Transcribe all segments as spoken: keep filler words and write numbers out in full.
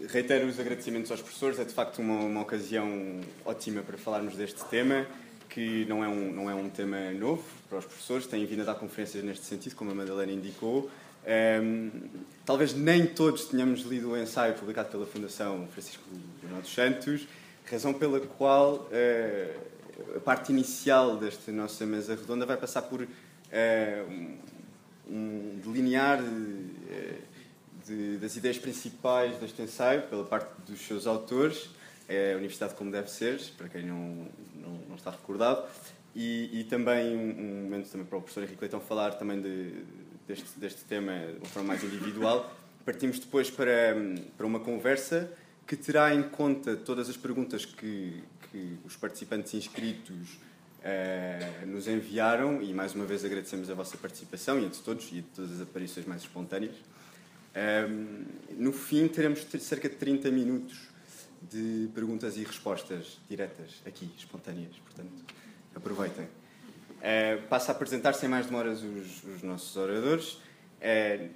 reitero os agradecimentos aos professores. É de facto uma, uma ocasião ótima para falarmos deste tema, que não é, um, não é um tema novo para os professores. Têm vindo a dar conferências neste sentido, como a Madalena indicou. Um, talvez nem todos tenhamos lido o ensaio publicado pela Fundação Francisco Manuel dos Santos, razão pela qual uh, a parte inicial desta nossa mesa redonda vai passar por uh, um, um delinear uh, de, das ideias principais deste ensaio pela parte dos seus autores, é a Universidade como deve ser, para quem não, não, não está recordado, e, e também um, um momento também para o professor Henrique Leitão falar também de, deste, deste tema de uma forma mais individual. Partimos depois para, para uma conversa que terá em conta todas as perguntas que, que os participantes inscritos uh, nos enviaram, e mais uma vez agradecemos a vossa participação e a de todos e a de todas as aparições mais espontâneas. Um, no fim teremos cerca de trinta minutos de perguntas e respostas diretas, aqui, espontâneas, portanto, aproveitem. Uh, passo a apresentar sem mais demoras os, os nossos oradores. Uh,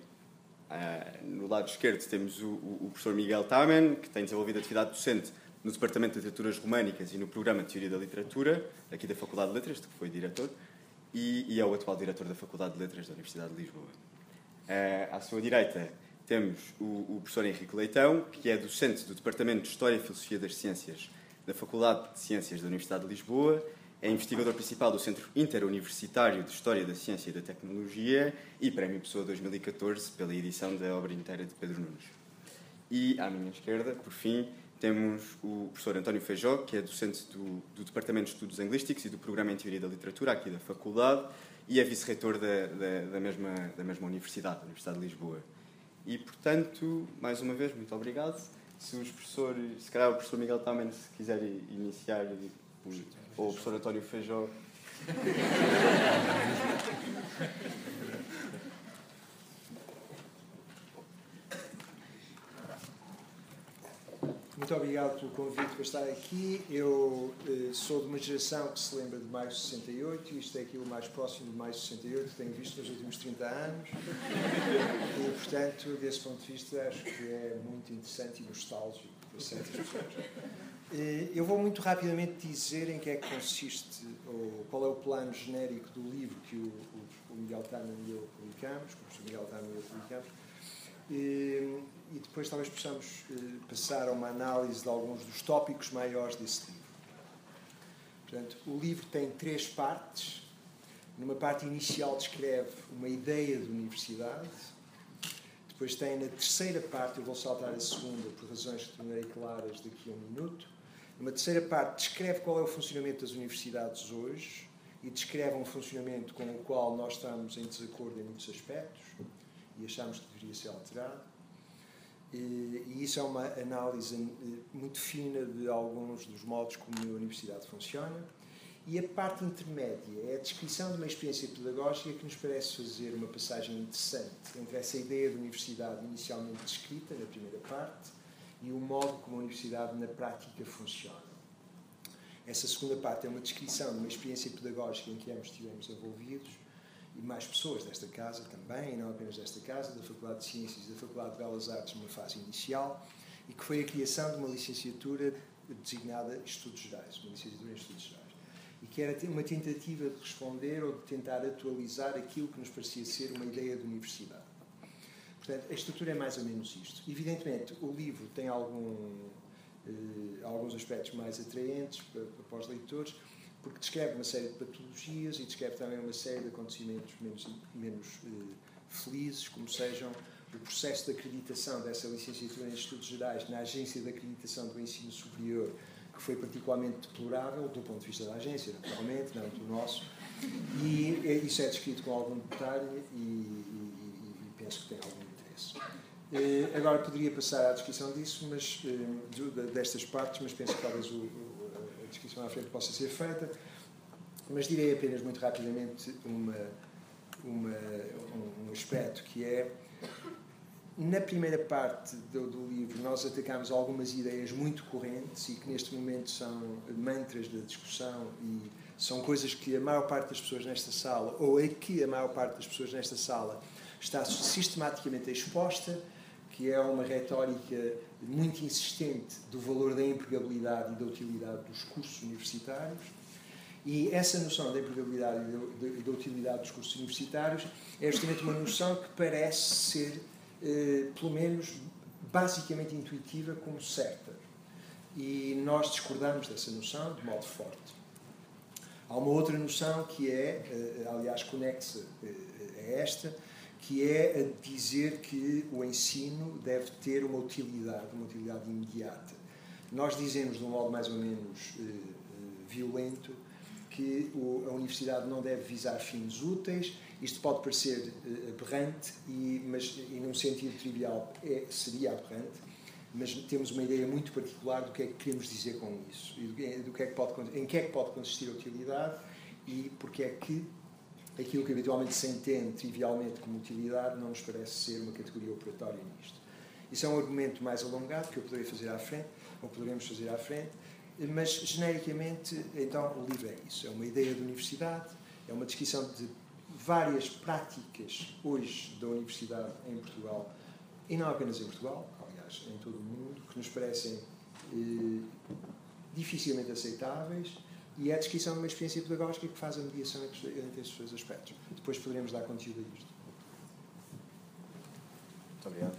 uh, no lado esquerdo temos o, o professor Miguel Tamen, que tem desenvolvido atividade docente no Departamento de Literaturas Românicas e no Programa de Teoria da Literatura, aqui da Faculdade de Letras, de que foi diretor, e, e é o atual diretor da Faculdade de Letras da Universidade de Lisboa. Uh, à sua direita temos o, o professor Henrique Leitão, que é docente do Departamento de História e Filosofia das Ciências da Faculdade de Ciências da Universidade de Lisboa, é investigador principal do Centro Interuniversitário de História da Ciência e da Tecnologia e Prémio Pessoa dois mil e catorze pela edição da obra inteira de Pedro Nunes. E à minha esquerda, por fim, temos o professor António Feijó, que é docente do, do Departamento de Estudos Anglísticos e do Programa em Teoria da Literatura, aqui da Faculdade, e é vice-reitor da, da, da, mesma, da mesma universidade, da Universidade de Lisboa. E, portanto, mais uma vez, muito obrigado. Se os professores, se calhar o professor Miguel também, se quiser iniciar, ou o professor António Feijó. Muito obrigado pelo convite para estar aqui. Eu eh, sou de uma geração que se lembra de maio de sessenta e oito, e isto é aquilo mais próximo de maio de sessenta e oito que tenho visto nos últimos trinta anos. E, portanto, desse ponto de vista, acho que é muito interessante e nostálgico para certas pessoas. Eh, eu vou muito rapidamente dizer em que é que consiste, ou qual é o plano genérico do livro que o, o, o Miguel Tamen e eu publicamos, que o professor Miguel Tamen e eu publicamos. E, e depois talvez possamos eh, passar a uma análise de alguns dos tópicos maiores desse livro. Portanto, o livro tem três partes. Numa parte inicial descreve uma ideia de universidade. Depois tem na terceira parte, eu vou saltar a segunda por razões que tornarei claras daqui a um minuto. Numa terceira parte descreve qual é o funcionamento das universidades hoje e descreve um funcionamento com o qual nós estamos em desacordo em muitos aspectos e achamos que deveria ser alterado. E isso é uma análise muito fina de alguns dos modos como a universidade funciona. E a parte intermédia é a descrição de uma experiência pedagógica que nos parece fazer uma passagem interessante entre essa ideia de universidade inicialmente descrita na primeira parte e o modo como a universidade na prática funciona. Essa segunda parte é uma descrição de uma experiência pedagógica em que ambos estivemos envolvidos, e mais pessoas desta casa também, e não apenas desta casa, da Faculdade de Ciências e da Faculdade de Belas Artes numa fase inicial, e que foi a criação de uma licenciatura designada Estudos Gerais, uma licenciatura em Estudos Gerais, e que era uma tentativa de responder ou de tentar atualizar aquilo que nos parecia ser uma ideia de universidade. Portanto, a estrutura é mais ou menos isto. Evidentemente, o livro tem algum, eh, alguns aspectos mais atraentes para, para os leitores, porque descreve uma série de patologias e descreve também uma série de acontecimentos menos, menos eh, felizes, como sejam o processo de acreditação dessa licenciatura em Estudos Gerais na Agência de Acreditação do Ensino Superior, que foi particularmente deplorável do ponto de vista da agência, naturalmente, não do nosso, e eh, isso é descrito com algum detalhe e, e, e penso que tem algum interesse. Eh, agora poderia passar à descrição disso, mas eh, destas partes, mas penso que talvez o, o a descrição à frente possa ser feita, mas direi apenas muito rapidamente uma, uma, um, um aspecto que é, na primeira parte do, do livro nós atacamos algumas ideias muito correntes e que neste momento são mantras da discussão e são coisas que a maior parte das pessoas nesta sala, ou a que a maior parte das pessoas nesta sala está sistematicamente exposta, que é uma retórica muito insistente do valor da empregabilidade e da utilidade dos cursos universitários. E essa noção da empregabilidade e da utilidade dos cursos universitários é justamente uma noção que parece ser, eh, pelo menos, basicamente intuitiva como certa. E nós discordamos dessa noção de modo forte. Há uma outra noção que é, eh, aliás, conexa eh, a esta, que é a dizer que o ensino deve ter uma utilidade, uma utilidade imediata. Nós dizemos, de um modo mais ou menos eh, violento, que a universidade não deve visar fins úteis. Isto pode parecer aberrante, e, mas e num sentido trivial é, seria aberrante, mas temos uma ideia muito particular do que é que queremos dizer com isso, e do, do que é que pode, em que é que pode consistir a utilidade e porque é que aquilo que habitualmente se entende trivialmente como utilidade não nos parece ser uma categoria operatória nisto. Isso é um argumento mais alongado que eu poderia fazer à frente, ou poderemos fazer à frente, mas, genericamente, então, o livro é isso. É uma ideia de universidade, é uma descrição de várias práticas, hoje, da universidade em Portugal, e não apenas em Portugal, aliás, em todo o mundo, que nos parecem eh, dificilmente aceitáveis, e é a descrição de uma experiência pedagógica que faz a mediação entre, entre esses dois aspectos. Depois poderemos dar conteúdo a isto. Muito obrigado.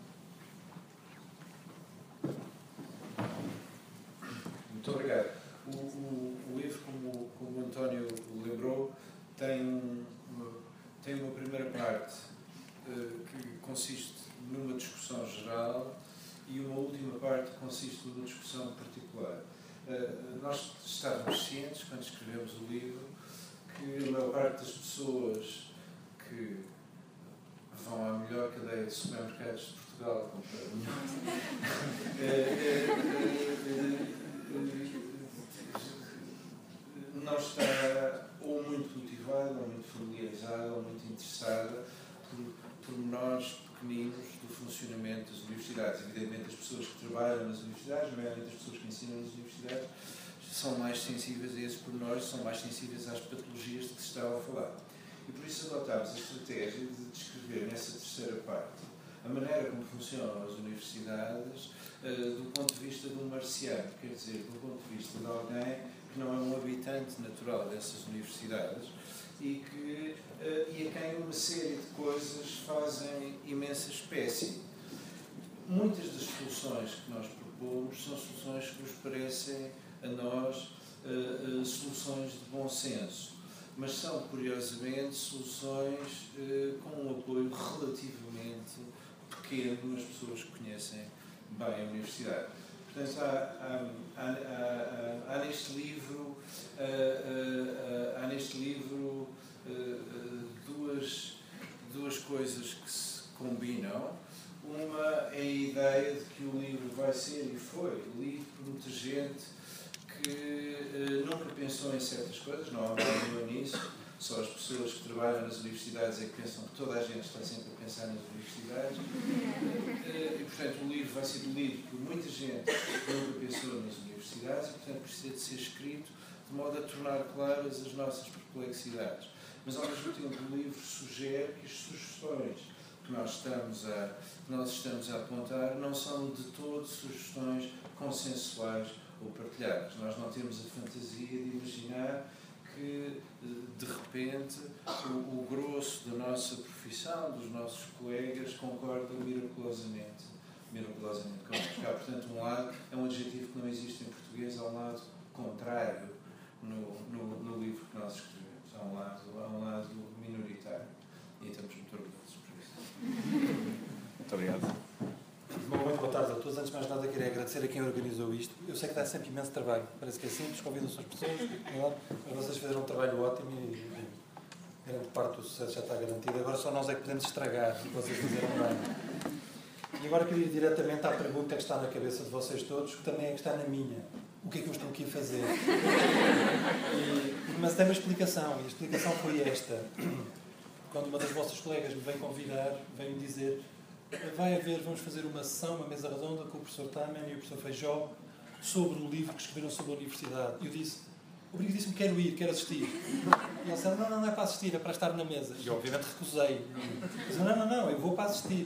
Muito obrigado. O, o, o livro, como, como o António lembrou, tem, uma, tem uma primeira parte uh, que consiste numa discussão geral e uma última parte que consiste numa discussão particular. Uh, nós estávamos cientes, quando escrevemos o livro, que a maior parte das pessoas que vão à melhor cadeia de supermercados de Portugal comprar melhor não está ou muito motivada, ou muito familiarizada, ou muito interessada por pormenores pequeninos do funcionamento das universidades. Evidentemente, as pessoas que trabalham nas universidades, nomeadamente as pessoas que ensinam nas universidades, são mais sensíveis a esses pormenores, são mais sensíveis às patologias de que se estava a falar. E por isso adotámos a estratégia de descrever nessa terceira parte a maneira como funcionam as universidades uh, do ponto de vista de um marciano, quer dizer, do ponto de vista de alguém que não é um habitante natural dessas universidades e, que, uh, e a quem uma série de coisas fazem imensa espécie. Muitas das soluções que nós propomos são soluções que nos parecem a nós uh, uh, soluções de bom senso, mas são, curiosamente, soluções uh, com um apoio relativamente pequeno nas pessoas que conhecem bem a universidade. Portanto, há, há, há, há, há neste livro, há, há, há neste livro duas, duas coisas que se combinam. Uma é a ideia de que o livro vai ser e foi lido por muita gente que nunca pensou em certas coisas, não há problema nisso. Só as pessoas que trabalham nas universidades é que pensam que toda a gente está sempre a pensar nas universidades. E, portanto, o livro vai ser lido por muita gente que nunca pensou nas universidades e, portanto, precisa de ser escrito de modo a tornar claras as nossas perplexidades. Mas, ao mesmo tempo, o livro sugere que as sugestões que nós estamos a, que nós estamos a apontar não são de todo sugestões consensuais ou partilhadas. Nós não temos a fantasia de imaginar que, de repente, o, o grosso da nossa profissão, dos nossos colegas, concordam miraculosamente, miraculosamente connosco. Há, portanto, um lado, é um adjetivo que não existe em português, há um lado contrário no, no, no livro que nós escrevemos. Há um lado, há um lado minoritário. E estamos muito orgulhosos por isso. Muito obrigado. Bom, muito boa tarde a todos. Antes de mais nada, queria agradecer a quem organizou isto. Eu sei que dá sempre imenso trabalho. Parece que é simples, convidam-se as pessoas, mas vocês fizeram um trabalho ótimo e, e grande parte do sucesso já está garantido. Agora só nós é que podemos estragar o que vocês fizeram bem. E agora queria ir diretamente à pergunta que está na cabeça de vocês todos, que também é que está na minha. O que é que eu estou aqui a fazer? E, mas tem uma explicação, e a explicação foi esta. Quando uma das vossas colegas me vem convidar, vem-me dizer: vai haver, vamos fazer uma sessão, uma mesa redonda com o professor Taman e o professor Feijó sobre o livro que escreveram sobre a universidade. E eu disse, obrigadíssimo, quero ir, quero assistir. E ele disse, não, não, não é para assistir, é para estar na mesa. E eu, obviamente, recusei. Eu disse, não, não, não, eu vou para assistir.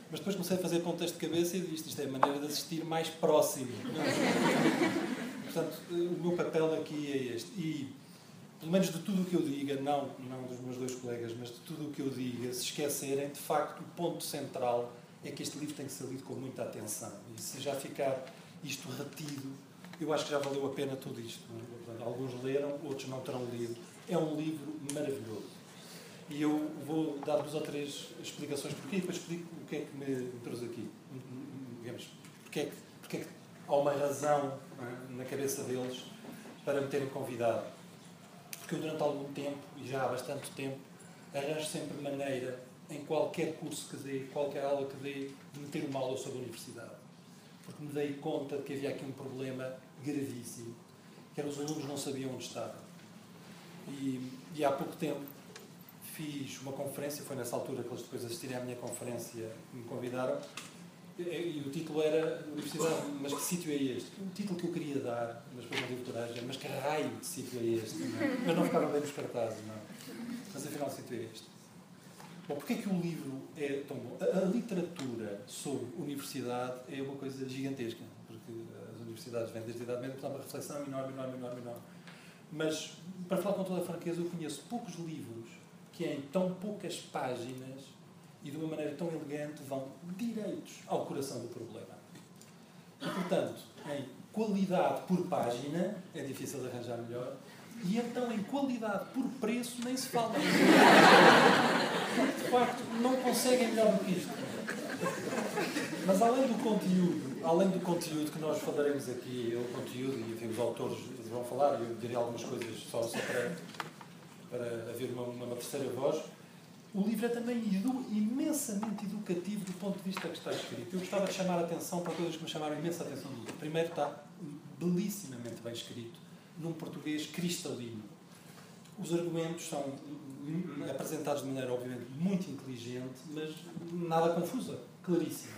Mas depois comecei a fazer contas de cabeça e disse, isto é a maneira de assistir mais próximo. Portanto, o meu papel aqui é este. E, pelo menos de tudo o que eu diga, não, não dos meus dois colegas, mas de tudo o que eu diga, se esquecerem, de facto, o ponto central é que este livro tem que ser lido com muita atenção. E se já ficar isto retido, eu acho que já valeu a pena tudo isto. Não é? Alguns leram, outros não terão lido. É um livro maravilhoso. E eu vou dar duas ou três explicações porquê, e depois explico o que é que me trouxe aqui. Digamos, porque é que, porque é que há uma razão, não é, na cabeça deles para me terem convidado. Porque eu, durante algum tempo, e já há bastante tempo, arranjo sempre maneira, em qualquer curso que dê, qualquer aula que dê, de meter uma aula sobre a universidade. Porque me dei conta de que havia aqui um problema gravíssimo, que era os alunos não sabiam onde estavam. E, e há pouco tempo fiz uma conferência, foi nessa altura que eles depois assistirem à minha conferência que me convidaram, e, e o título era Universidade, mas que sítio é este? O título que eu queria dar, mas depois não tive coragem, mas que raio de sítio é este? Não é? Mas não ficaram bem nos cartazes, não. Mas afinal o sítio é este. Bom, porquê é que o livro é tão bom? A, a literatura sobre universidade é uma coisa gigantesca, porque as universidades vêm desde a Idade Média, portanto, uma reflexão enorme, enorme, enorme, enorme. Mas, para falar com toda a franqueza, eu conheço poucos livros que em tão poucas páginas e de uma maneira tão elegante vão direitos ao coração do problema. E, portanto, em qualidade por página, é difícil de arranjar melhor, e então em qualidade por preço nem se fala. De facto, não conseguem melhor do que isto. Mas além do conteúdo, além do conteúdo que nós falaremos aqui, o conteúdo, e enfim, os autores vão falar, e eu direi algumas coisas só, só para, para haver uma, uma terceira voz, o livro é também edu, imensamente educativo do ponto de vista que está escrito. Eu gostava de chamar a atenção para coisas que me chamaram imensa atenção do livro. Primeiro, está belissimamente bem escrito, num português cristalino. Os argumentos são apresentados de maneira, obviamente, muito inteligente, mas nada confusa, claríssima.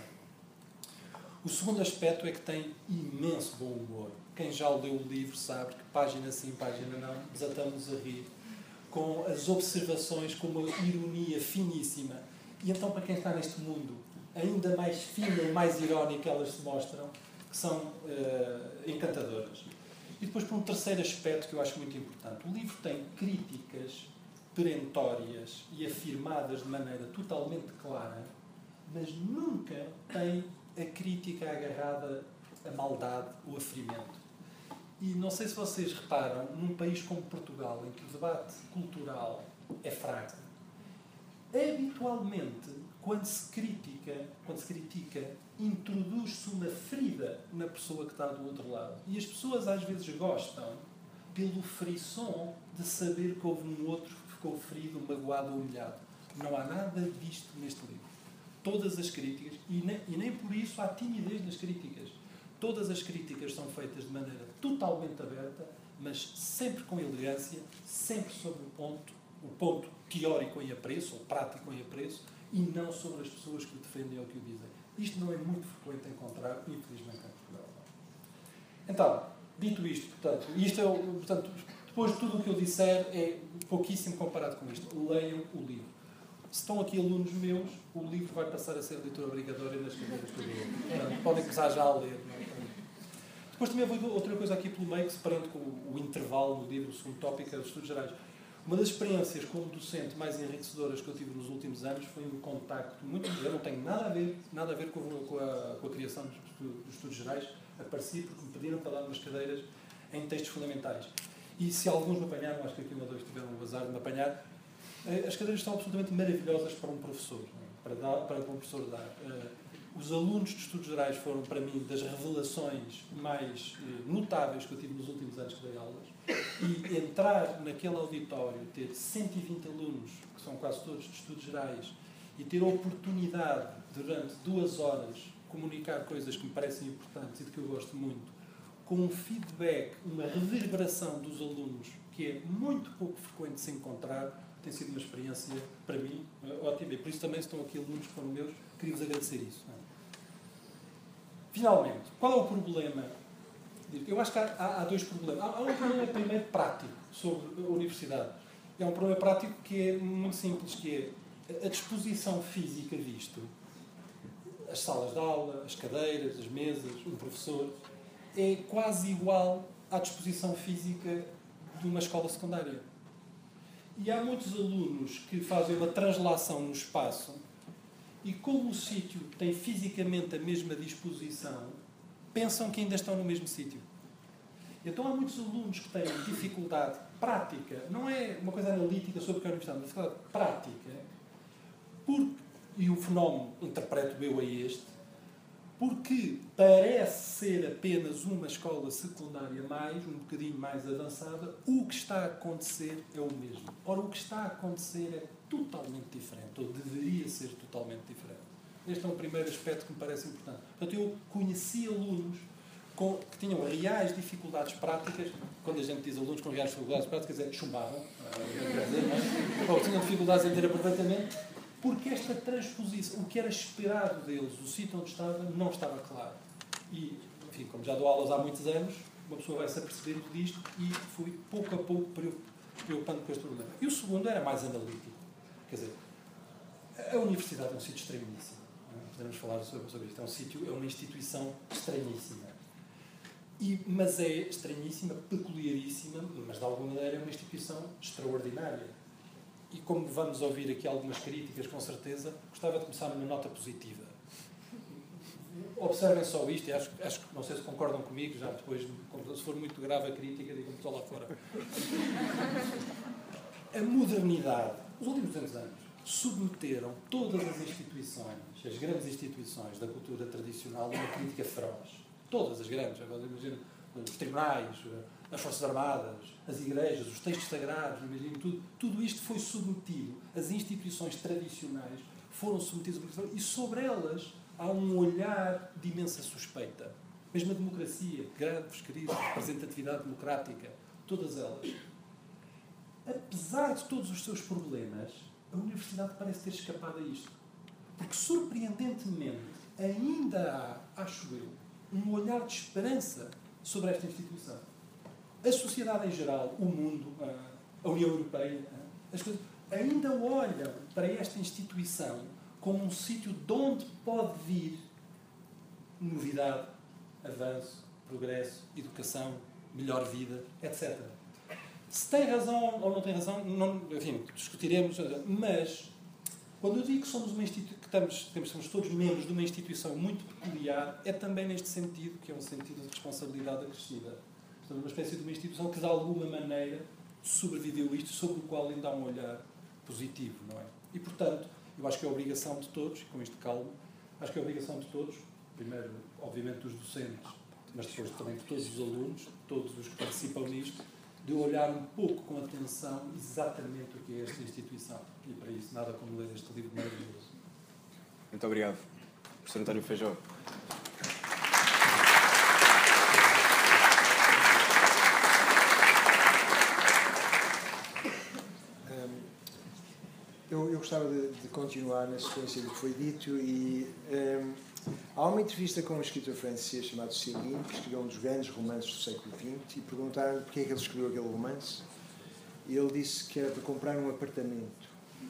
O segundo aspecto é que tem imenso bom humor. Quem já leu o livro sabe que, página sim, página não, desatamos a rir, com as observações, com uma ironia finíssima. E então, para quem está neste mundo, ainda mais fina e mais irónica elas se mostram, que são uh, encantadoras. E depois, por um terceiro aspecto que eu acho muito importante, o livro tem críticas perentórias e afirmadas de maneira totalmente clara, mas nunca tem a crítica agarrada à maldade ou a ferimento. E não sei se vocês reparam, num país como Portugal, em que o debate cultural é fraco, habitualmente, quando se critica, quando se critica, introduz-se uma ferida na pessoa que está do outro lado. E as pessoas às vezes gostam pelo frisson de saber que houve um outro que ficou ferido, magoado ou humilhado. Não há nada disto neste livro. Todas as críticas, e nem, e nem por isso há timidez nas críticas. Todas as críticas são feitas de maneira totalmente aberta, mas sempre com elegância, sempre sobre o ponto, o ponto teórico em apreço, ou prático em apreço, e não sobre as pessoas que o defendem ou que o dizem. Isto não é muito frequente encontrar, infelizmente, em Portugal. Então, dito isto, portanto, isto é, portanto, depois de tudo o que eu disser, é pouquíssimo comparado com isto. Leiam o livro. Se estão aqui alunos meus, o livro vai passar a ser leitura obrigatória nas cadeiras que eu dou. Portanto, podem começar já a ler. Não é? Depois também vou outra coisa aqui pelo meio, que se prende com o, o intervalo do livro, o segundo tópico é os estudos gerais. Uma das experiências como docente mais enriquecedoras que eu tive nos últimos anos foi um contacto muito... Eu não tenho nada a ver, nada a ver com, com, a, com a criação dos, dos estudos gerais. Apareci porque me pediram para dar umas cadeiras em textos fundamentais. E se alguns me apanharam, acho que aqui um ou dois tiveram o azar de me apanhar, as cadeiras são absolutamente maravilhosas para um professor, para, dar, para um professor dar. Os alunos de estudos gerais foram, para mim, das revelações mais notáveis que eu tive nos últimos anos que dei aulas. E entrar naquele auditório, ter cento e vinte alunos, que são quase todos de estudos gerais, e ter a oportunidade, durante duas horas, comunicar coisas que me parecem importantes e de que eu gosto muito, com um feedback, uma reverberação dos alunos, que é muito pouco frequente de se encontrar, tem sido uma experiência, para mim, ótima. E por isso também estão aqui alunos que foram meus, queria-vos agradecer isso. Finalmente, qual é o problema? Eu acho que há, há, há dois problemas. Há, há um problema, primeiro, prático, sobre a universidade. É um problema prático que é muito simples, que é a disposição física disto as salas de aula, as cadeiras, as mesas, um professor, é quase igual à disposição física de uma escola secundária. E há muitos alunos que fazem uma translação no espaço e, como o sítio tem fisicamente a mesma disposição, pensam que ainda estão no mesmo sítio. Então há muitos alunos que têm dificuldade prática, não é uma coisa analítica sobre o que é a universidade, mas dificuldade prática, porque, e o fenómeno, interpreto eu, é este, porque parece ser apenas uma escola secundária mais, um bocadinho mais avançada, o que está a acontecer é o mesmo. Ora, o que está a acontecer é totalmente diferente, ou deveria ser totalmente diferente. Este é um primeiro aspecto que me parece importante. Portanto, eu conheci alunos com, que tinham reais dificuldades práticas. Quando a gente diz alunos com reais dificuldades práticas, é que chumbavam, ou tinham dificuldades em ter aproveitamento, porque esta transposição, o que era esperado deles, o sítio onde estava, não estava claro. E, enfim, como já dou aulas há muitos anos, uma pessoa vai se apercebendo disto e fui pouco a pouco preocupando com este problema. E o segundo era mais analítico. Quer dizer, a universidade é um sítio estranhíssimo. Podemos falar sobre, sobre isto. É um sítio, é uma instituição estranhíssima. E, mas é estranhíssima, peculiaríssima, mas de alguma maneira é uma instituição extraordinária. E como vamos ouvir aqui algumas críticas, com certeza, gostava de começar numa nota positiva. Observem só isto, e acho, acho que não sei se concordam comigo, já depois, se for muito grave a crítica, digam-me só lá fora. A modernidade, os últimos duzentos anos, submeteram todas as instituições, as grandes instituições da cultura tradicional, a uma crítica feroz. Todas as grandes, agora imagino, os tribunais, as Forças Armadas, as igrejas, os textos sagrados, imagino tudo. Tudo isto foi submetido, as instituições tradicionais foram submetidas a uma crítica, e sobre elas há um olhar de imensa suspeita. Mesmo a democracia, graves crises, representatividade democrática, todas elas. Apesar de todos os seus problemas, a universidade parece ter escapado a isto. Porque, surpreendentemente, ainda há, acho eu, um olhar de esperança sobre esta instituição. A sociedade em geral, o mundo, a União Europeia, as coisas, ainda olham para esta instituição como um sítio de onde pode vir novidade, avanço, progresso, educação, melhor vida, etcétera. Se tem razão ou não tem razão, não, enfim, discutiremos, mas quando eu digo que somos uma instituição, que estamos, que somos todos membros de uma instituição muito peculiar, é também neste sentido, que é um sentido de responsabilidade acrescida. Somos uma espécie de uma instituição que, de alguma maneira, sobreviveu isto, sobre o qual ainda há um olhar positivo, não é? E, portanto, eu acho que é a obrigação de todos, e com isto calmo, acho que é a obrigação de todos, primeiro, obviamente, dos docentes, mas depois também de todos os alunos, todos os que participam nisto, de olhar um pouco com atenção exatamente o que é esta instituição. E para isso, nada como ler este livro maravilhoso. Muito obrigado. Professor António Feijó. Eu, eu gostava de, de continuar na sequência do que foi dito e um, há uma entrevista com um escritor francês chamado Céline, que escreveu um dos grandes romances do século vinte, e perguntaram porque é que ele escreveu aquele romance, e ele disse que era para comprar um apartamento.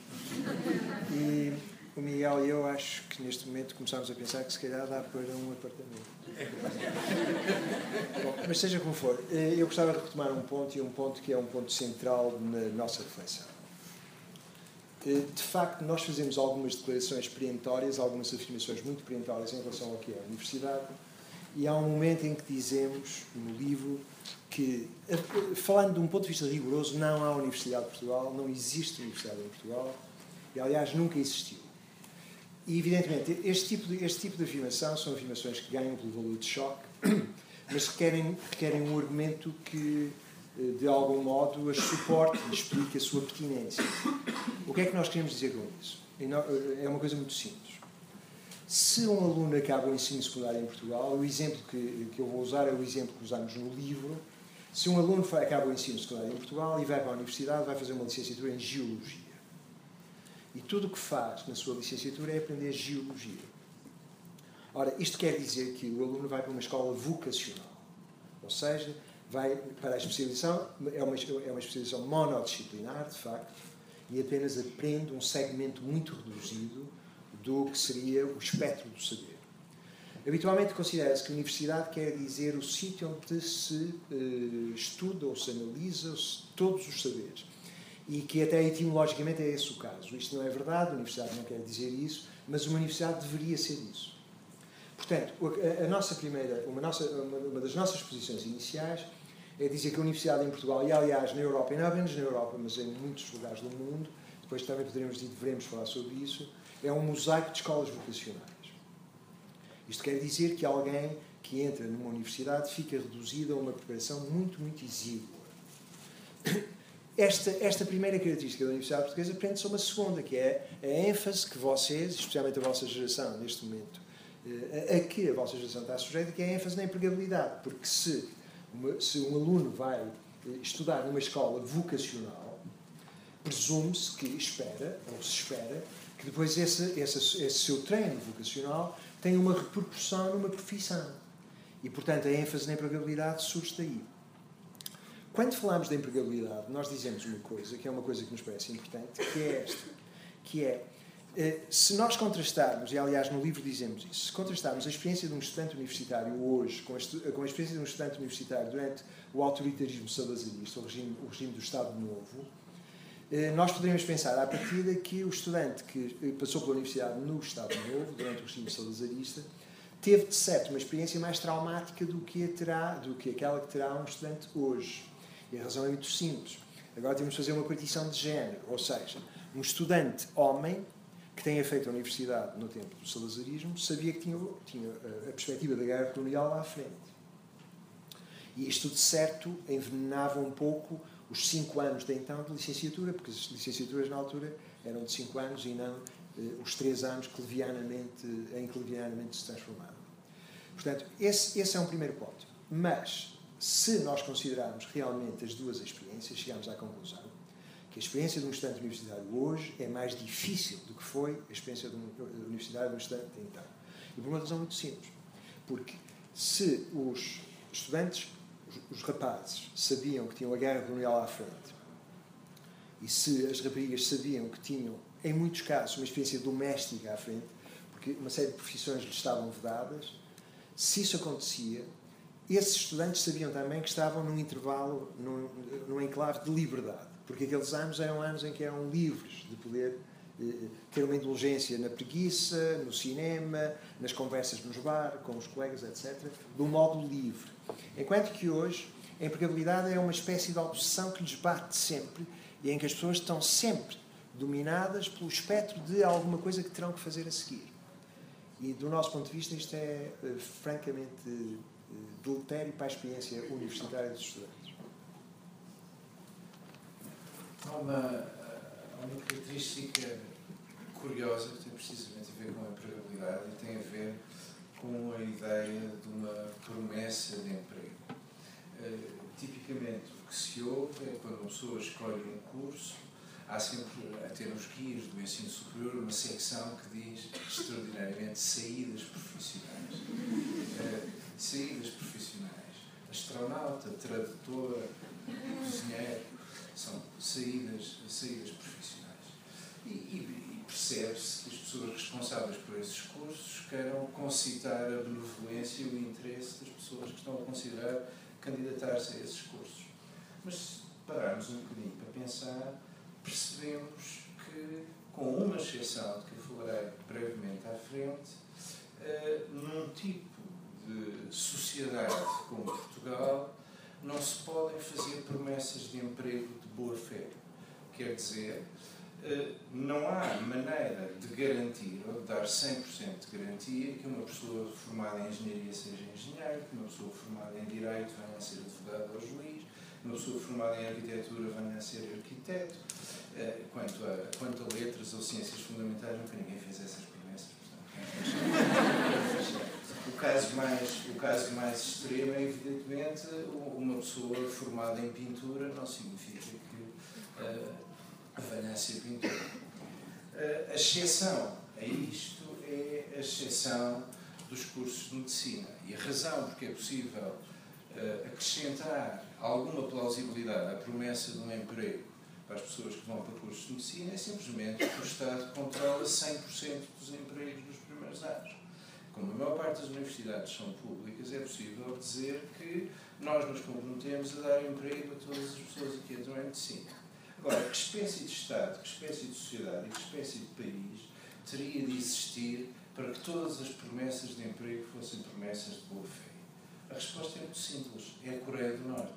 E o Miguel e eu acho que neste momento começámos a pensar que se calhar dá para um apartamento. Bom, mas seja como for, eu gostava de retomar um ponto, e um ponto que é um ponto central na nossa reflexão. De facto, nós fazemos algumas declarações perentórias, algumas afirmações muito perentórias em relação ao que é a universidade, e há um momento em que dizemos, no livro, que, falando de um ponto de vista rigoroso, não há Universidade de Portugal, não existe Universidade em Portugal, e aliás nunca existiu. E, evidentemente, este tipo de, este tipo de afirmação são afirmações que ganham pelo valor de choque, mas requerem, requerem um argumento que, de algum modo, as suporte e explique a sua pertinência. O que é que nós queremos dizer com isso? É uma coisa muito simples. Se um aluno acaba o ensino secundário em Portugal, o exemplo que, que eu vou usar é o exemplo que usamos no livro. Se um aluno acaba o ensino secundário em Portugal e vai para a universidade, vai fazer uma licenciatura em Geologia. E tudo o que faz na sua licenciatura é aprender Geologia. Ora, isto quer dizer que o aluno vai para uma escola vocacional. Ou seja, vai para a especialização, é uma, é uma especialização monodisciplinar, de facto, e apenas aprende um segmento muito reduzido do que seria o espectro do saber. Habitualmente considera-se que a universidade quer dizer o sítio onde se uh, estuda ou se analisa ou se, todos os saberes. E que até etimologicamente é esse o caso. Isto não é verdade, a universidade não quer dizer isso, mas uma universidade deveria ser isso. Portanto, a, a nossa primeira, uma, nossa, uma, uma das nossas posições iniciais é dizer que a universidade em Portugal, e aliás na Europa, e não apenas na Europa, mas em muitos lugares do mundo, depois também poderemos e devemos falar sobre isso, é um mosaico de escolas vocacionais. Isto quer dizer que alguém que entra numa universidade fica reduzido a uma preparação muito, muito exígua. Esta, esta primeira característica da Universidade Portuguesa prende-se a uma segunda, que é a ênfase que vocês, especialmente a vossa geração, neste momento, a, a que a vossa geração está sujeita, que é a ênfase na empregabilidade. Porque se, uma, se um aluno vai estudar numa escola vocacional, presume-se que espera, ou se espera, que depois esse, esse, esse seu treino vocacional tem uma repercussão numa profissão. E, portanto, a ênfase na empregabilidade surge daí. Quando falamos de empregabilidade, nós dizemos uma coisa, que é uma coisa que nos parece importante, que é esta, que é, se nós contrastarmos, e aliás no livro dizemos isso, se contrastarmos a experiência de um estudante universitário hoje com a experiência de um estudante universitário durante o autoritarismo salazarista, o regime, o regime do Estado Novo, nós poderíamos pensar à partida que o estudante que passou pela universidade no Estado Novo, durante o regime salazarista, teve, de certo, uma experiência mais traumática do que, a terá, do que aquela que terá um estudante hoje. E a razão é muito simples. Agora temos de fazer uma partição de género, ou seja, um estudante homem que tenha feito a universidade no tempo do salazarismo sabia que tinha, tinha a perspectiva da guerra colonial lá à frente. E isto, de certo, envenenava um pouco os cinco anos de então de licenciatura, porque as licenciaturas na altura eram de cinco anos e não eh, os três anos que levianamente, em que levianamente se transformaram. Portanto, esse, esse é um primeiro ponto. Mas, se nós considerarmos realmente as duas experiências, chegamos à conclusão que a experiência de um estudante universitário hoje é mais difícil do que foi a experiência de uma universidade de um estudante de então. E por uma razão muito simples. Porque se os estudantes, os, os rapazes, sabiam que tinham a guerra colonial à frente, e se as raparigas sabiam que tinham, em muitos casos, uma experiência doméstica à frente, porque uma série de profissões lhes estavam vedadas, se isso acontecia, esses estudantes sabiam também que estavam num intervalo, num, num enclave de liberdade, porque aqueles anos eram anos em que eram livres de poder eh, ter uma indulgência na preguiça, no cinema, nas conversas nos bar, com os colegas, etcétera, de um modo livre. Enquanto que hoje a empregabilidade é uma espécie de obsessão que lhes bate sempre e em que as pessoas estão sempre dominadas pelo espectro de alguma coisa que terão que fazer a seguir. E, do nosso ponto de vista, isto é uh, francamente uh, deletério para a experiência universitária dos estudantes. Há uma, há uma característica curiosa que tem precisamente a ver com a empregabilidade e tem a ver com a ideia de uma promessa de emprego. Uh, tipicamente, o que se ouve é quando uma pessoa escolhe um curso, há sempre, até nos guias do ensino superior, uma secção que diz extraordinariamente saídas profissionais. Uh, saídas profissionais. Astronauta, tradutor, cozinheiro, são saídas, saídas profissionais. E, e, e percebe-se que as pessoas responsáveis por esses cursos queiram concitar a benevolência e o interesse das pessoas que estão a considerar candidatar-se a esses cursos. Mas se pararmos um bocadinho para pensar, percebemos que, com uma exceção de que eu falarei brevemente à frente, uh, num tipo de sociedade como Portugal, não se podem fazer promessas de emprego de boa fé. Quer dizer, uh, não há maneira de garantir, ou de dar cem por cento de garantia, que uma pessoa formada em engenharia seja engenheiro, que uma pessoa formada em direito venha a ser advogado ou juiz, uma pessoa formada em arquitetura venha a ser arquiteto. Uh, quanto, a, quanto a letras ou ciências fundamentais, nunca ninguém fez essas promessas. Portanto, o, caso mais, o caso mais extremo é, evidentemente, uma pessoa formada em pintura não significa que uh, venha a ser pintor. Uh, a exceção a isto é a exceção dos cursos de medicina. E a razão porque é possível uh, acrescentar alguma plausibilidade à promessa de um emprego para as pessoas que vão para cursos de medicina é simplesmente que o Estado controla cem por cento dos empregos dos primeiros anos. como a maior parte das universidades são públicas, é possível dizer que nós nos comprometemos a dar emprego a todas as pessoas que entram em medicina. Agora, que espécie de Estado, que espécie de sociedade e que espécie de país teria de existir para que todas as promessas de emprego fossem promessas de boa fé? A resposta é muito simples. É a Coreia do Norte.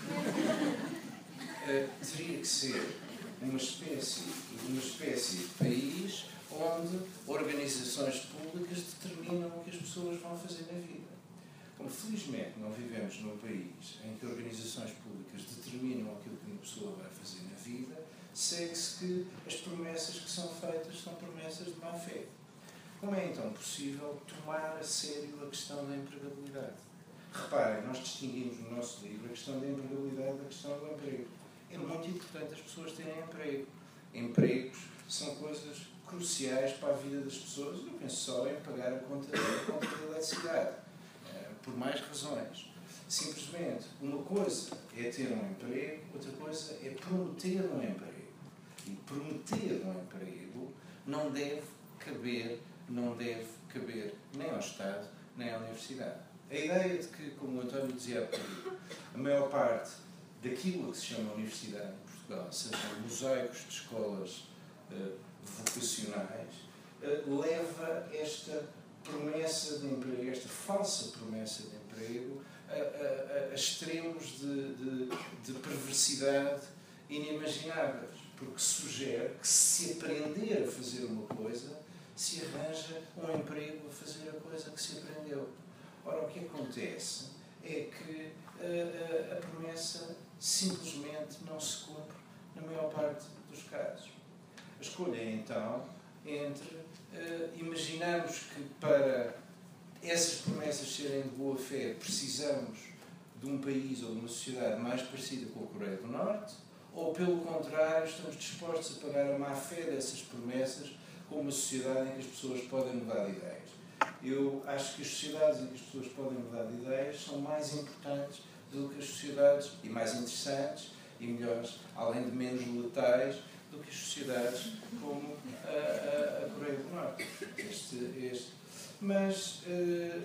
Uh, teria que ser uma espécie, uma espécie de país onde organizações públicas determinam o que as pessoas vão fazer na vida. Como felizmente não vivemos num país em que organizações públicas determinam aquilo que uma pessoa vai fazer na vida, segue-se que as promessas que são feitas são promessas de má fé. Como é então possível tomar a sério a questão da empregabilidade? Reparem, nós distinguimos no nosso livro a questão da empregabilidade da questão do emprego. É muito importante as pessoas terem emprego. Empregos são coisas cruciais para a vida das pessoas. Eu não penso só em pagar a conta da conta de eletricidade, por mais razões. Simplesmente, uma coisa é ter um emprego, outra coisa é prometer um emprego. E prometer um emprego não deve caber, não deve caber nem ao Estado, nem à Universidade. A ideia de que, como o António dizia há pouco, a maior parte daquilo que se chama Universidade em Portugal sejam mosaicos de escolas uh, vocacionais, uh, leva esta promessa de emprego, esta falsa promessa de emprego, a, a, a extremos de, de, de perversidade inimagináveis, porque sugere que se aprender a fazer uma coisa, se arranja um emprego a fazer a coisa que se aprendeu. Ora, o que acontece é que a, a, a promessa simplesmente não se cumpre na maior parte dos casos. A escolha é, então, entre uh, imaginarmos que para essas promessas serem de boa fé precisamos de um país ou de uma sociedade mais parecida com a Coreia do Norte, ou, pelo contrário, estamos dispostos a pagar a má fé dessas promessas com uma sociedade em que as pessoas podem mudar de ideias. Eu acho que as sociedades em que as pessoas podem mudar de ideias são mais importantes do que as sociedades, e mais interessantes e melhores, além de menos letais, do que as sociedades como a, a, a Coreia do Norte. Este, este. Mas, uh, uh,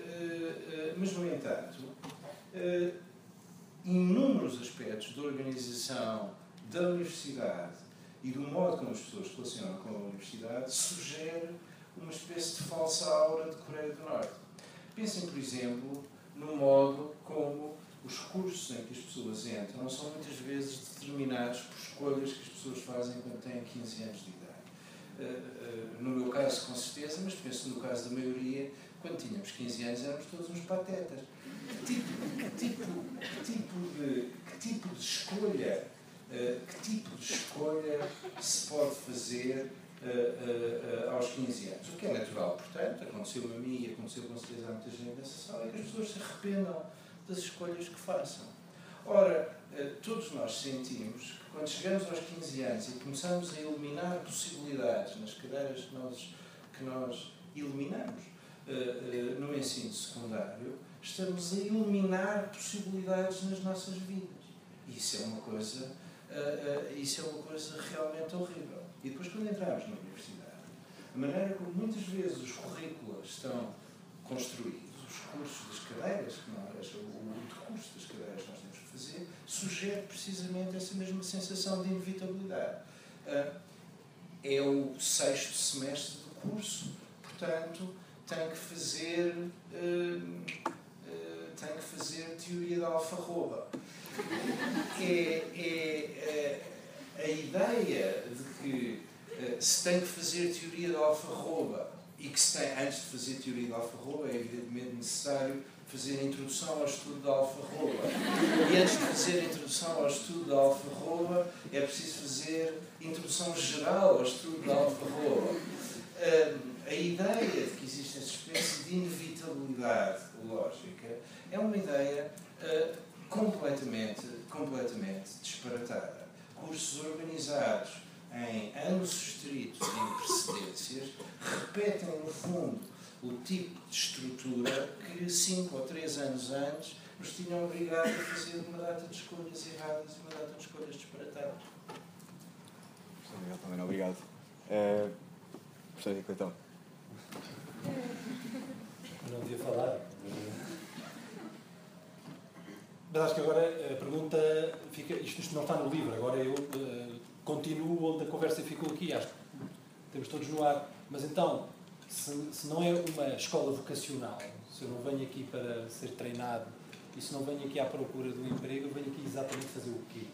uh, mas, no entanto, uh, inúmeros aspectos da organização da universidade e do modo como as pessoas se relacionam com a universidade sugerem uma espécie de falsa aura de Coreia do Norte. Pensem, por exemplo, no modo como os cursos em que as pessoas entram são muitas vezes determinados por escolhas que as pessoas fazem quando têm quinze anos de idade. Uh, uh, no meu caso, com certeza, mas penso no caso da maioria, quando tínhamos quinze anos éramos todos uns patetas. Que tipo, que tipo, que tipo, de, que tipo de escolha, uh, que tipo de escolha se pode fazer Uh, uh, uh, aos quinze anos? O que é natural, portanto, aconteceu a mim e aconteceu com certeza a muita gente nessa sala, é que as pessoas se arrependam das escolhas que façam. Ora, uh, todos nós sentimos que quando chegamos aos quinze anos e começamos a eliminar possibilidades nas cadeiras que nós, que nós eliminamos uh, uh, no ensino secundário, estamos a eliminar possibilidades nas nossas vidas. E isso é uma coisa, uh, uh, isso é uma coisa realmente horrível. E depois, quando entramos na universidade, a maneira como muitas vezes os currículos estão construídos, os cursos das cadeiras, que nós, o decurso das cadeiras que nós temos que fazer, sugere precisamente essa mesma sensação de inevitabilidade. É o sexto semestre do curso, portanto, tem que fazer, tem que fazer teoria da alfarroba. É, é, é a ideia de que uh, se tem que fazer teoria da alfarroba e que se tem, antes de fazer teoria da alfarroba, é evidentemente necessário fazer a introdução ao estudo da alfarroba. E antes de fazer a introdução ao estudo da alfarroba, é preciso fazer introdução geral ao estudo da alfarroba. Uh, a ideia de que existe essa espécie de inevitabilidade lógica é uma ideia uh, completamente, completamente disparatada. Cursos organizados em anos estritos e em precedências repetem, no fundo, o tipo de estrutura que cinco ou três anos antes nos tinham obrigado a fazer uma data de escolhas erradas e uma data de escolhas disparatadas. Obrigado, também, obrigado. Uh, Professor Cleitão. não devia falar. Mas acho que agora a pergunta fica... Isto, isto não está no livro, agora eu uh, continuo onde a conversa ficou aqui. Acho que temos todos no ar. Mas então, se, se não é uma escola vocacional, se eu não venho aqui para ser treinado e se não venho aqui à procura de um emprego, eu venho aqui exatamente fazer o quê?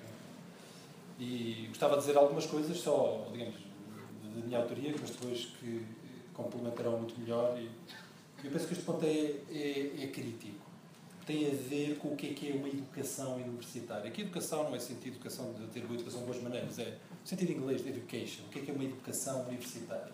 E gostava de dizer algumas coisas, só, digamos, da minha autoria, mas depois que complementarão muito melhor. E eu penso que este ponto é, é, é crítico. Tem a ver com o que é que é uma educação universitária. Aqui educação não é sentido educação de ter boa educação de boas maneiras, é o sentido em inglês de education. O que é que é uma educação universitária?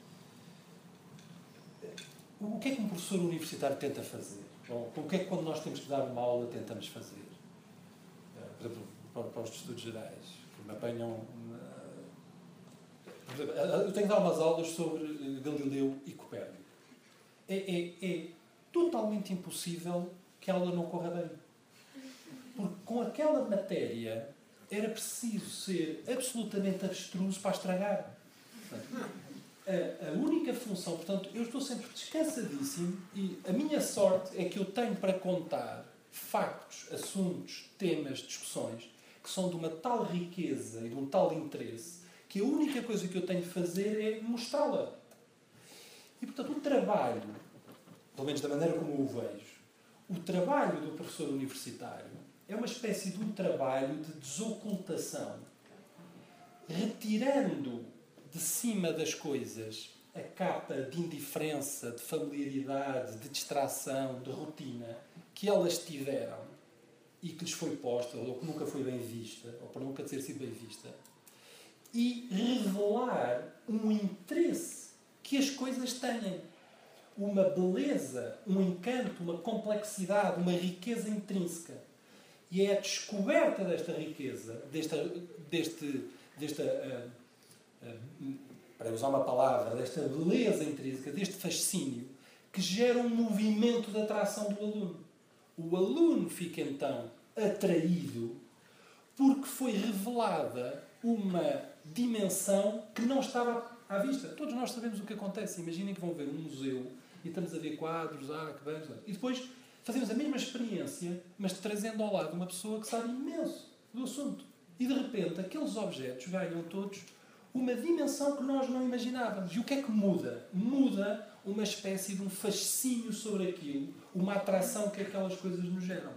O que é que um professor universitário tenta fazer? Ou o que é que quando nós temos que dar uma aula tentamos fazer? Por exemplo, para os estudos gerais, que me apanham... Por exemplo, eu tenho que dar umas aulas sobre Galileu e Copérnico. É, é, é totalmente impossível que a aula não corra bem. Porque com aquela matéria era preciso ser absolutamente abstruso para estragar. A, a única função, portanto, eu estou sempre descansadíssimo e a minha sorte é que eu tenho para contar factos, assuntos, temas, discussões que são de uma tal riqueza e de um tal interesse que a única coisa que eu tenho de fazer é mostrá-la. E, portanto, o trabalho, pelo menos da maneira como eu o vejo, o trabalho do professor universitário é uma espécie de um trabalho de desocultação, retirando de cima das coisas a capa de indiferença, de familiaridade, de distração, de rotina que elas tiveram e que lhes foi posta, ou que nunca foi bem vista, ou por nunca ter sido bem vista, e revelar um interesse que as coisas têm. Uma beleza, um encanto, uma complexidade, uma riqueza intrínseca. E é a descoberta desta riqueza, desta, deste, desta, uh, uh, para usar uma palavra, desta beleza intrínseca, deste fascínio, que gera um movimento de atração do aluno. O aluno fica então atraído porque foi revelada uma dimensão que não estava à vista. Todos nós sabemos o que acontece. Imaginem que vão ver um museu e estamos a ver quadros, ah, que bem, e depois fazemos a mesma experiência, mas trazendo ao lado uma pessoa que sabe imenso do assunto. E de repente aqueles objetos ganham todos uma dimensão que nós não imaginávamos. E o que é que muda? Muda uma espécie de um fascínio sobre aquilo, uma atração que aquelas coisas nos geram.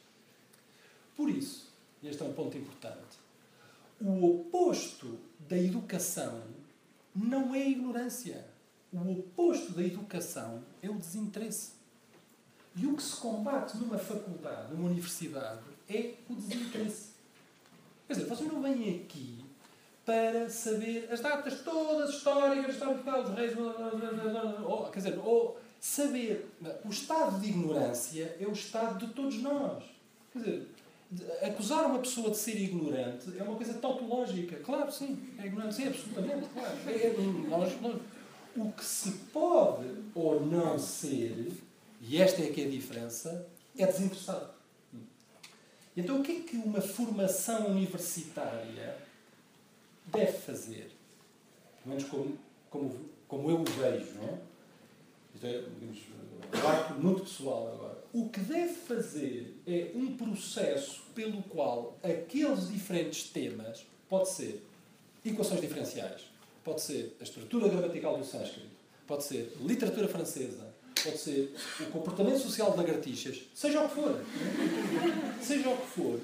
Por isso, e este é um ponto importante, o oposto da educação não é a ignorância. O oposto da educação é o desinteresse. E o que se combate numa faculdade, numa universidade, é o desinteresse. Quer dizer, vocês não vêm aqui para saber as datas todas históricas, a história de Portugal, dos reis, ou, quer dizer, ou saber. O estado de ignorância é o estado de todos nós. Quer dizer, acusar uma pessoa de ser ignorante é uma coisa tautológica. Claro, sim, é ignorante, sim, absolutamente, claro. É, nós, nós, o que se pode ou não ser, e esta é que é a diferença, é desinteressado. Então, o que é que uma formação universitária deve fazer? Pelo menos como, como, como eu o vejo, não é? Isto é, digamos, um ato muito pessoal agora. O que deve fazer é um processo pelo qual aqueles diferentes temas, pode ser equações diferenciais, pode ser a estrutura gramatical do sânscrito, pode ser literatura francesa, pode ser o comportamento social de lagartixas, seja o que for, seja o que for,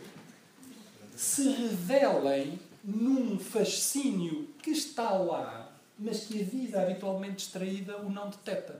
se revelem num fascínio que está lá, mas que a vida habitualmente distraída o não detecta.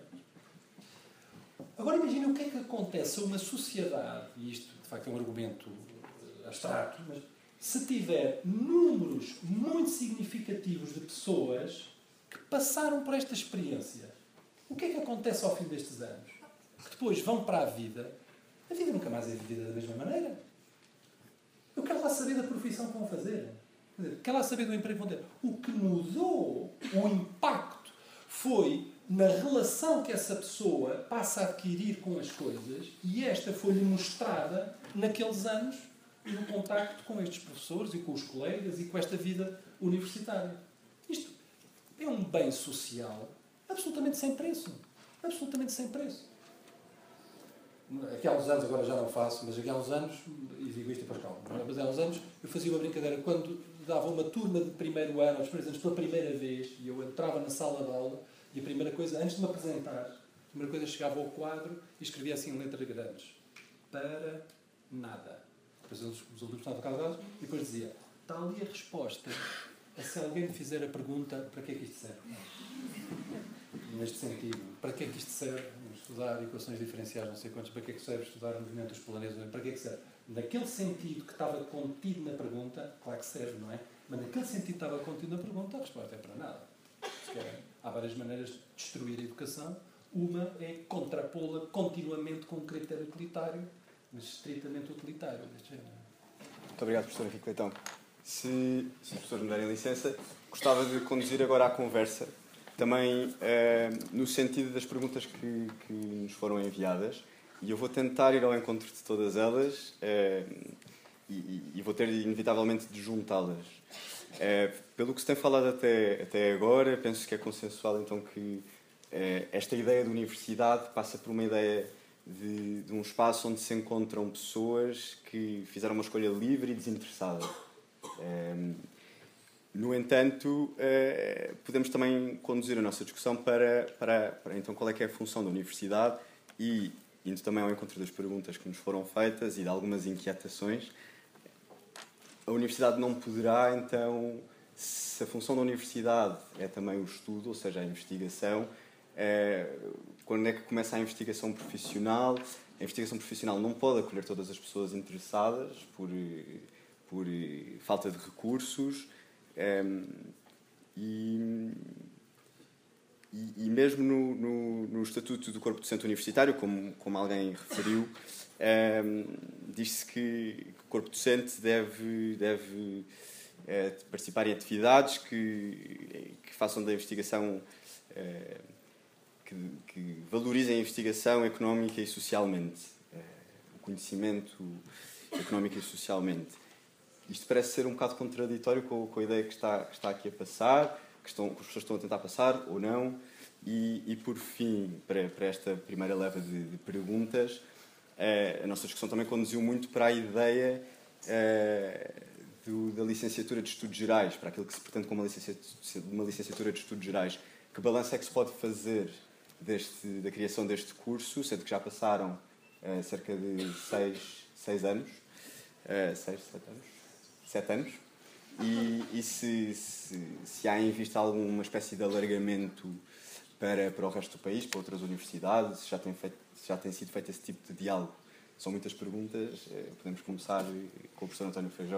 Agora imagine o que é que acontece a uma sociedade, e isto de facto é um argumento abstrato, mas se tiver números muito significativos de pessoas que passaram por esta experiência. O que é que acontece ao fim destes anos? Que depois vão para a vida, a vida nunca mais é vivida da mesma maneira. Eu quero lá saber da profissão que vão fazer. Quer dizer, quero lá saber do emprego que vão ter. O que mudou, o impacto, foi na relação que essa pessoa passa a adquirir com as coisas, e esta foi-lhe mostrada naqueles anos no contacto com estes professores e com os colegas e com esta vida universitária. Isto é um bem social absolutamente sem preço. absolutamente sem preço. Aqui há uns anos, agora já não faço, mas aqui há uns anos, e digo isto para Pascal, mas há uns anos eu fazia uma brincadeira quando dava uma turma de primeiro ano, os primeiros anos pela primeira vez, e eu entrava na sala de aula, e a primeira coisa, antes de me apresentar, a primeira coisa chegava ao quadro e escrevia assim em letras grandes: para nada. Depois os, os alunos estavam calados e depois dizia: está ali a resposta. A se alguém me fizer a pergunta, para que é que isto serve? Neste sentido, para que é que isto serve? Estudar equações diferenciais, não sei quantos, para que é que serve estudar movimentos planetas, para que é que serve? Naquele sentido que estava contido na pergunta, claro que serve, não é? Mas naquele sentido que estava contido na pergunta, a resposta é para nada. Quer, há várias maneiras de destruir a educação. Uma é contrapô-la continuamente com um critério utilitário, mas estritamente utilitário. Deste género. Muito obrigado, professor Henrique Leitão. Se, se os professores me derem licença, gostava de conduzir agora a conversa, também eh, no sentido das perguntas que, que nos foram enviadas, e eu vou tentar ir ao encontro de todas elas eh, e, e vou ter inevitavelmente de juntá-las. Eh, pelo que se tem falado até, até agora, penso que é consensual então que eh, esta ideia de universidade passa por uma ideia de, de um espaço onde se encontram pessoas que fizeram uma escolha livre e desinteressada. Eh, No entanto, eh, podemos também conduzir a nossa discussão para, para, para então qual é que é a função da universidade e, indo também ao encontro das perguntas que nos foram feitas e de algumas inquietações, a universidade não poderá, então, se a função da universidade é também o estudo, ou seja, a investigação, eh, quando é que começa a investigação profissional? A investigação profissional não pode acolher todas as pessoas interessadas por, por falta de recursos. Um, e, e, e mesmo no, no, no Estatuto do Corpo Docente Universitário, como, como alguém referiu, um, diz-se que, que o Corpo Docente deve, deve é, participar em atividades que, que façam da investigação, é, que, que valorizem a investigação económica e socialmente, é, o conhecimento económico e socialmente. Isto parece ser um bocado contraditório com, com a ideia que está, que está aqui a passar, que, estão, que as pessoas estão a tentar passar, ou não. E, e por fim, para, para esta primeira leva de, de perguntas, eh, a nossa discussão também conduziu muito para a ideia eh, do, da licenciatura de Estudos Gerais, para aquilo que se pretende como uma licenciatura, uma licenciatura de Estudos Gerais. Que balanço é que se pode fazer deste, da criação deste curso, sendo que já passaram eh, cerca de seis, seis anos, eh, seis, sete anos, sete anos, e, e se, se, se há em vista alguma espécie de alargamento para, para o resto do país, para outras universidades, se já tem, feito, se já tem sido feito esse tipo de diálogo. São muitas perguntas, podemos começar com o professor António Feijó.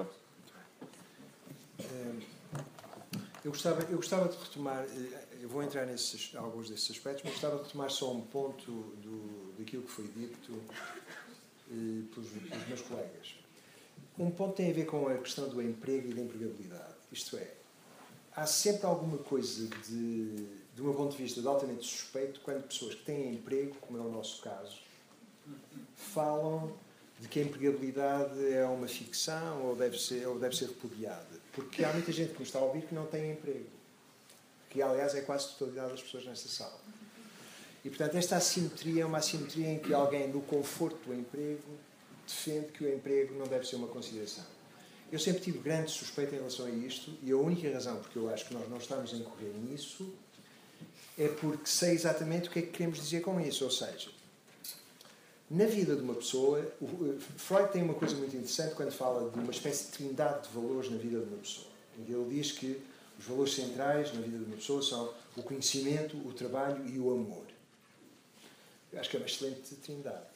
Eu gostava, eu gostava de retomar, eu vou entrar nesses, alguns desses aspectos, mas gostava de retomar só um ponto do, daquilo que foi dito eh, pelos, pelos meus colegas. Um ponto tem a ver com a questão do emprego e da empregabilidade. Isto é, há sempre alguma coisa, de, de um ponto de vista de altamente suspeito, quando pessoas que têm emprego, como é o nosso caso, falam de que a empregabilidade é uma ficção ou deve ser, ou deve ser repudiada. Porque há muita gente que nos está a ouvir que não tem emprego. Que, aliás, é quase a totalidade das pessoas nesta sala. E, portanto, esta assimetria é uma assimetria em que alguém, no conforto do emprego, defende que o emprego não deve ser uma consideração. Eu sempre tive grande suspeita em relação a isto, e a única razão porque eu acho que nós não estamos a incorrer nisso é porque sei exatamente o que é que queremos dizer com isso. Ou seja, na vida de uma pessoa, o Freud tem uma coisa muito interessante quando fala de uma espécie de trindade de valores na vida de uma pessoa. Ele diz que os valores centrais na vida de uma pessoa são o conhecimento, o trabalho e o amor. Eu acho que é uma excelente trindade.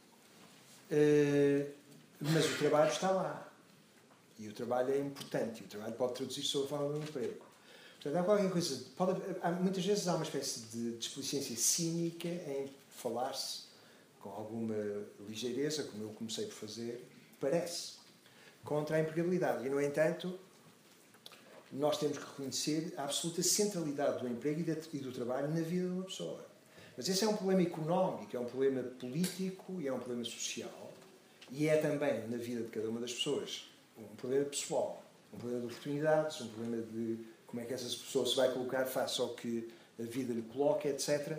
Uh, mas o trabalho está lá. E o trabalho é importante. E o trabalho pode traduzir-se sob a forma de um emprego. Portanto, há qualquer coisa... Pode, há, muitas vezes há uma espécie de desplicência cínica em falar-se com alguma ligeireza, como eu comecei por fazer, parece, contra a empregabilidade. E, no entanto, nós temos que reconhecer a absoluta centralidade do emprego e do trabalho na vida de uma pessoa. Mas esse é um problema económico, é um problema político e é um problema social. E é também, na vida de cada uma das pessoas, um problema pessoal, um problema de oportunidades, um problema de como é que essa pessoa se vai colocar face ao que a vida lhe coloca, etcétera.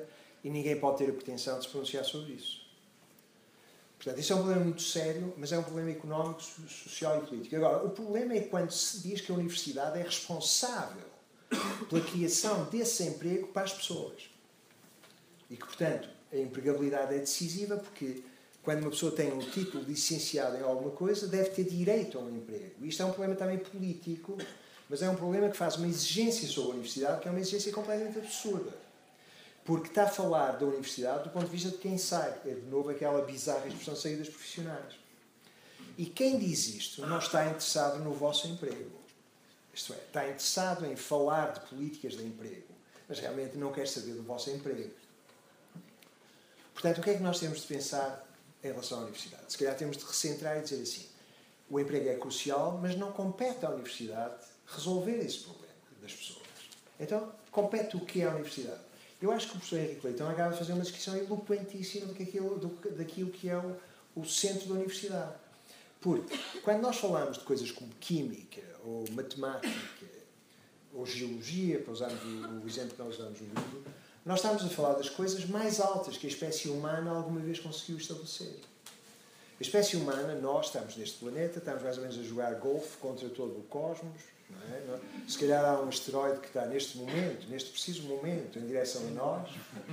e ninguém pode ter a pretensão de se pronunciar sobre isso. Portanto, isso é um problema muito sério, mas é um problema económico, social e político. Agora, o problema é quando se diz que a universidade é responsável pela criação desse emprego para as pessoas. E que, portanto, a empregabilidade é decisiva porque quando uma pessoa tem um título de licenciado em alguma coisa, deve ter direito a um emprego. E isto é um problema também político, mas é um problema que faz uma exigência sobre a universidade, que é uma exigência completamente absurda. Porque está a falar da universidade do ponto de vista de quem sai. É, de novo, aquela bizarra expressão saídas profissionais. E quem diz isto não está interessado no vosso emprego. Isto é, está interessado em falar de políticas de emprego, mas realmente não quer saber do vosso emprego. Portanto, o que é que nós temos de pensar em relação à universidade? Se calhar temos de recentrar e dizer assim, o emprego é crucial, mas não compete à universidade resolver esse problema das pessoas. Então, compete o que é a universidade? Eu acho que o professor Henrique Leitão acaba de fazer uma descrição eloquentíssima daquilo, daquilo que é o, o centro da universidade. Porque, quando nós falamos de coisas como química, ou matemática, ou geologia, para usarmos o, o exemplo que nós usamos no livro, nós estamos a falar das coisas mais altas que a espécie humana alguma vez conseguiu estabelecer. A espécie humana, nós estamos neste planeta, estamos mais ou menos a jogar golfe contra todo o cosmos. Não é? Se calhar há um asteroide que está neste momento, neste preciso momento, em direção a nós.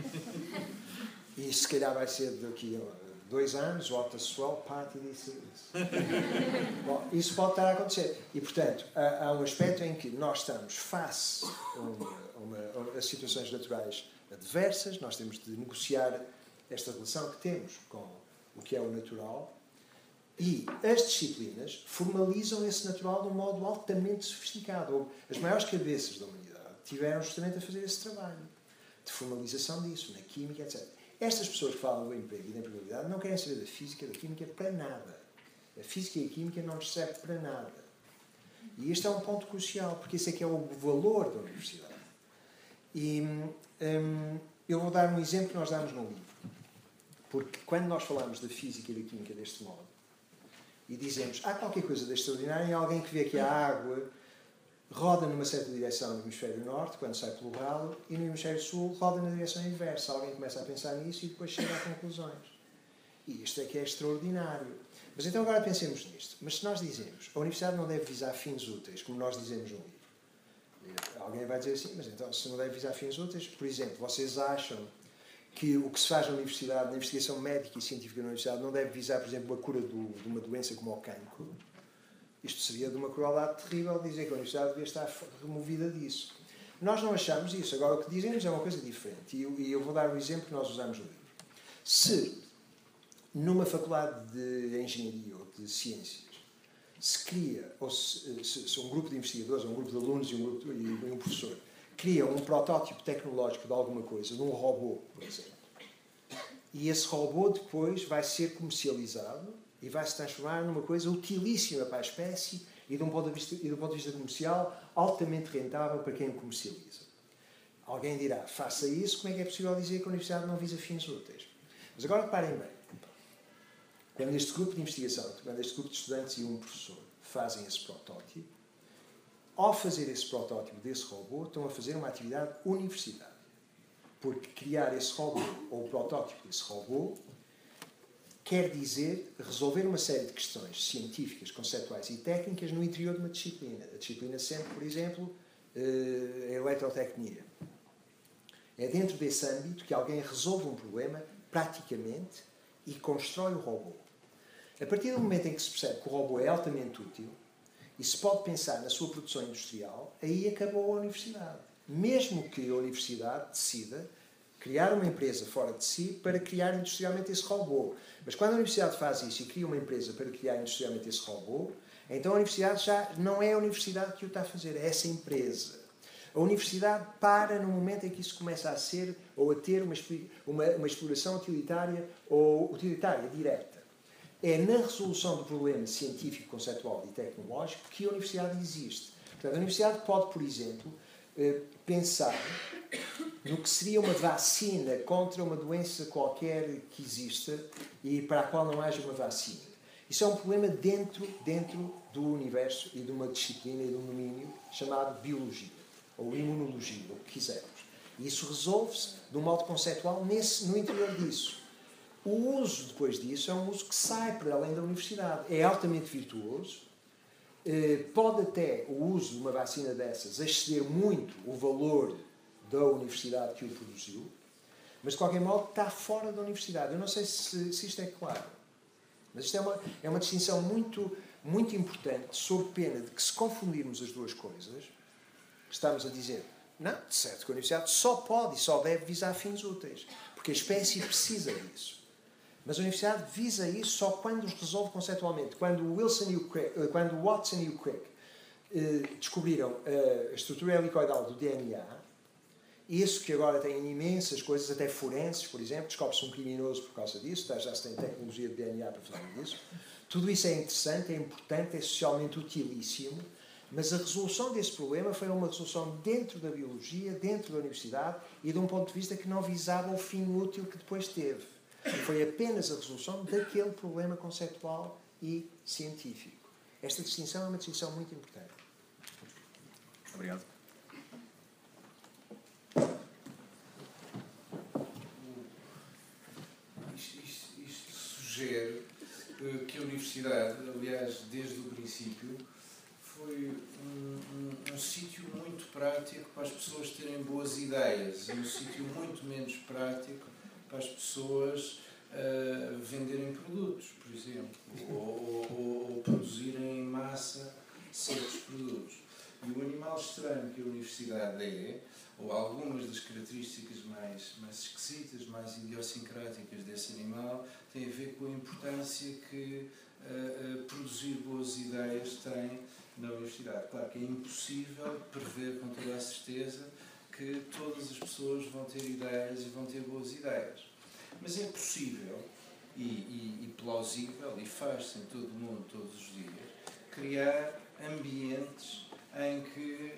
E se calhar vai ser daqui a dois anos, what a swell party this is. Bom, isso pode estar a acontecer. E, portanto, há, há um aspecto em que nós estamos face a, uma, uma, a situações naturais adversas, nós temos de negociar esta relação que temos com o que é o natural, e as disciplinas formalizam esse natural de um modo altamente sofisticado. As maiores cabeças da humanidade tiveram justamente a fazer esse trabalho de formalização disso, na química, etcétera. Estas pessoas que falam do emprego e da empregabilidade não querem saber da física, da química, para nada. A física e a química não lhes serve para nada. E este é um ponto crucial, porque esse é que é o valor da universidade. E hum, eu vou dar um exemplo que nós damos no livro. Porque quando nós falamos da física e da química deste modo, e dizemos, há qualquer coisa de extraordinário em alguém que vê que a água roda numa certa direção no hemisfério norte, quando sai pelo ralo, e no hemisfério sul roda na direção inversa. Alguém começa a pensar nisso e depois chega a conclusões. E isto é que é extraordinário. Mas então agora pensemos nisto. Mas se nós dizemos, a universidade não deve visar fins úteis, como nós dizemos no livro, alguém vai dizer assim, mas então se não deve visar fins úteis, por exemplo, vocês acham que o que se faz na universidade, na investigação médica e científica na universidade, não deve visar, por exemplo, a cura do, de uma doença como o cancro? Isto seria de uma crueldade terrível dizer que a universidade devia estar removida disso. Nós não achamos isso. Agora, o que dizemos é uma coisa diferente. E eu, e eu vou dar um exemplo que nós usamos no livro. Se, numa faculdade de engenharia ou de ciências, se cria, ou se, se, se um grupo de investigadores, um grupo de alunos e um, grupo, e um professor, cria um protótipo tecnológico de alguma coisa, de um robô, por exemplo, e esse robô depois vai ser comercializado e vai se transformar numa coisa utilíssima para a espécie e, de um ponto de vista, e do ponto de vista comercial, altamente rentável para quem o comercializa. Alguém dirá, faça isso, como é que é possível dizer que a universidade não visa fins úteis? Mas agora reparem bem, quando este grupo de investigação, quando este grupo de estudantes e um professor fazem esse protótipo, ao fazer esse protótipo desse robô, estão a fazer uma atividade universitária. Porque criar esse robô, ou o protótipo desse robô, quer dizer resolver uma série de questões científicas, conceptuais e técnicas no interior de uma disciplina. A disciplina sendo, por exemplo, a eletrotecnia. É dentro desse âmbito que alguém resolve um problema praticamente e constrói o robô. A partir do momento em que se percebe que o robô é altamente útil e se pode pensar na sua produção industrial, aí acabou a universidade. Mesmo que a universidade decida criar uma empresa fora de si para criar industrialmente esse robô. Mas quando a universidade faz isso e cria uma empresa para criar industrialmente esse robô, então a universidade já não é a universidade que o está a fazer, é essa empresa. A universidade para no momento em que isso começa a ser ou a ter uma, uma, uma exploração utilitária ou utilitária direta. É na resolução do problema científico, conceptual e tecnológico que a universidade existe. Portanto, a universidade pode, por exemplo, pensar no que seria uma vacina contra uma doença qualquer que exista e para a qual não haja uma vacina. Isso é um problema dentro, dentro do universo e de uma disciplina e de um domínio chamado biologia, ou imunologia, o que quisermos. E isso resolve-se de um modo conceptual nesse, no interior disso. O uso depois disso é um uso que sai para além da universidade. É altamente virtuoso. Pode até o uso de uma vacina dessas exceder muito o valor da universidade que o produziu, mas de qualquer modo está fora da universidade. Eu não sei se, se isto é claro, mas isto é uma, é uma distinção muito, muito importante, sob pena de que, se confundirmos as duas coisas, estamos a dizer, não, de certo que a universidade só pode e só deve visar fins úteis, porque a espécie precisa disso. Mas a universidade visa isso só quando os resolve conceptualmente. Quando o Wilson e o Crick, quando o Watson e o Crick eh, descobriram a estrutura helicoidal do D N A, isso que agora tem imensas coisas, até forenses, por exemplo, descobre-se um criminoso por causa disso, já se tem tecnologia de D N A para fazer isso. Tudo isso é interessante, é importante, é socialmente utilíssimo, mas a resolução desse problema foi uma resolução dentro da biologia, dentro da universidade, e de um ponto de vista que não visava o fim útil que depois teve. Foi apenas a resolução daquele problema conceptual e científico. Esta distinção é uma distinção muito importante. Obrigado. Isto, isto, isto sugere que a universidade, aliás, desde o princípio, foi um, um, um sítio muito prático para as pessoas terem boas ideias e um sítio muito menos prático para as pessoas uh, venderem produtos, por exemplo, ou, ou, ou produzirem em massa certos produtos. E o animal estranho que a universidade é, ou algumas das características mais, mais esquisitas, mais idiosincráticas desse animal, tem a ver com a importância que uh, uh, produzir boas ideias tem na universidade. Claro que é impossível prever com toda a certeza que todas as pessoas vão ter ideias e vão ter boas ideias. Mas é possível e, e, e plausível, e faz-se em todo o mundo todos os dias, criar ambientes em que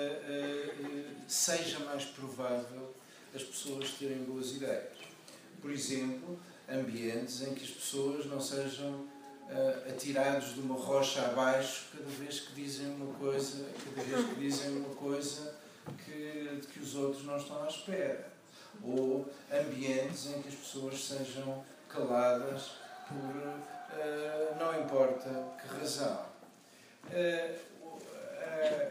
uh, uh, seja mais provável as pessoas terem boas ideias. Por exemplo, ambientes em que as pessoas não sejam uh, atirados de uma rocha abaixo cada vez que dizem uma coisa, cada vez que dizem uma coisa que, de que os outros não estão à espera. Ou ambientes em que as pessoas sejam caladas por uh, não importa que razão. Uh, uh,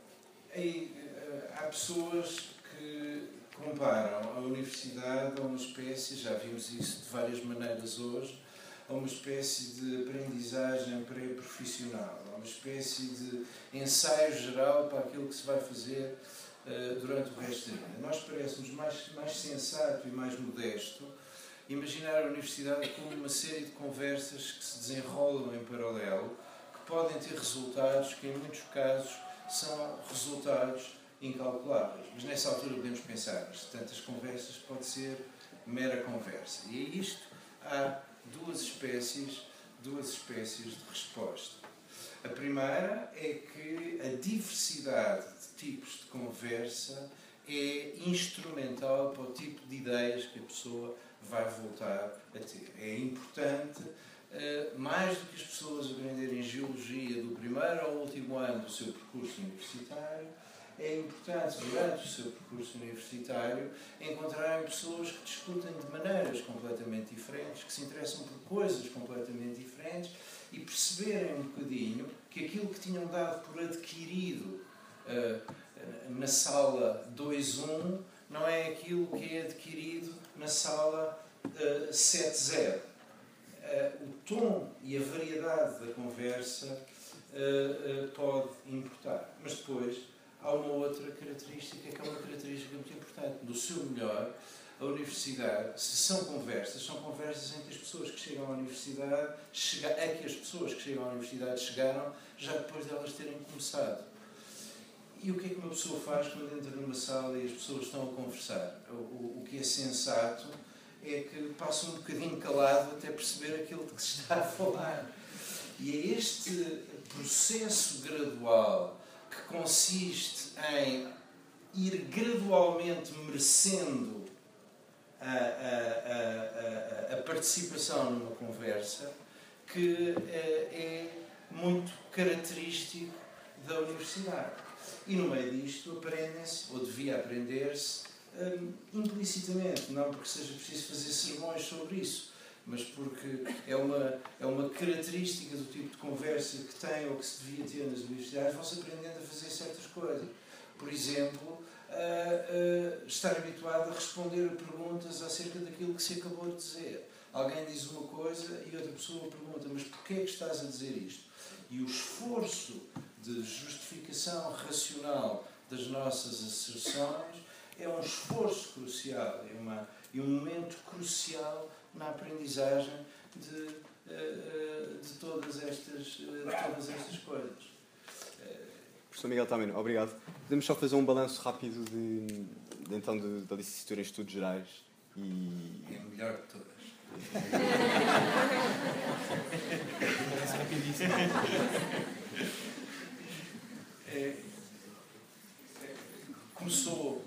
aí, uh, há pessoas que comparam a universidade a uma espécie, já vimos isso de várias maneiras hoje, a uma espécie de aprendizagem pré-profissional, a uma espécie de ensaio geral para aquilo que se vai fazer durante o resto da vida. Nós parece-nos mais, mais sensato e mais modesto imaginar a universidade como uma série de conversas que se desenrolam em paralelo, que podem ter resultados que, em muitos casos, são resultados incalculáveis. Mas nessa altura podemos pensar, mas tantas conversas pode ser mera conversa. E a isto há duas espécies, duas espécies de resposta. A primeira é que a diversidade de tipos de conversa é instrumental para o tipo de ideias que a pessoa vai voltar a ter. É importante, mais do que as pessoas aprenderem geologia do primeiro ao último ano do seu percurso universitário, é importante, durante o seu percurso universitário, encontrarem pessoas que discutem de maneiras completamente diferentes, que se interessam por coisas completamente diferentes e perceberem um bocadinho que aquilo que tinham dado por adquirido uh, na sala dois um não é aquilo que é adquirido na sala uh, sete zero. Uh, o tom e a variedade da conversa uh, uh, pode importar. Mas depois há uma outra característica que é uma característica muito importante. Do seu melhor, a universidade, se são conversas, são conversas em que as pessoas que chegam à universidade, chega, é que as pessoas que chegam à universidade chegaram já depois de elas terem começado. E o que é que uma pessoa faz quando entra numa sala e as pessoas estão a conversar? O, o, o que é sensato é que passa um bocadinho calado até perceber aquilo de que se está a falar. E é este processo gradual que consiste em ir gradualmente merecendo a, a, a, a, a participação numa conversa que é muito característico da universidade. E no meio disto aprendem-se, ou devia aprender-se, um, implicitamente, não porque seja preciso fazer sermões sobre isso, mas porque é uma, é uma característica do tipo de conversa que tem ou que se devia ter nas universidades, vão-se aprendendo a fazer certas coisas. Por exemplo, a, a estar habituado a responder a perguntas acerca daquilo que se acabou de dizer. Alguém diz uma coisa e outra pessoa pergunta, mas porquê é que estás a dizer isto? E o esforço de justificação racional das nossas asserções é um esforço crucial, é uma, é um momento crucial na aprendizagem de, de, todas, estas, de todas estas coisas. Professor Miguel Tameno, obrigado. Podemos só fazer um balanço rápido de, de, então, de, da licenciatura em Estudos Gerais? E... É a melhor de todas. Parece rapidíssimo. É, é, começou...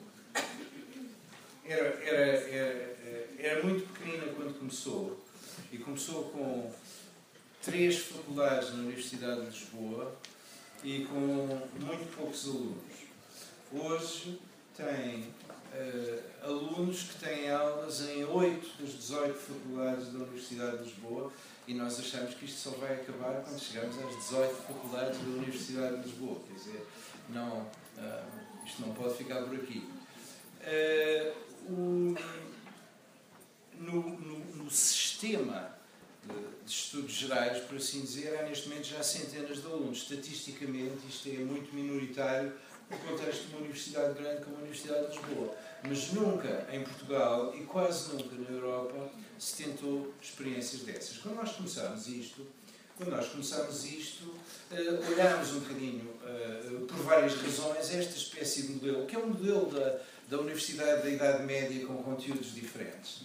Era, era, era, era muito pequenina quando começou, e começou com três faculdades na Universidade de Lisboa e com muito poucos alunos. Hoje tem uh, alunos que têm aulas em oito das dezoito faculdades da Universidade de Lisboa, e nós achamos que isto só vai acabar quando chegarmos às dezoito faculdades da Universidade de Lisboa. Quer dizer, não, uh, isto não pode ficar por aqui. Uh, o, no, no, no sistema de, de estudos gerais, por assim dizer, há neste momento já centenas de alunos. Estatisticamente, isto é muito minoritário no contexto de uma universidade grande como a Universidade de Lisboa. Mas nunca em Portugal e quase nunca na Europa se tentou experiências dessas. Quando nós começámos isto, quando nós começámos isto, uh, olhámos um bocadinho, uh, por várias razões, esta espécie de modelo, que é um modelo da, da Universidade da Idade Média com conteúdos diferentes.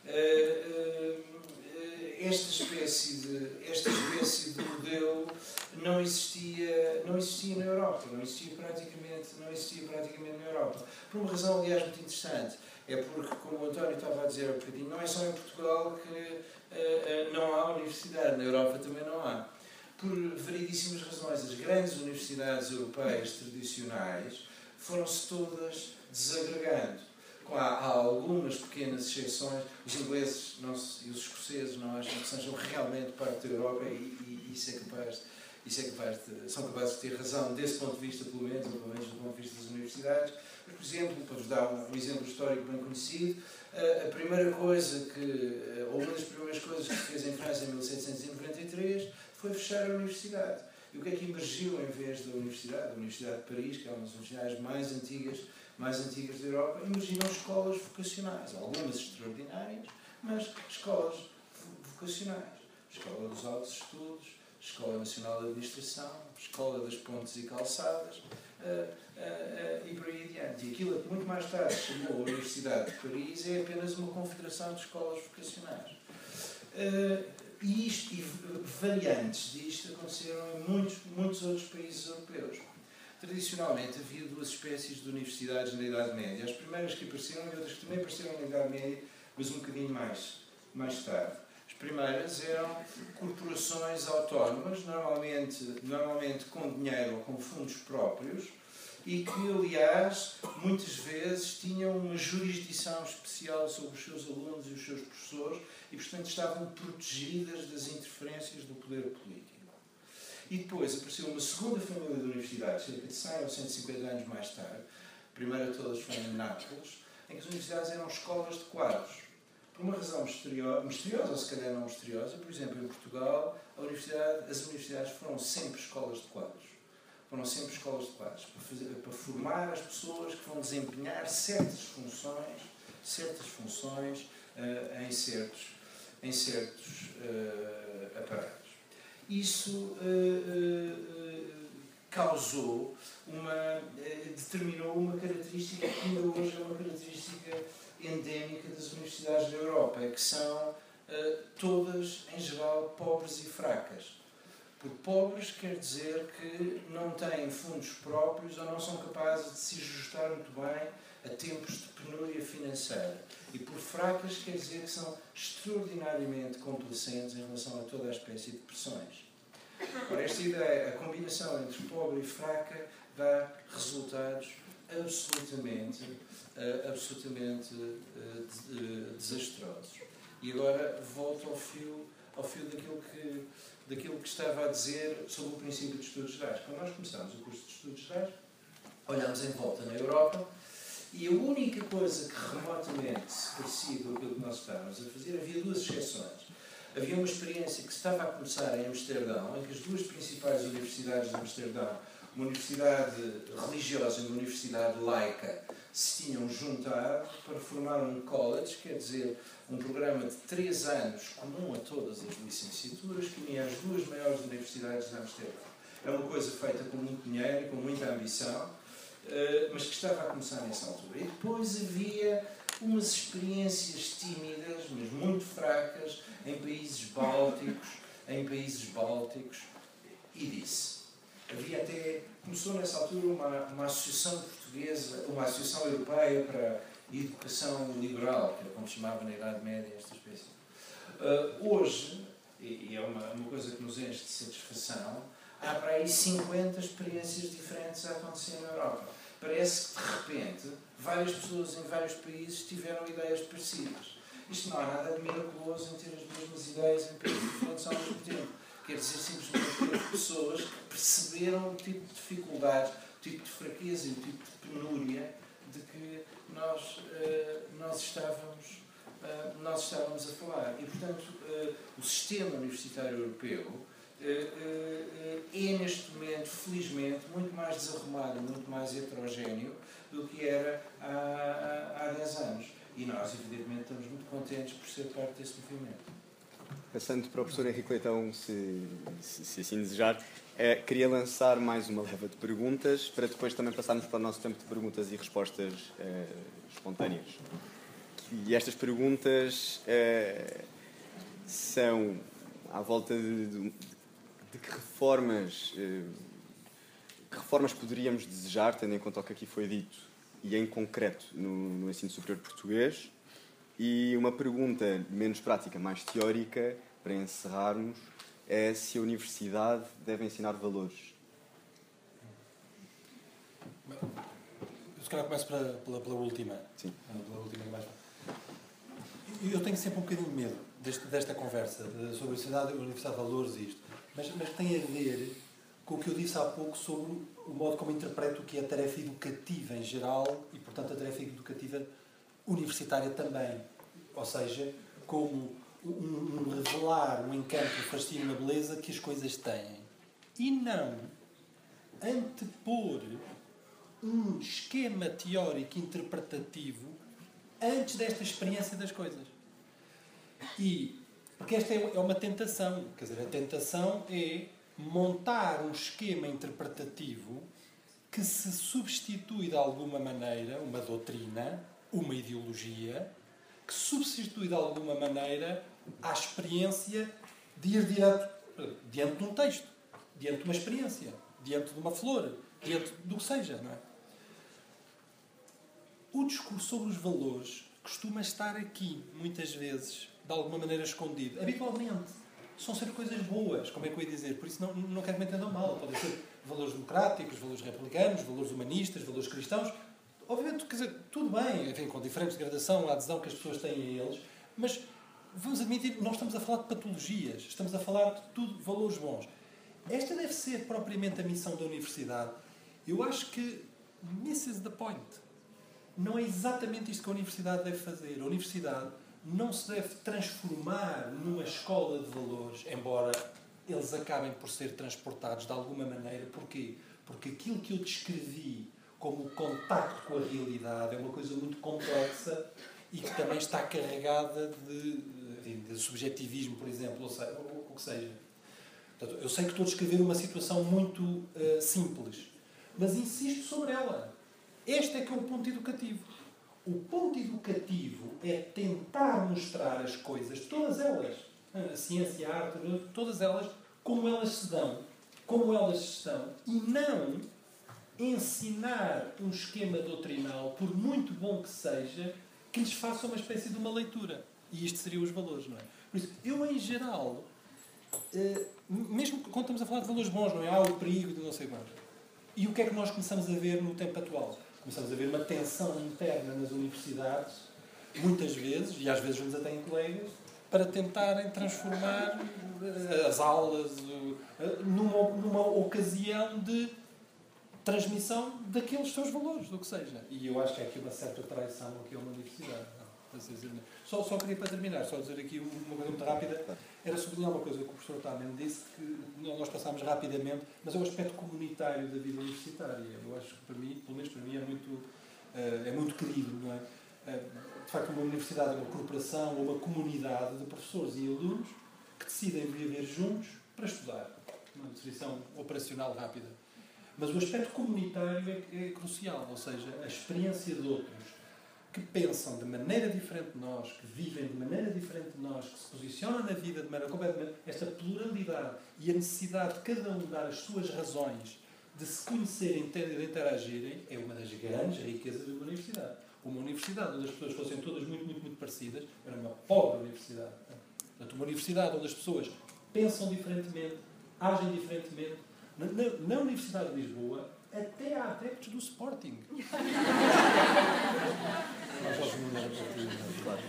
Uh, uh, esta espécie de, esta espécie de modelo não existia, não existia na Europa, não existia praticamente, não existia praticamente na Europa. Por uma razão, aliás, muito interessante. É porque, como o António estava a dizer há um bocadinho, não é só em Portugal que uh, uh, não há universidade, na Europa também não há. Por variedíssimas razões, as grandes universidades europeias tradicionais foram-se todas desagregando. Há, há algumas pequenas exceções, os ingleses não se, e os escoceses não acham que sejam realmente parte da Europa, e, e isso é capaz, isso é capaz de, são capazes de ter razão desse ponto de vista, pelo menos, ou pelo menos do ponto de vista das universidades. Mas, por exemplo, para vos dar um, um exemplo histórico bem conhecido, a, a primeira coisa que, ou uma das primeiras coisas que se fez em França em mil setecentos e noventa e três foi fechar a universidade. E o que é que emergiu em vez da universidade? A Universidade de Paris, que é uma das universidades mais antigas, mais antigas da Europa, emergiram escolas vocacionais, algumas extraordinárias, mas escolas vocacionais. Escola dos Altos Estudos, Escola Nacional de Administração, Escola das Pontes e Calçadas, uh, uh, uh, e por aí adiante. E aquilo que muito mais tarde se chamou a Universidade de Paris é apenas uma confederação de escolas vocacionais. Uh, e, isto, e variantes disto aconteceram em muitos, muitos outros países europeus. Tradicionalmente havia duas espécies de universidades na Idade Média. As primeiras que apareceram e outras que também apareceram na Idade Média, mas um bocadinho mais, mais tarde. As primeiras eram corporações autónomas, normalmente, normalmente com dinheiro ou com fundos próprios, e que, aliás, muitas vezes tinham uma jurisdição especial sobre os seus alunos e os seus professores e, portanto, estavam protegidas das interferências do poder político. E depois apareceu uma segunda família de universidades, cerca de cem ou cento e cinquenta anos mais tarde, a primeira de todas foi em Nápoles, em que as universidades eram escolas de quadros. Por uma razão misteriosa, misteriosa ou se calhar não misteriosa, por exemplo, em Portugal, a universidade, as universidades foram sempre escolas de quadros. Foram sempre escolas de quadros, para, fazer, para formar as pessoas que vão desempenhar certas funções, certas funções uh, em certos, em certos uh, aparatos. Isso uh, uh, causou uma, uh, determinou uma característica que ainda hoje é uma característica endémica das universidades da Europa, é que são uh, todas, em geral, pobres e fracas. Por pobres quer dizer que não têm fundos próprios ou não são capazes de se ajustar muito bem a tempos de penúria financeira. E por fracas quer dizer que são extraordinariamente complacentes em relação a toda a espécie de pressões. Ora, esta ideia, a combinação entre pobre e fraca, dá resultados absolutamente, uh, absolutamente uh, de, desastrosos. E agora volto ao fio, ao fio daquilo, que, daquilo que estava a dizer sobre o princípio de estudos gerais. Quando nós começámos o curso de estudos gerais, olhámos em volta na Europa e a única coisa que remotamente se parecia com aquilo que nós estávamos a fazer, havia duas exceções. Havia uma experiência que se estava a começar em Amsterdão, em que as duas principais universidades de Amsterdão, uma universidade religiosa e uma universidade laica, se tinham juntado para formar um college, quer dizer, um programa de três anos comum a todas as licenciaturas, que unia as duas maiores universidades de Amsterdão. É uma coisa feita com muito dinheiro e com muita ambição, mas que estava a começar nessa altura. E depois havia umas experiências tímidas, mas muito fracas, em países bálticos, em países bálticos, e disse. Havia até, começou nessa altura uma, uma associação portuguesa, uma associação europeia para educação liberal, que era como se chamava na Idade Média esta espécie. Uh, hoje, e, e é uma, uma coisa que nos enche de satisfação, há para aí cinquenta experiências diferentes a acontecer na Europa. Parece que, de repente, várias pessoas em vários países tiveram ideias parecidas. Isto não há nada de miraculoso em ter as mesmas ideias em países diferentes ao mesmo tempo. Quer dizer, simplesmente ter pessoas que perceberam o tipo de dificuldades, o tipo de fraqueza e o tipo de penúria de que nós, uh, nós, estávamos, uh, nós estávamos a falar. E, portanto, uh, o sistema universitário europeu uh, uh, é, neste momento, felizmente, muito mais desarrumado, muito mais heterogéneo do que era há, há dez anos. E nós, evidentemente, estamos muito contentes por ser parte desse movimento. Passando para o professor Henrique Leitão, se, se, se assim desejar, é, queria lançar mais uma leva de perguntas para depois também passarmos para o nosso tempo de perguntas e respostas é, espontâneas. E estas perguntas é, são à volta de, de, de que reformas, é, que reformas poderíamos desejar, tendo em conta o que aqui foi dito, e em concreto no, no ensino superior português. E uma pergunta menos prática, mais teórica, para encerrarmos, é se a universidade deve ensinar valores. Eu se calhar começo pela, pela, pela última. Sim. Pela última mais. Eu tenho sempre um bocadinho de medo deste, desta conversa sobre a universidade, a universidade de valores e isto. Mas, mas tem a ver com o que eu disse há pouco sobre o modo como interpreto o que é a tarefa educativa em geral e, portanto, a tarefa educativa universitária também. Ou seja, como um, um revelar um encanto, um fascínio, uma beleza que as coisas têm. E não antepor um esquema teórico interpretativo antes desta experiência das coisas. E, porque esta é uma tentação. Quer dizer, a tentação é montar um esquema interpretativo que se substitui de alguma maneira, uma doutrina, uma ideologia, que substitui de alguma maneira à experiência de ir direto, diante de um texto, diante de uma experiência, diante de uma flor, diante do que seja, não é? O discurso sobre os valores costuma estar aqui, muitas vezes, de alguma maneira escondido. Habitualmente, são sempre coisas boas, como é que eu ia dizer? Por isso não, não quero que me entendam mal. Podem ser valores democráticos, valores republicanos, valores humanistas, valores cristãos. Obviamente, quer dizer, tudo bem, enfim, com diferentes gradação, a adesão que as pessoas têm a eles, mas vamos admitir que nós estamos a falar de patologias, estamos a falar de tudo, valores bons. Esta deve ser propriamente a missão da universidade. Eu acho que misses the point. Não é exatamente isto que a universidade deve fazer. A universidade não se deve transformar numa escola de valores, embora eles acabem por ser transportados de alguma maneira. Porquê? Porque aquilo que eu descrevi como o contacto com a realidade é uma coisa muito complexa e que também está carregada de, de, de subjetivismo, por exemplo, ou, seja, ou o que seja. Portanto, eu sei que estou a descrever uma situação muito uh, simples, mas insisto sobre ela. Este é que é o ponto educativo. O ponto educativo é tentar mostrar as coisas, todas elas, a ciência, a arte, todas elas, como elas se dão, como elas estão, e não ensinar um esquema doutrinal, por muito bom que seja, que lhes faça uma espécie de uma leitura. E isto seria os valores, não é? Por isso, eu, em geral, mesmo quando estamos a falar de valores bons, não é? Há o perigo de não sei quanto. E o que é que nós começamos a ver no tempo atual? Começamos a ver uma tensão interna nas universidades, muitas vezes, e às vezes vemos até em colegas, para tentarem transformar as aulas numa, numa ocasião de transmissão daqueles seus valores, do que seja. E eu acho que há aqui uma certa traição aqui a uma universidade. Só, só queria, para terminar, só dizer aqui uma coisa muito rápida, era sublinhar uma coisa que o professor Otamendi disse, que nós passámos rapidamente, mas é o aspecto comunitário da vida universitária. Eu acho que, para mim, pelo menos para mim, é muito, é muito querido, não é? De facto, uma universidade é uma corporação ou uma comunidade de professores e alunos que decidem viver juntos para estudar. Uma definição operacional rápida. Mas o aspecto comunitário é, é crucial, ou seja, a experiência de outros que pensam de maneira diferente de nós, que vivem de maneira diferente de nós, que se posicionam na vida de maneira completamente... Esta pluralidade e a necessidade de cada um dar as suas razões de se conhecerem e de interagirem é uma das grandes riquezas de uma universidade. Uma universidade onde as pessoas fossem todas muito, muito, muito parecidas era uma pobre universidade. Portanto, uma universidade onde as pessoas pensam diferentemente, agem diferentemente. Na, na, na Universidade de Lisboa, até há adeptos do Sporting. Nós já vimos a partir, claro.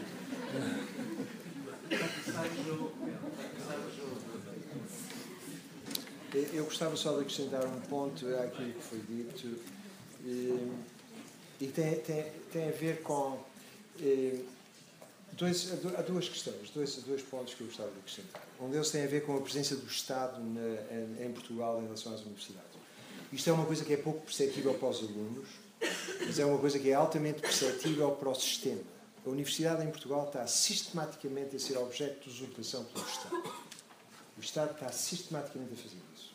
Eu gostava só de acrescentar um ponto àquilo que foi dito e, e tem, tem, tem a ver com e, dois, há duas questões, dois, dois pontos que eu gostava de acrescentar. Um deles tem a ver com a presença do Estado na, em, em Portugal em relação às universidades. Isto é uma coisa que é pouco perceptível para os alunos, mas é uma coisa que é altamente perceptível para o sistema. A universidade em Portugal está sistematicamente a ser objeto de usurpação pelo Estado. O Estado está sistematicamente a fazer isso.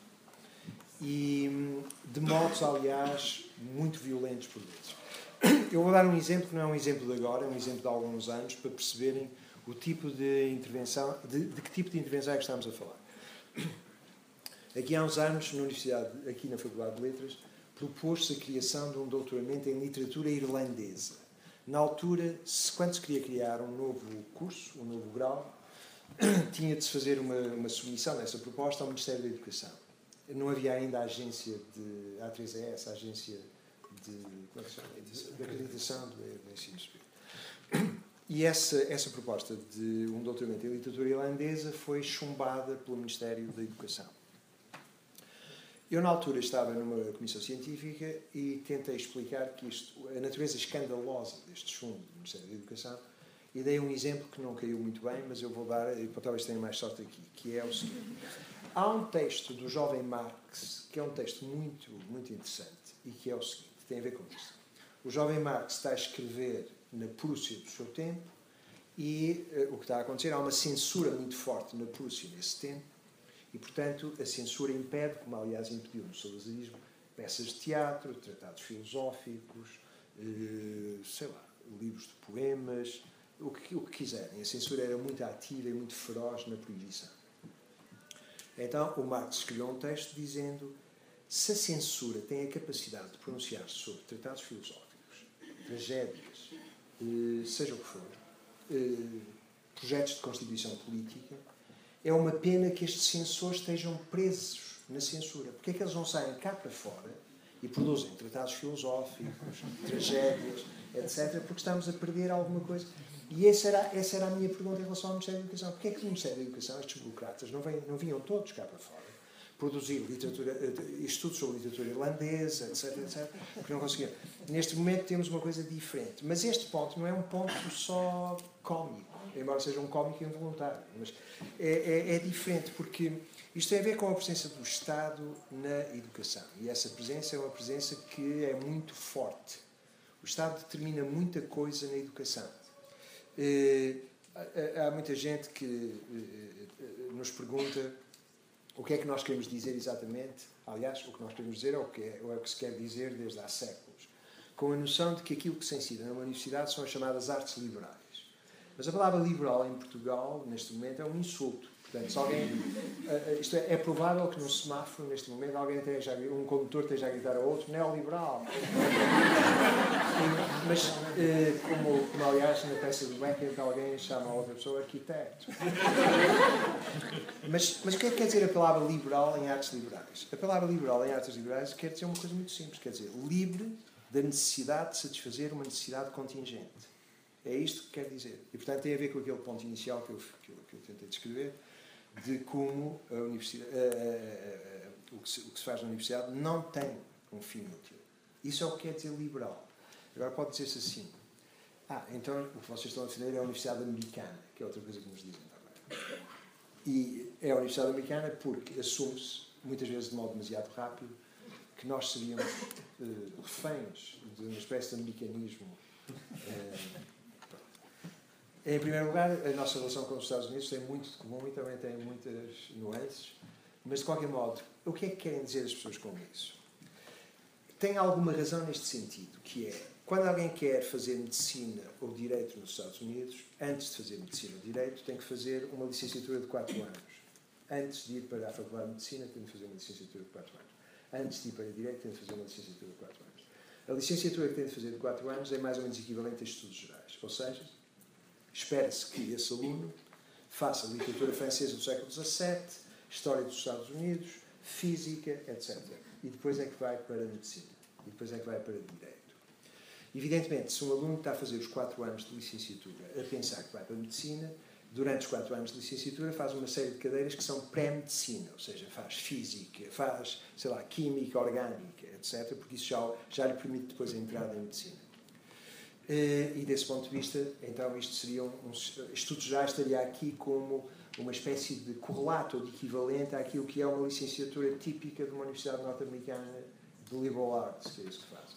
E de modos, aliás, muito violentos por vezes. Eu vou dar um exemplo que não é um exemplo de agora, é um exemplo de alguns anos, para perceberem o tipo de intervenção, de, de que tipo de intervenção é que estamos a falar. Aqui há uns anos, na Universidade, aqui na Faculdade de Letras, propôs-se a criação de um doutoramento em literatura irlandesa. Na altura, quando se queria criar um novo curso, um novo grau, tinha de se fazer uma, uma submissão dessa proposta ao Ministério da Educação. Não havia ainda a agência de A três E S, a agência de, como é que se chama? de acreditação do, do ensino superior. E essa, essa proposta de um doutoramento em literatura irlandesa foi chumbada pelo Ministério da Educação. Eu, na altura, estava numa comissão científica e tentei explicar que isto, a natureza escandalosa deste chumbo do Ministério da Educação, e dei um exemplo que não caiu muito bem, mas eu vou dar, e talvez tenha mais sorte aqui, que é o seguinte. Há um texto do jovem Marx, que é um texto muito, muito interessante, e que é o seguinte, tem a ver com isto. O jovem Marx está a escrever na Prússia do seu tempo, e uh, o que está a acontecer, há uma censura muito forte na Prússia nesse tempo, e, portanto, a censura impede, como aliás impediu no salazarismo, peças de teatro, tratados filosóficos, uh, sei lá, livros de poemas, o que, o que quiserem. A censura era muito ativa e muito feroz na proibição. Então, o Marx escreveu um texto dizendo: se a censura tem a capacidade de pronunciar-se sobre tratados filosóficos, tragédias, eh, seja o que for, eh, projetos de constituição política, é uma pena que estes censores estejam presos na censura. Porque é que eles não saem cá para fora e produzem tratados filosóficos, tragédias, etcétera, porque estamos a perder alguma coisa. E essa era, essa era a minha pergunta em relação ao Ministério da Educação. Porquê é que o Ministério da Educação, estes burocratas, não, vêm, não vinham todos cá para fora produzir literatura, estudos sobre literatura irlandesa, etc, etcétera, porque não conseguiam. Neste momento temos uma coisa diferente. Mas este ponto não é um ponto só cómico, embora seja um cómico involuntário. Mas é, é, é diferente, porque isto tem a ver com a presença do Estado na educação. E essa presença é uma presença que é muito forte. O Estado determina muita coisa na educação. Uh, há muita gente que uh, nos pergunta o que é que nós queremos dizer exatamente. Aliás, o que nós queremos dizer é o que, é, é o que se quer dizer desde há séculos, com a noção de que aquilo que se ensina numa universidade são as chamadas artes liberais. Mas a palavra liberal em Portugal, neste momento, é um insulto. Portanto, se alguém, uh, isto é, é provável que num semáforo, neste momento, alguém esteja, um condutor esteja a gritar a outro neoliberal. E, mas, uh, como, como aliás na peça do Beckett, alguém chama a outra pessoa arquiteto. Mas, mas o que é que quer dizer a palavra liberal em artes liberais? A palavra liberal em artes liberais quer dizer uma coisa muito simples, quer dizer livre da necessidade de satisfazer uma necessidade contingente. É isto que quer dizer. E, portanto, tem a ver com aquele ponto inicial que eu, que eu, que eu tentei descrever, de como a universidade, a, a, a, o, que se, o que se faz na universidade não tem um fim útil. Isso é o que quer dizer liberal. Agora pode dizer-se assim: ah, então o que vocês estão a defender é a Universidade Americana, que é outra coisa que nos dizem também. E é a Universidade Americana porque assume-se, muitas vezes de modo demasiado rápido, que nós seríamos uh, reféns de uma espécie de americanismo. Uh, em primeiro lugar, a nossa relação com os Estados Unidos tem muito de comum e também tem muitas nuances, mas de qualquer modo, o que é que querem dizer as pessoas com isso? Tem alguma razão neste sentido, que é, quando alguém quer fazer medicina ou direito nos Estados Unidos, antes de fazer medicina ou direito, tem que fazer uma licenciatura de quatro anos. Antes de ir para a Faculdade de Medicina, tem de fazer uma licenciatura de quatro anos. Antes de ir para a direito, tem de fazer uma licenciatura de quatro anos. A licenciatura que tem de fazer de quatro anos é mais ou menos equivalente a estudos gerais. Ou seja, espera-se que esse aluno faça literatura francesa do século dezassete, história dos Estados Unidos, física, etcétera. E depois é que vai para a medicina. E depois é que vai para a direito. Evidentemente, se um aluno está a fazer os quatro anos de licenciatura a pensar que vai para a medicina, durante os quatro anos de licenciatura faz uma série de cadeiras que são pré-medicina, ou seja, faz física, faz, sei lá, química orgânica, etcétera, porque isso já, já lhe permite depois a entrada em medicina. E desse ponto de vista, então, isto seria um, um estudos já estaria aqui como uma espécie de correlato ou de equivalente àquilo que é uma licenciatura típica de uma universidade norte-americana de liberal arts, que é isso que faz.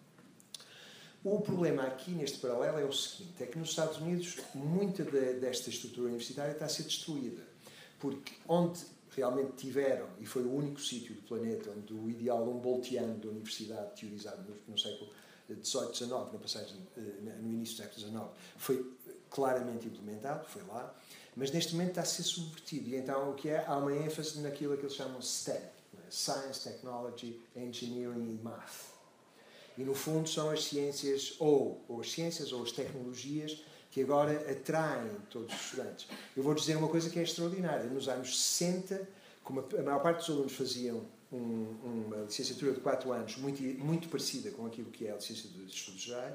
O problema aqui, neste paralelo, é o seguinte, é que nos Estados Unidos muita de, desta estrutura universitária está a ser destruída, porque onde realmente tiveram, e foi o único sítio do planeta onde o ideal humboldtiano da universidade, teorizado no, no século dezoito, dezanove, na passagem, no início do século dezanove, foi claramente implementado, foi lá, mas neste momento está a ser subvertido, e então o que é? Há uma ênfase naquilo que eles chamam STEM, Science, Technology, Engineering e Math. E, no fundo, são as ciências, ou, ou as ciências ou as tecnologias que agora atraem todos os estudantes. Eu vou dizer uma coisa que é extraordinária. Nos anos sessenta, como a maior parte dos alunos faziam um, uma licenciatura de quatro anos muito, muito parecida com aquilo que é a licenciatura de Estudos Gerais,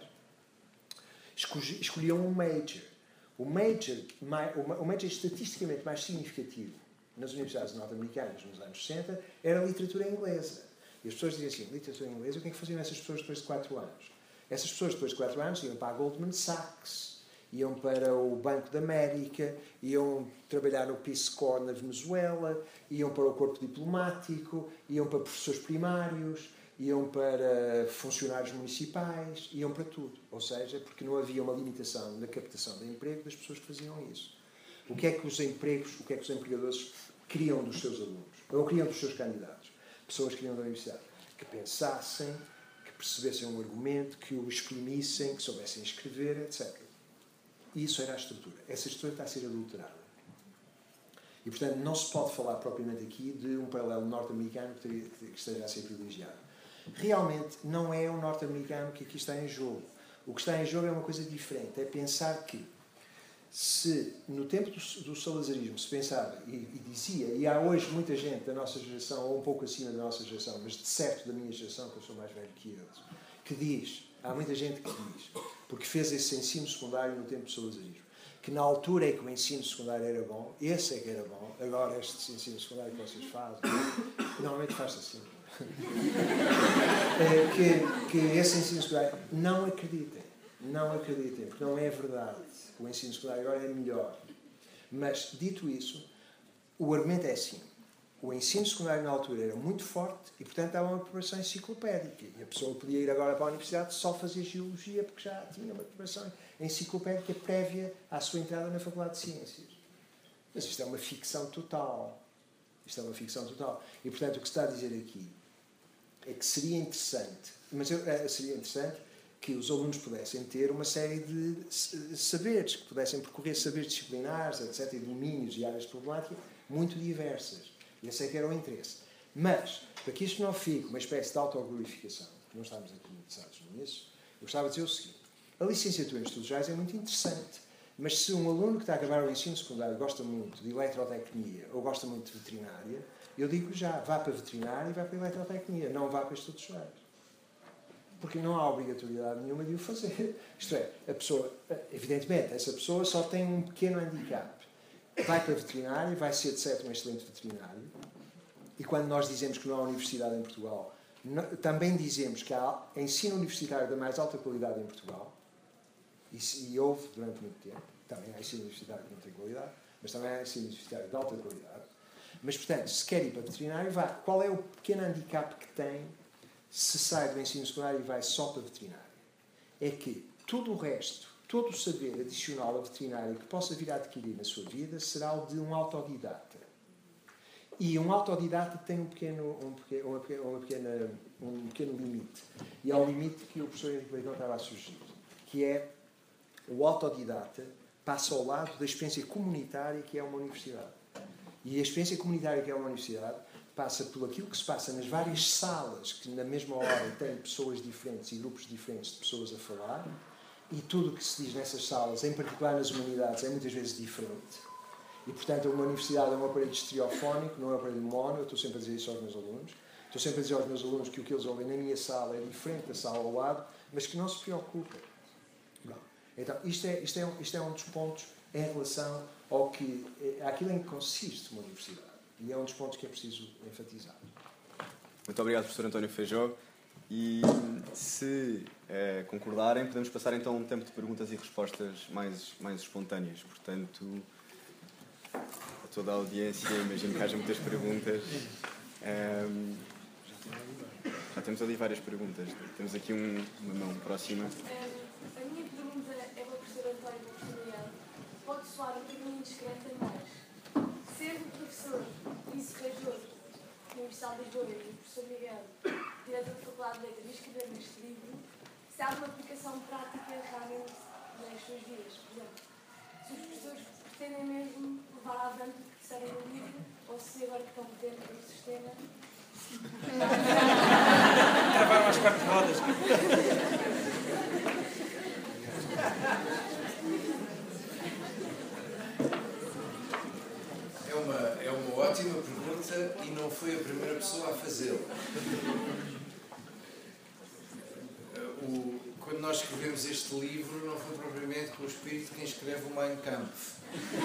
escolhiam um major. O major, o major estatisticamente mais significativo nas universidades norte-americanas nos anos sessenta era a literatura inglesa. E as pessoas diziam assim, literatura inglesa, o que é que faziam essas pessoas depois de quatro anos? Essas pessoas depois de quatro anos iam para a Goldman Sachs, iam para o Banco da América, iam trabalhar no Peace Corps na Venezuela, iam para o corpo diplomático, iam para professores primários, iam para funcionários municipais, iam para tudo. Ou seja, porque não havia uma limitação na captação de emprego das pessoas que faziam isso. O que é que os empregos, o que é que os empregadores queriam dos seus alunos? Ou queriam dos seus candidatos? Pessoas que vinham da universidade, que pensassem, que percebessem um argumento, que o exprimissem, que soubessem escrever, etcétera. E isso era a estrutura. Essa estrutura está a ser adulterada. E, portanto, não se pode falar propriamente aqui de um paralelo norte-americano que esteja a ser privilegiado. Realmente, não é o norte-americano que aqui está em jogo. O que está em jogo é uma coisa diferente. É pensar que, se no tempo do, do salazarismo se pensava e, e dizia, e há hoje muita gente da nossa geração, ou um pouco acima da nossa geração, mas de certo da minha geração, que eu sou mais velho que eles, que diz, há muita gente que diz, porque fez esse ensino secundário no tempo do salazarismo, que na altura é que o ensino secundário era bom, esse é que era bom, agora este ensino secundário que vocês fazem, normalmente faz-se assim, é, que, que esse ensino secundário, não acreditem, não acreditem, porque não é verdade. O ensino secundário agora é melhor. Mas, dito isso, o argumento é assim. O ensino secundário na altura era muito forte e, portanto, dava uma preparação enciclopédica. E a pessoa podia ir agora para a universidade só fazer geologia porque já tinha uma preparação enciclopédica prévia à sua entrada na Faculdade de Ciências. Mas isto é uma ficção total. Isto é uma ficção total. E, portanto, o que se está a dizer aqui é que seria interessante, mas eu, seria interessante que os alunos pudessem ter uma série de saberes, que pudessem percorrer saberes disciplinares, etcétera, e domínios e áreas de problemática muito diversas. Esse é que era o interesse. Mas, para que isto não fique uma espécie de autoglorificação, que não estamos aqui interessados nisso, eu gostava de dizer o seguinte. A licenciatura em Estudos Gerais é muito interessante, mas se um aluno que está a acabar o ensino secundário gosta muito de eletrotecnia ou gosta muito de veterinária, eu digo já, vá para a veterinária e vá para a eletrotecnia, não vá para Estudos Gerais. porque não há obrigatoriedade nenhuma de o fazer. Isto é, a pessoa, evidentemente, essa pessoa só tem um pequeno handicap. Vai para a veterinária, vai ser de certo um excelente veterinário, e quando nós dizemos que não há universidade em Portugal, não, também dizemos que há ensino universitário da mais alta qualidade em Portugal, e, e houve durante muito tempo. Também há ensino universitário que não tem qualidade, mas também há ensino universitário de alta qualidade. Mas, portanto, se quer ir para veterinário, vá. Qual é o pequeno handicap que tem se sai do ensino secundário e vai só para veterinário? É que tudo o resto, todo o saber adicional a veterinário que possa vir a adquirir na sua vida será o de um autodidata. E um autodidata tem um pequeno, um pequeno, uma pequena, uma pequena, um pequeno limite. E é o limite que o professor Henrique Leitão estava a sugerir, que é o autodidata passa ao lado da experiência comunitária que é uma universidade. E a experiência comunitária que é uma universidade passa por aquilo que se passa nas várias salas que na mesma hora têm pessoas diferentes e grupos diferentes de pessoas a falar, e tudo o que se diz nessas salas, em particular nas humanidades, é muitas vezes diferente. E, portanto, uma universidade é um aparelho estereofónico, não é um aparelho mono. Eu estou sempre a dizer isso aos meus alunos. Estou sempre a dizer aos meus alunos que o que eles ouvem na minha sala é diferente da sala ao lado, mas que não se preocupem. Não. Então, isto é, isto, é, isto é um dos pontos em relação ao que, àquilo em que consiste uma universidade. E é um dos pontos que é preciso enfatizar. Muito obrigado, professor António Feijó. E se eh, concordarem, podemos passar então a um tempo de perguntas e respostas mais, mais espontâneas. Portanto, a toda a audiência, imagino que haja muitas perguntas. Um, já temos ali várias perguntas. Temos aqui um, uma mão próxima. A minha pergunta é para o professor António Feijó. Pode soar um bocadinho indiscreta, mas sendo professor vice-reitor da Universidade de Lisboa e o professor Miguel, diretor da Faculdade de Letras, e escrever neste livro, se há uma aplicação prática realmente nas suas vidas. Por exemplo, se os professores pretendem mesmo levar avante o que disseram no livro, ou se agora que estão dentro do sistema. Travaram as quatro rodas. É uma, é uma ótima pergunta e não foi a primeira pessoa a fazê-la. O, quando nós escrevemos este livro, não foi propriamente com o espírito de quem escreve o Mein Kampf.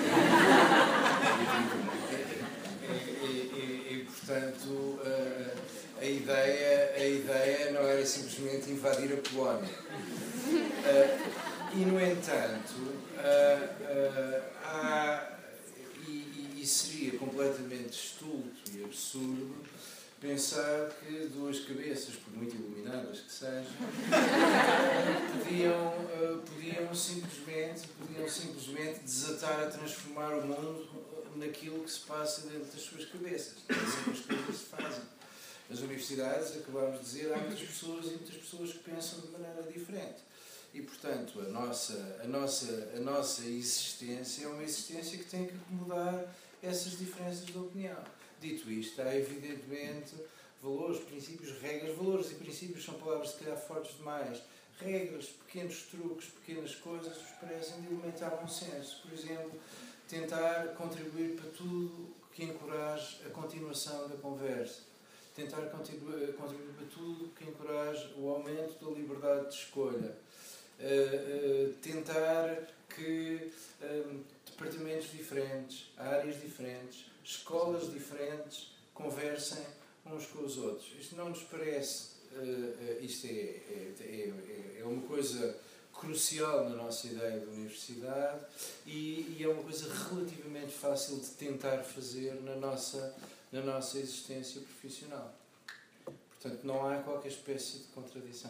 E, e, e, e portanto, a, a, ideia, a ideia não era simplesmente invadir a Polónia. E, no entanto, há... E seria completamente estúpido e absurdo pensar que duas cabeças, por muito iluminadas que sejam, podiam, podiam, simplesmente, podiam simplesmente desatar a transformar o mundo naquilo que se passa dentro das suas cabeças. É assim que as coisas se fazem. Nas universidades, acabamos de dizer, há muitas pessoas e muitas pessoas que pensam de maneira diferente. E, portanto, a nossa, a nossa, a nossa existência é uma existência que tem que acomodar essas diferenças de opinião. Dito isto, há evidentemente valores, princípios, regras. Valores e princípios são palavras se calhar fortes demais. Regras, pequenos truques, pequenas coisas que parecem de elementar bom senso. Por exemplo, tentar contribuir para tudo que encoraje a continuação da conversa. Tentar contribuir, contribuir para tudo que encoraje o aumento da liberdade de escolha. Uh, uh, tentar que uh, departamentos diferentes, áreas diferentes, escolas diferentes conversem uns com os outros. Isto não nos parece, uh, uh, isto é, é, é, é uma coisa crucial na nossa ideia de universidade e, e é uma coisa relativamente fácil de tentar fazer na nossa, na nossa existência profissional. Portanto, não há qualquer espécie de contradição.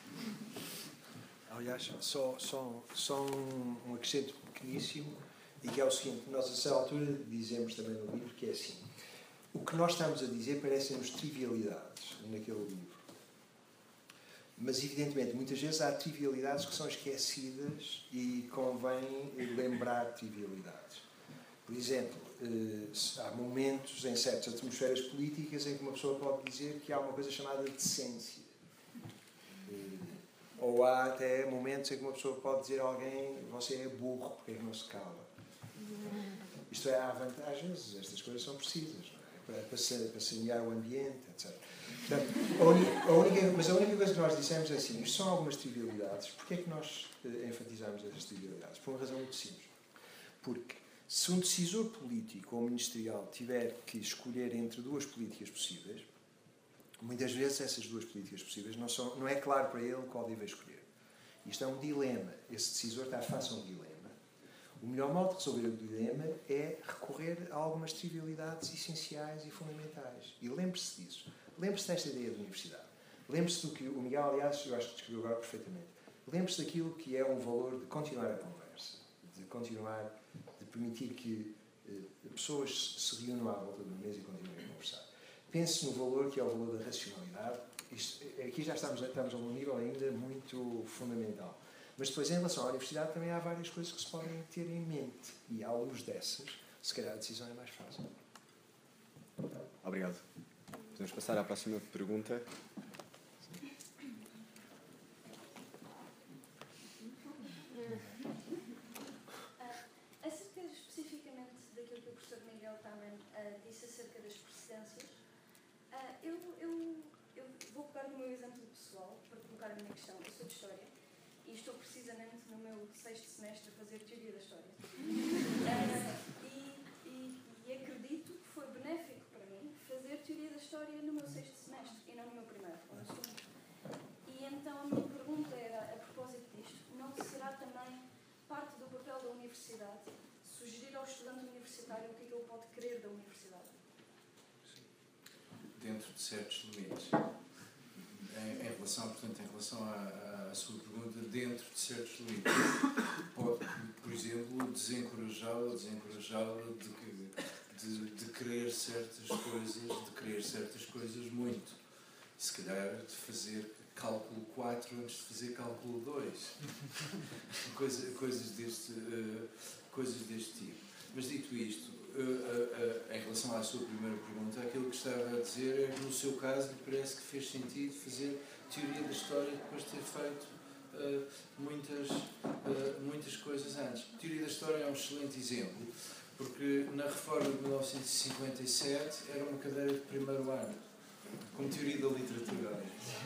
Aliás, só, só, só um, um acrescento pequeníssimo, e que é o seguinte: nós a certa altura dizemos também no livro que é assim, o que nós estamos a dizer parecem-nos trivialidades naquele livro, mas evidentemente muitas vezes há trivialidades que são esquecidas e convém lembrar trivialidades. Por exemplo, há momentos em certas atmosferas políticas em que uma pessoa pode dizer que há uma coisa chamada decência. Ou há até momentos em que uma pessoa pode dizer a alguém: você é burro, porque é que não se cala? Isto é, há vantagens, estas coisas são precisas. Não é? para, para, para sanear o ambiente, etcétera. Portanto, a única, a única, mas a única coisa que nós dissemos é assim, isto são algumas trivialidades. Porquê é que nós uh, enfatizamos essas trivialidades? Por uma razão muito simples. Porque se um decisor político ou ministerial tiver que escolher entre duas políticas possíveis, muitas vezes essas duas políticas possíveis não, são, não é claro para ele qual deve escolher. Isto é um dilema. Esse decisor está face a um dilema. O melhor modo de resolver o dilema é recorrer a algumas trivialidades essenciais e fundamentais. E lembre-se disso. Lembre-se desta ideia de universidade. Lembre-se do que o Miguel, aliás, eu acho que descreveu agora perfeitamente. Lembre-se daquilo que é um valor de continuar a conversa, de continuar, de permitir que eh, pessoas se reúnam à volta de uma mesa e continuem a conversar. Pense no valor que é o valor da racionalidade. Isto, aqui já estamos, estamos a um nível ainda muito fundamental. Mas depois, em relação à universidade, também há várias coisas que se podem ter em mente. E à luz dessas, se calhar a decisão é mais fácil. Obrigado. Podemos passar à próxima pergunta. Uh, acerca especificamente daquilo que o professor Miguel também uh, disse acerca das precedências, uh, eu, eu, eu vou pegar no meu exemplo pessoal para colocar a minha questão. Eu sou de História e estou precisamente no meu sexto semestre a fazer Teoria da História. Uh, e, e, e acredito que foi benéfico para mim fazer Teoria da História no meu sexto semestre e não no meu primeiro, no segundo. E então a minha pergunta era, a propósito disto, não será também parte do papel da universidade sugerir ao estudante universitário o que é que ele pode querer da universidade? Dentro de certos limites. Em, em relação, portanto, em relação à, à sua pergunta, dentro de certos limites, pode, por exemplo, desencorajá-la, desencorajá-la de, de, de querer certas coisas, de querer certas coisas muito. Se calhar de fazer cálculo quatro antes de fazer cálculo dois. Coisa, coisas, deste, uh, coisas deste tipo. Mas dito isto, uh, uh, uh, em relação à sua primeira pergunta, aquilo que estava a dizer é que no seu caso lhe parece que fez sentido fazer Teoria da História depois de ter feito uh, muitas, uh, muitas coisas antes. Teoria da História é um excelente exemplo, porque na reforma de mil novecentos e cinquenta e sete era uma cadeira de primeiro ano, como Teoria da Literatura.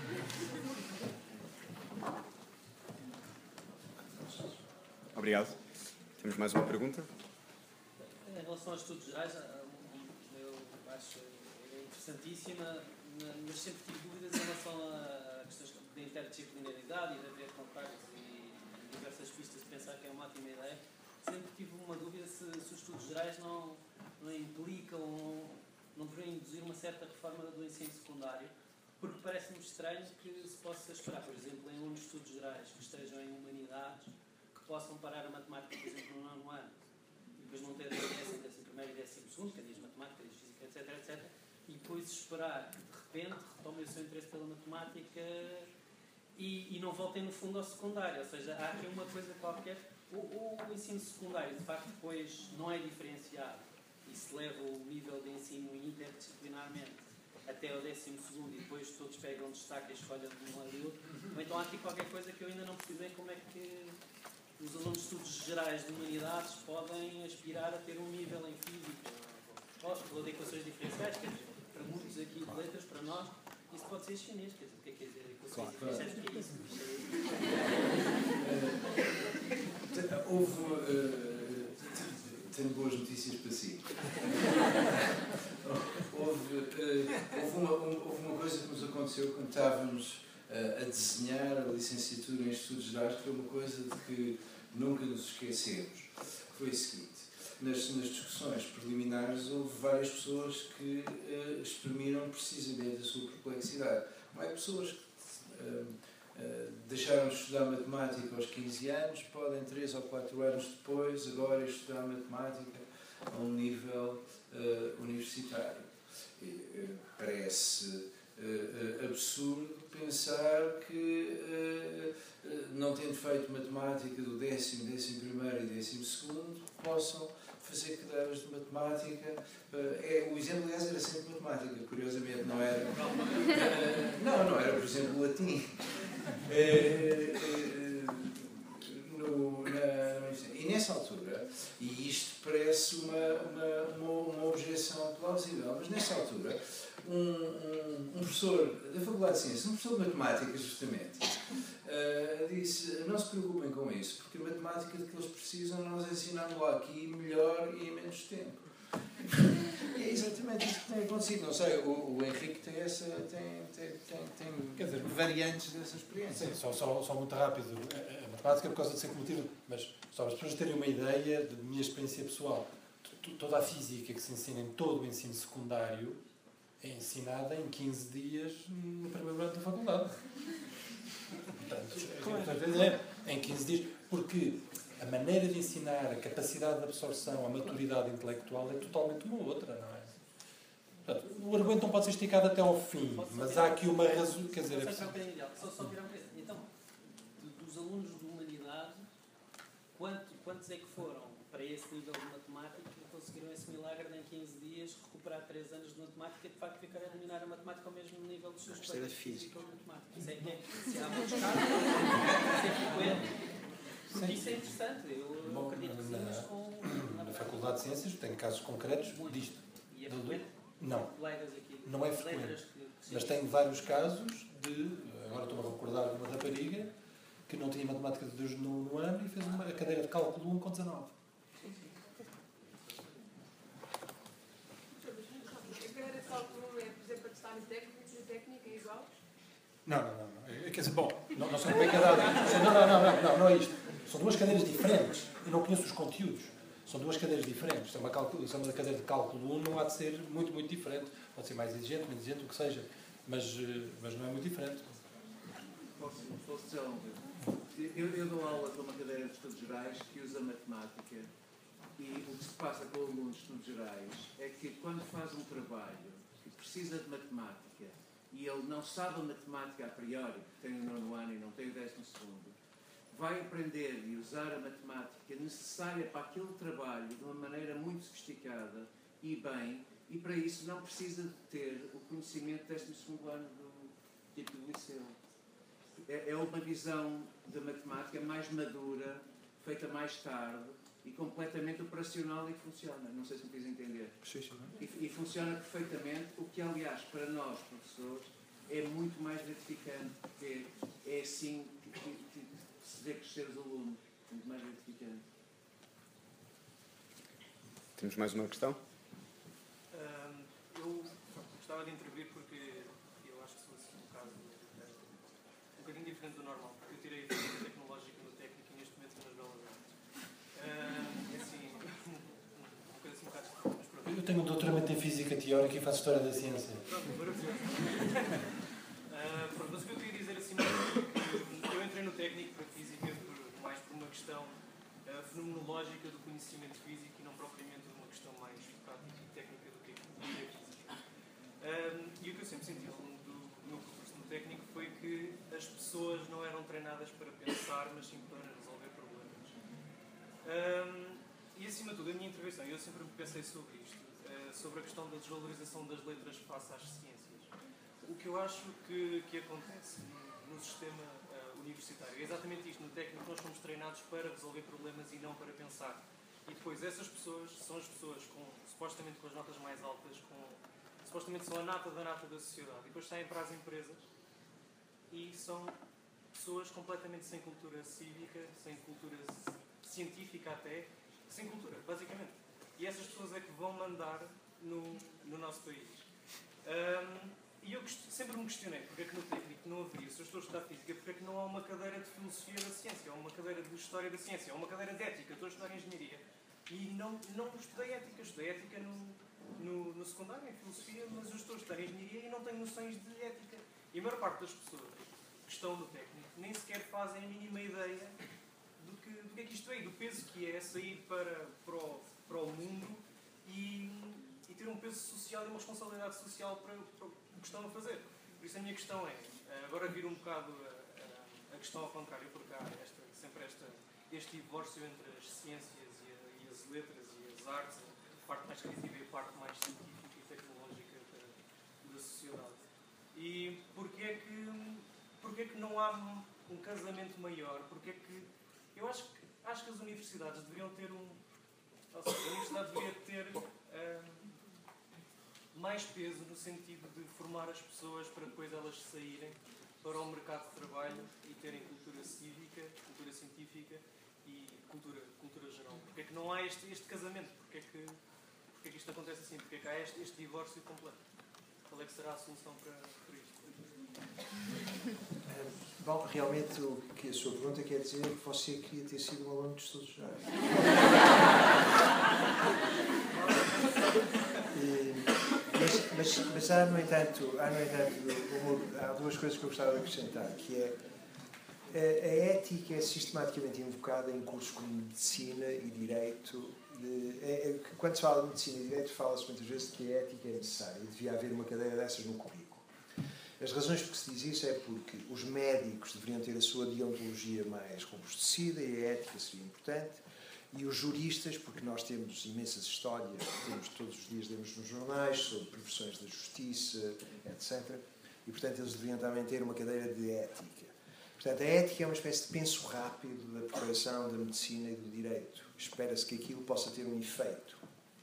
Obrigado. Temos mais uma pergunta? Em relação aos estudos gerais, eu acho interessantíssima, mas sempre tive dúvidas em relação a questões de interdisciplinaridade e de haver contactos e diversas pistas de pensar que é uma ótima ideia. Sempre tive uma dúvida se, se os estudos gerais não, não implicam, não deveriam induzir uma certa reforma do ensino secundário, porque parece-me estranho que se possa esperar, por exemplo, em alunos de estudos gerais que estejam em humanidades, que possam parar a matemática, por exemplo, no nono ano, e depois não ter décimo, décimo primeiro e décimo segundo, que é diz matemática, diz física, etc, etcétera, e depois esperar que, de repente, retomem o seu interesse pela matemática e, e não voltem, no fundo, ao secundário. Ou seja, há aqui uma coisa qualquer. O, o, o ensino secundário, de facto, depois não é diferenciado e se leva o nível de ensino interdisciplinarmente até ao décimo segundo e depois todos pegam destaque e escolhem de um lado e outro. Ou então há aqui qualquer coisa que eu ainda não percebi bem como é que os alunos de estudos gerais de humanidades podem aspirar a ter um nível em física, ou de equações diferenciais, quer dizer, para muitos aqui de letras, para nós, isso pode ser chinês, quer dizer, o que é que quer dizer equações Claro. diferenciais, o que é isso? Houve... Uh, tenho boas notícias para si. houve, uh, houve, uma, houve uma coisa que nos aconteceu quando estávamos uh, a desenhar a licenciatura em Estudos Gerais, que foi uma coisa de que nunca nos esquecemos. Foi o seguinte: nas, nas discussões preliminares houve várias pessoas que uh, exprimiram precisamente a sua perplexidade. Não é pessoas que uh, uh, deixaram de estudar matemática aos quinze anos, podem três ou quatro anos depois agora estudar matemática a um nível uh, universitário. E, uh, parece uh, uh, absurdo pensar que uh, uh, não tendo feito matemática do décimo, décimo primeiro e décimo segundo possam fazer cadeiras de matemática. Uh, é, o exemplo, aliás, era sempre matemática, curiosamente, não era... Uh, não, não era, por exemplo, latim. Uh, uh, no, na, e nessa altura, e isto parece uma, uma, uma, uma objeção plausível, plausível, mas nesta altura, um, um, um professor da Faculdade de Ciências, um professor de Matemática, justamente, uh, disse, não se preocupem com isso, porque a matemática de que eles precisam nós ensinamos lá aqui melhor e em menos tempo. É exatamente isso que tem acontecido. Não sei, o, o Henrique tem, essa, tem, tem, tem, tem Quer dizer, variantes dessa experiência. Sim, só, só, só muito rápido. A, a matemática, por causa de ser cumulativa, mas só para as pessoas terem uma ideia da minha experiência pessoal, toda a física que se ensina em todo o ensino secundário é ensinada em quinze dias no primeiro ano da faculdade. Portanto, é, em quinze dias, porque a maneira de ensinar, a capacidade de absorção, a maturidade intelectual é totalmente uma outra, não é? Portanto, o argumento não pode ser esticado até ao fim, mas há aqui uma razão, quer dizer... Só, só, só virar um bocadinho. Então, dos alunos de humanidade, quantos, quantos é que foram para esse nível de matemática e conseguiram esse milagre de em quinze dias recuperar três anos de matemática e de facto ficar a dominar a matemática ao mesmo nível dos seus colegas de física ou matemática? Se, é, se há muitos casos, se é frequente. Porque isso é interessante, eu Bom, acredito que sim, mas com... Na, na Faculdade de Ciências tem casos concretos disto. E é frequente? Não, Colegas aqui, não é frequente. que, que mas tenho vários casos de, agora estou-me a recordar de uma rapariga que não tinha matemática desde o nono ano e fez uma cadeira de cálculo um com dezanove. A cadeira de cálculo um é, por exemplo, para testar no técnico e na técnica é igual? Não, não, não. não. Quer dizer, bom, não, não sei como é que é dado. Não, não, não, não, não, não é isto. São duas cadeiras diferentes. Eu não conheço os conteúdos. São duas cadeiras diferentes. Se é uma, cálculo, se é uma cadeira de cálculo um, não há de ser muito, muito diferente. Pode ser mais exigente, menos exigente, o que seja. Mas, mas não é muito diferente. Posso, posso dizer algo? Eu, eu dou aula para uma cadeira de estudos gerais que usa matemática e o que se passa com o aluno de estudos gerais é que quando faz um trabalho que precisa de matemática e ele não sabe a matemática a priori, que tem o nono ano e não tem o décimo segundo, vai aprender e usar a matemática necessária para aquele trabalho de uma maneira muito sofisticada e bem, e para isso não precisa de ter o conhecimento do décimo segundo ano do tipo do liceu. É, é uma visão da matemática mais madura, feita mais tarde e completamente operacional e funciona. Não sei se me fiz entender. E, e funciona perfeitamente, o que aliás para nós, professores, é muito mais gratificante, porque é assim que, que, que se vê crescer os alunos. Muito mais gratificante. Temos mais uma questão? Um, eu gostava de intervir porque eu acho que sou assim, um caso um bocadinho diferente do normal, porque eu tirei a física tecnológica no técnico e neste momento nas belas artes. Um, é assim, um bocadinho assim um bocado estranho, mas pronto. Eu tenho um doutoramento em Física Teórica e faço História da Ciência. Pronto, maravilhoso. uh, pronto, mas o que eu queria dizer assim, eu entrei no técnico para Física por, mais por uma questão uh, fenomenológica do conhecimento físico e não propriamente de uma questão mais prática e técnica do que é física. Um, e o que eu sempre senti ao longo do meu percurso no técnico foi que as pessoas não eram treinadas para pensar, mas sim para resolver problemas. Um, e acima de tudo, a minha intervenção, eu sempre pensei sobre isto, uh, sobre a questão da desvalorização das letras face às ciências. O que eu acho que, que acontece no, no sistema uh, universitário é exatamente isto. No técnico nós fomos treinados para resolver problemas e não para pensar. E depois essas pessoas são as pessoas com, supostamente com as notas mais altas, com, supostamente são a nata da nata da sociedade. E depois saem para as empresas e são pessoas completamente sem cultura cívica, sem cultura científica até, sem cultura, basicamente. E essas pessoas é que vão mandar no, no nosso país. Um, e eu sempre me questionei porque é que no técnico não haveria, se eu estou a estudar física, porque é que não há uma cadeira de filosofia da ciência, ou uma cadeira de história da ciência, ou uma cadeira de ética. Estou a estudar engenharia e não, não estudei ética, estudei ética no, no, no secundário, em filosofia, mas eu estou a estudar engenharia e não tenho noções de ética. E a maior parte das pessoas que estão no técnico nem sequer fazem a mínima ideia do que, do que é que isto é, do peso que é sair para, para, o, para o mundo e, e ter um peso social e uma responsabilidade social para, para o que estão a fazer. Por isso a minha questão é, agora vir um bocado a, a, a questão ao contrário, porque há esta, sempre esta, este divórcio entre as ciências e, a, e as letras e as artes, a parte mais criativa e a parte mais científica e tecnológica da, da sociedade. E porquê é que, porquê é que não há um casamento maior? Porquê é que eu acho que acho que as universidades deveriam ter um, ou seja, a universidade deveria ter um, mais peso no sentido de formar as pessoas para depois elas saírem para o mercado de trabalho e terem cultura cívica, cultura científica e cultura, cultura geral? Porque é que não há este, este casamento? Porque é, que, porque é que isto acontece assim? Porque é que há este, este divórcio completo? Qual é que será a solução para, para isto? Bom, realmente o que a sua pergunta quer dizer é que você queria ter sido um aluno de estudos gerais. mas, mas, mas há, no entanto, há, no entanto há duas coisas que eu gostava de acrescentar, que é a, a ética é sistematicamente invocada em cursos como medicina e direito. De, é, é, quando se fala de medicina e direito, fala-se muitas vezes de que a ética é necessária e devia haver uma cadeira dessas no currículo. As razões por que se diz isso é porque os médicos deveriam ter a sua deontologia mais robustecida e a ética seria importante, e os juristas, porque nós temos imensas histórias, temos todos os dias, lemos nos jornais sobre profissões da justiça, etcétera. E, portanto, eles deveriam também ter uma cadeira de ética. Portanto, a ética é uma espécie de penso rápido da preparação da medicina e do direito. Espera-se que aquilo possa ter um efeito.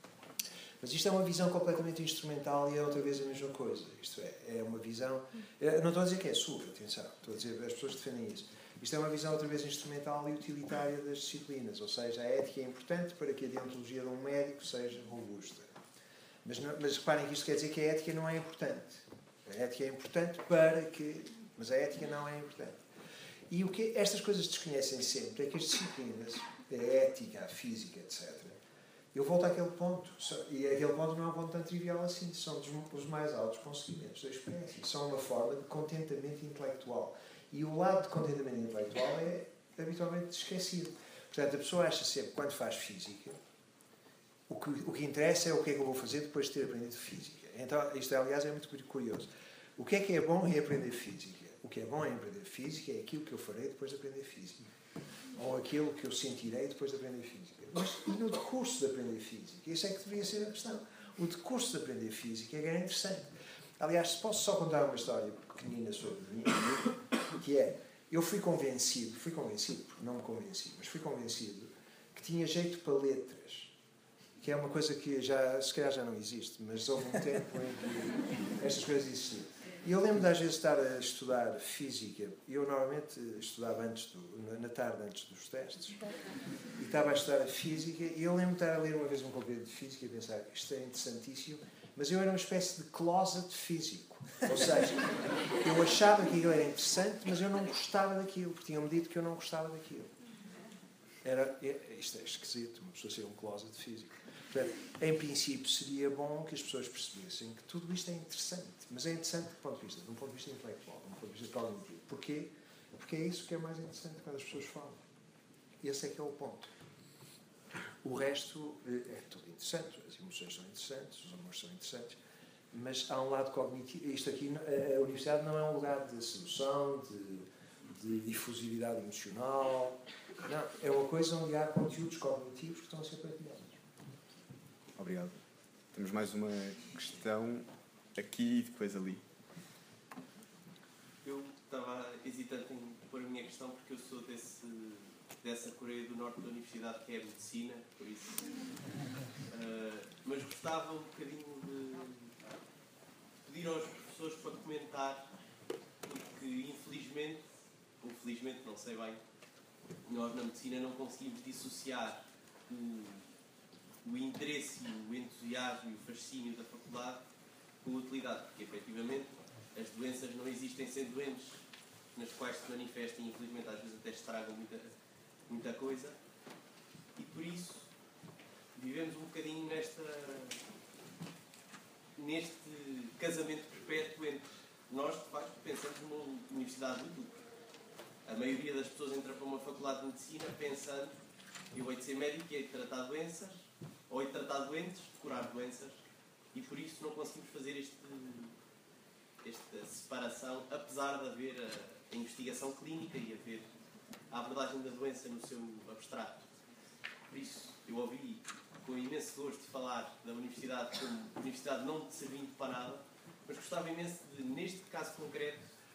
Mas isto é uma visão completamente instrumental e é outra vez a mesma coisa. Isto é, é uma visão... Eu não estou a dizer que é sua, atenção. Estou a dizer, as pessoas defendem isso. Isto é uma visão outra vez instrumental e utilitária das disciplinas. Ou seja, a ética é importante para que a deontologia de um médico seja robusta. Mas, não, mas reparem que isto quer dizer que a ética não é importante. A ética é importante para que... Mas a ética não é importante. E o que estas coisas desconhecem sempre é que as disciplinas, a ética, a física, etcétera, eu volto àquele ponto, e aquele ponto não é um ponto tão trivial assim, são os mais altos conseguimentos da experiência, são uma forma de contentamento intelectual. E o lado de contentamento intelectual é habitualmente esquecido. Portanto, a pessoa acha sempre, quando faz física, o que, o que interessa é o que é que eu vou fazer depois de ter aprendido física. Então, isto, aliás, é muito curioso. O que é que é bom em aprender física? O que é bom em aprender física é aquilo que eu farei depois de aprender física. Ou aquilo que eu sentirei depois de aprender física. Mas e no decurso de aprender física? Isso é que deveria ser a questão. O decurso de aprender física é interessante. Aliás, se posso só contar uma história pequenina sobre mim, que é, eu fui convencido, fui convencido, porque não me convenci, mas fui convencido que tinha jeito para letras. Que é uma coisa que já, se calhar já não existe, mas houve um tempo em que estas coisas existiam. E eu lembro de às vezes estar a estudar física, e eu normalmente estudava antes do, na tarde antes dos testes, e estava a estudar a física, e eu lembro de estar a ler uma vez um conteúdo de física e pensar, isto é interessantíssimo, mas eu era uma espécie de closet físico. Ou seja, eu achava que aquilo era interessante, mas eu não gostava daquilo, porque tinham-me dito que eu não gostava daquilo. Era, isto é esquisito, uma pessoa ser um closet físico. Portanto, em princípio, seria bom que as pessoas percebessem que tudo isto é interessante. Mas é interessante do ponto de vista, de um ponto de vista intelectual, de um ponto de vista cognitivo. Porquê? Porque é isso que é mais interessante quando as pessoas falam. Esse é que é o ponto. O resto é tudo interessante. As emoções são interessantes, os amores são interessantes. Mas há um lado cognitivo. Isto aqui, a universidade não é um lugar de sedução, de, de difusividade emocional. Não, é uma coisa onde há conteúdos cognitivos que estão a ser partilhados. Obrigado. Temos mais uma questão aqui e depois ali. Eu estava hesitante em pôr a minha questão porque eu sou desse, dessa Coreia do Norte da Universidade que é a medicina, por isso. Uh, mas gostava um bocadinho de pedir aos professores para comentar, porque infelizmente, ou felizmente, não sei bem, nós na medicina não conseguimos dissociar o o interesse, o entusiasmo e o fascínio da faculdade com a utilidade, porque efetivamente as doenças não existem sem doentes nas quais se manifestam e infelizmente às vezes até estragam muita, muita coisa, e por isso vivemos um bocadinho nesta, neste casamento perpétuo entre nós, de facto, pensamos numa universidade útil. A maioria das pessoas entra para uma faculdade de medicina pensando eu hei de ser médico e hei de tratar doenças, ou hei de tratar doentes, de curar doenças, e por isso não conseguimos fazer este, esta separação, apesar de haver a, a investigação clínica e haver a abordagem da doença no seu abstrato. Por isso, eu ouvi com imenso gosto de falar da universidade como universidade não servindo para nada, mas gostava imenso de, neste caso concreto,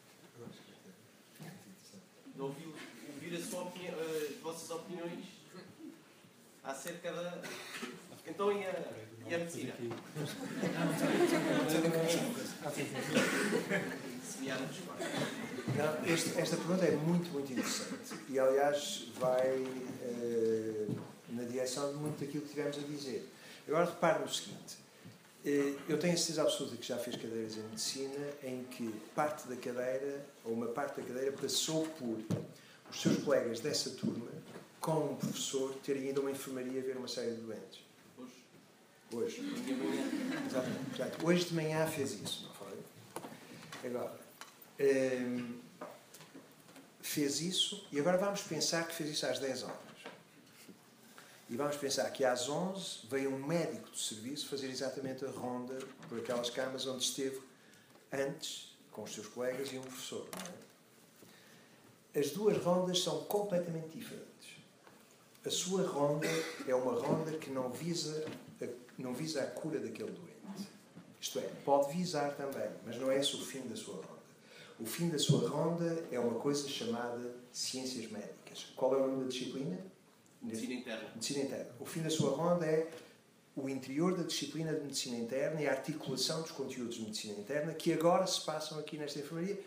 de ouvir, ouvir a sua opinião, as vossas opiniões acerca da, Então, e a, e a medicina? Semear no discurso. Não, este, esta pergunta é muito, muito interessante e, aliás, vai uh, na direção de muito daquilo que tivemos a dizer. Agora, repare no seguinte. Uh, eu tenho a certeza absoluta que já fez cadeiras em medicina em que parte da cadeira, ou uma parte da cadeira, passou por os seus colegas dessa turma, com um professor, terem ido a uma enfermaria ver uma série de doentes. Hoje? Hoje. Exatamente. Portanto, hoje de manhã fez isso, não foi? Agora, hum, fez isso, e agora vamos pensar que fez isso às dez horas. E vamos pensar que às onze veio um médico do serviço fazer exatamente a ronda por aquelas camas onde esteve antes, com os seus colegas e um professor, não é? As duas rondas são completamente diferentes. A sua ronda é uma ronda que não visa a, não visa a cura daquele doente. Isto é, pode visar também, mas não é esse o fim da sua ronda. O fim da sua ronda é uma coisa chamada ciências médicas. Qual é o nome da disciplina? Medicina interna. Medicina interna. O fim da sua ronda é o interior da disciplina de medicina interna e a articulação dos conteúdos de medicina interna que agora se passam aqui nesta enfermaria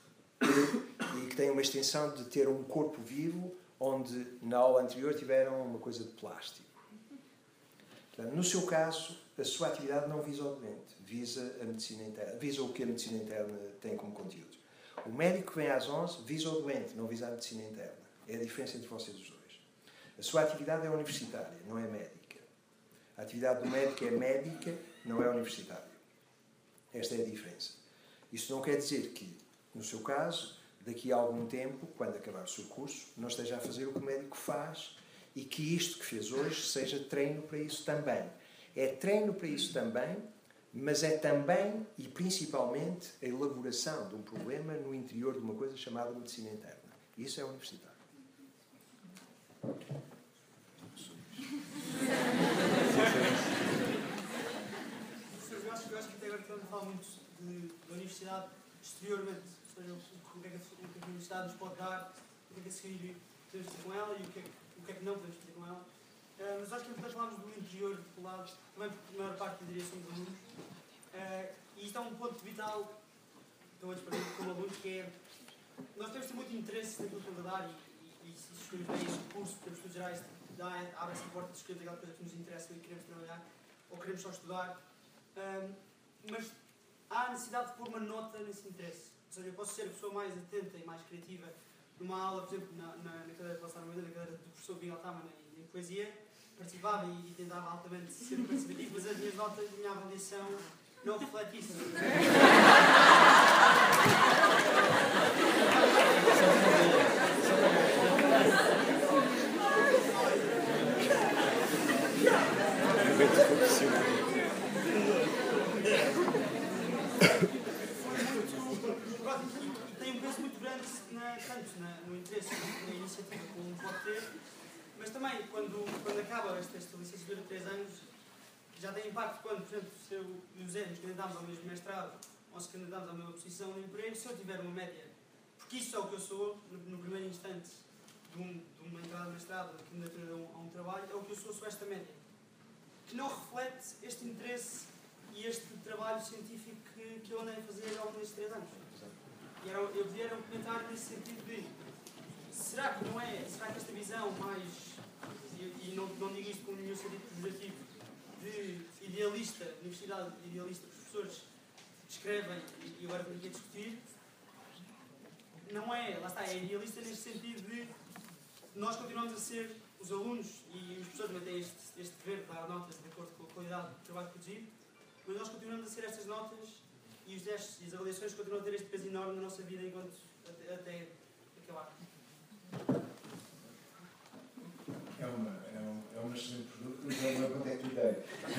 e, e que tem uma extensão de ter um corpo vivo onde na aula anterior tiveram uma coisa de plástico. Portanto, no seu caso, a sua atividade não visa o doente, visa a medicina interna, visa o que a medicina interna tem como conteúdos. O médico que vem às onze visa o doente, não visa a medicina interna. É a diferença entre vocês os dois. A sua atividade é universitária, não é médica. A atividade do médico é médica, não é universitária. Esta é a diferença. Isso não quer dizer que, no seu caso, daqui a algum tempo, quando acabar o seu curso, não esteja a fazer o que o médico faz e que isto que fez hoje seja treino para isso também. É treino para isso também, mas é também e principalmente a elaboração de um problema no interior de uma coisa chamada medicina interna. Isso é universitário. Eu acho, eu acho que até agora estamos a falar muito de, da universidade exteriormente, ou seja, o que é que a universidade nos pode dar, o que é que a seguir podemos ter com ela e o que é que, o que, é que não podemos ter com ela. Uh, mas acho que nós falamos do interior, do lado, também porque a maior parte da direção dos alunos. Uh, e isto é um ponto vital, pelo menos para mim, como alunos, que é nós temos de ter muito interesse naquilo que estamos a dar e, e, e se escolhemos bem este curso, temos estudos gerais, abre essa porta de escolher aquela coisa que nos interessa e que queremos trabalhar, ou queremos só estudar. Uh, mas há a necessidade de pôr uma nota nesse interesse. Ou seja, eu posso ser a pessoa mais atenta e mais criativa numa aula, por exemplo, na, na, na cadeira de relação na cadeira do professor Miguel Tama em, em poesia, participava e, e tentava altamente ser participativo, mas as minhas notas, a minha avaliação não reflete isso. Tem um peso muito grande na, tanto na, no interesse, na iniciativa como pode ter, mas também quando, quando acaba esta, esta licenciatura de três anos, já tem impacto quando, por exemplo, se eu e o Zé nos candidatámos ao mesmo mestrado ou se candidatámos à mesma posição de emprego, se eu tiver uma média, porque isso é o que eu sou no, no primeiro instante de, um, de uma entrada de mestrado ou de candidatura a um, a um trabalho, é o que eu sou, sou esta média, que não reflete este interesse e este trabalho científico que, que eu andei a fazer ao longo destes três anos. E era, eu podia era um comentário nesse sentido de será que não é, será que esta visão mais, e, e não, não digo isto com nenhum sentido pejorativo, de idealista, universidade idealista, os professores escrevem e agora estamos aqui a discutir, não é, lá está, é idealista neste sentido de nós continuamos a ser os alunos e os professores também têm este, este dever de dar notas de acordo com a qualidade do trabalho produzido, mas nós continuamos a ser estas notas e os testes e as avaliações continuam a ter este peso enorme na nossa vida enquanto até, até acabar. É uma, é, um, é uma excelente pergunta, mas é uma quanto é que tu dei?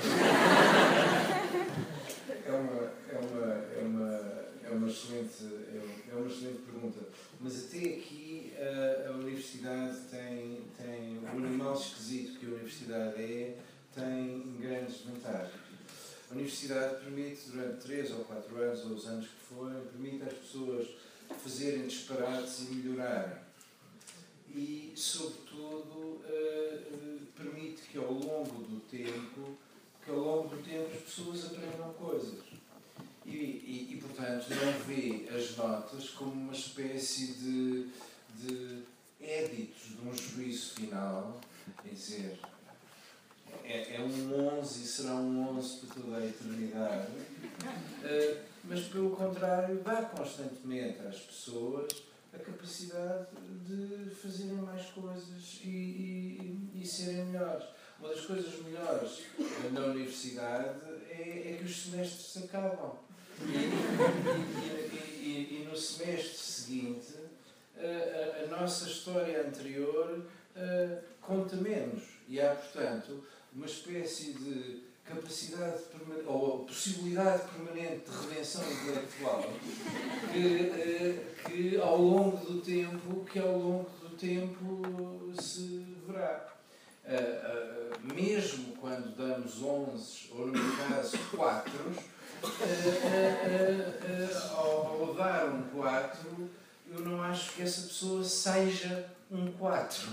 É uma, é uma, é uma, é uma excelente, é uma excelente pergunta. Mas até aqui a, a universidade tem, tem o animal esquisito que a universidade é, tem grandes vantagens. A universidade permite, durante três ou quatro anos, ou os anos que forem, permite às pessoas fazerem disparates e melhorarem. E, sobretudo, uh, uh, permite que ao longo do tempo, que ao longo do tempo as pessoas aprendam coisas. E, e, e portanto, não vê as notas como uma espécie de, de éditos de um juízo final, quer dizer, é, é um onze e será um onze para toda a eternidade, uh, mas pelo contrário dá constantemente às pessoas a capacidade de fazerem mais coisas e, e, e serem melhores. Uma das coisas melhores na universidade é, é que os semestres se acabam. E, e, e, e, e no semestre seguinte a, a, a nossa história anterior uh, conta menos. E há, portanto, uma espécie de capacidade permanente, ou possibilidade permanente de redenção intelectual que, que ao longo do tempo, que ao longo do tempo se verá. Uh, uh, mesmo quando damos onze, ou no meu caso quatro, uh, uh, uh, uh, ao, ao dar um quatro, eu não acho que essa pessoa seja um quatro.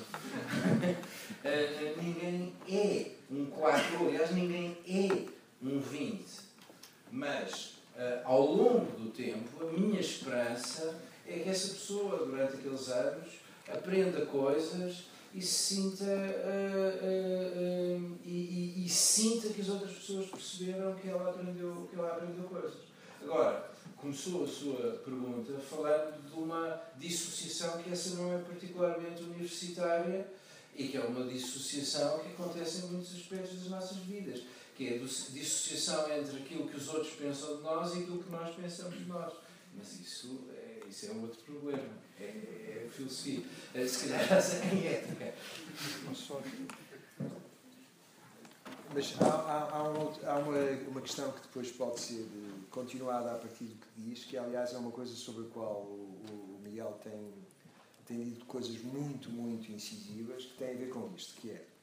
uh, ninguém é um quatro, aliás, ninguém é um vinte. Mas, uh, ao longo do tempo, a minha esperança é que essa pessoa, durante aqueles anos, aprenda coisas e sinta, uh, uh, uh, e, e, e sinta que as outras pessoas perceberam que ela aprendeu, que ela aprendeu coisas. Agora, começou a sua pergunta falando de uma dissociação que essa não é particularmente universitária e que é uma dissociação que acontece em muitos aspectos das nossas vidas, que é a dissociação entre aquilo que os outros pensam de nós e aquilo que nós pensamos de nós. Mas isso é, isso é um outro problema. É, é filosofia. Se calhar em ética. Mas há, há, há, um, há uma, uma questão que depois pode ser continuada a partir do que diz, que aliás é uma coisa sobre a qual o, o Miguel tem, tem dito coisas muito, muito incisivas, que têm a ver com isto, que é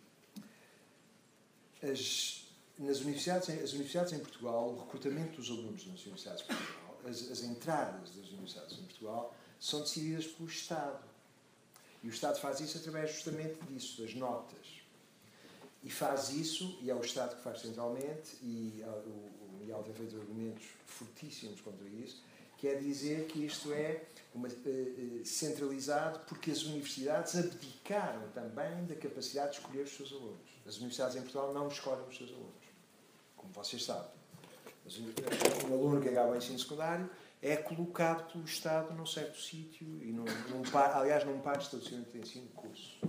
as, nas universidades, as universidades em Portugal, o recrutamento dos alunos nas universidades em Portugal, as, as entradas das universidades em Portugal, são decididas pelo Estado. E o Estado faz isso através justamente disso, das notas. E faz isso, e é o Estado que faz centralmente, e o, o Miguel tem feito argumentos fortíssimos contra isso, que é dizer que isto é uma, uh, centralizado porque as universidades abdicaram também da capacidade de escolher os seus alunos. As universidades em Portugal não escolhem os seus alunos, como vocês sabem. Mas um aluno que acaba o ensino secundário é colocado pelo Estado num certo sítio, e num, num par, aliás, num par de estabelecimento de ensino de curso.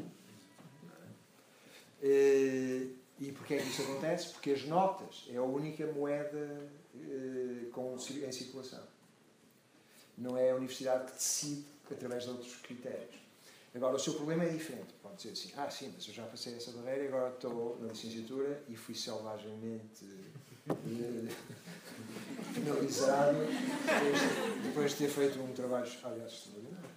Uh, e porquê é que isso acontece? Porque as notas é a única moeda uh, com, em circulação. Não é a universidade que decide através de outros critérios. Agora, o seu problema é diferente. Pode dizer assim, ah, sim, mas eu já passei essa barreira e agora estou na licenciatura e fui selvagemmente uh, penalizado depois, depois de ter feito um trabalho, aliás, extraordinário.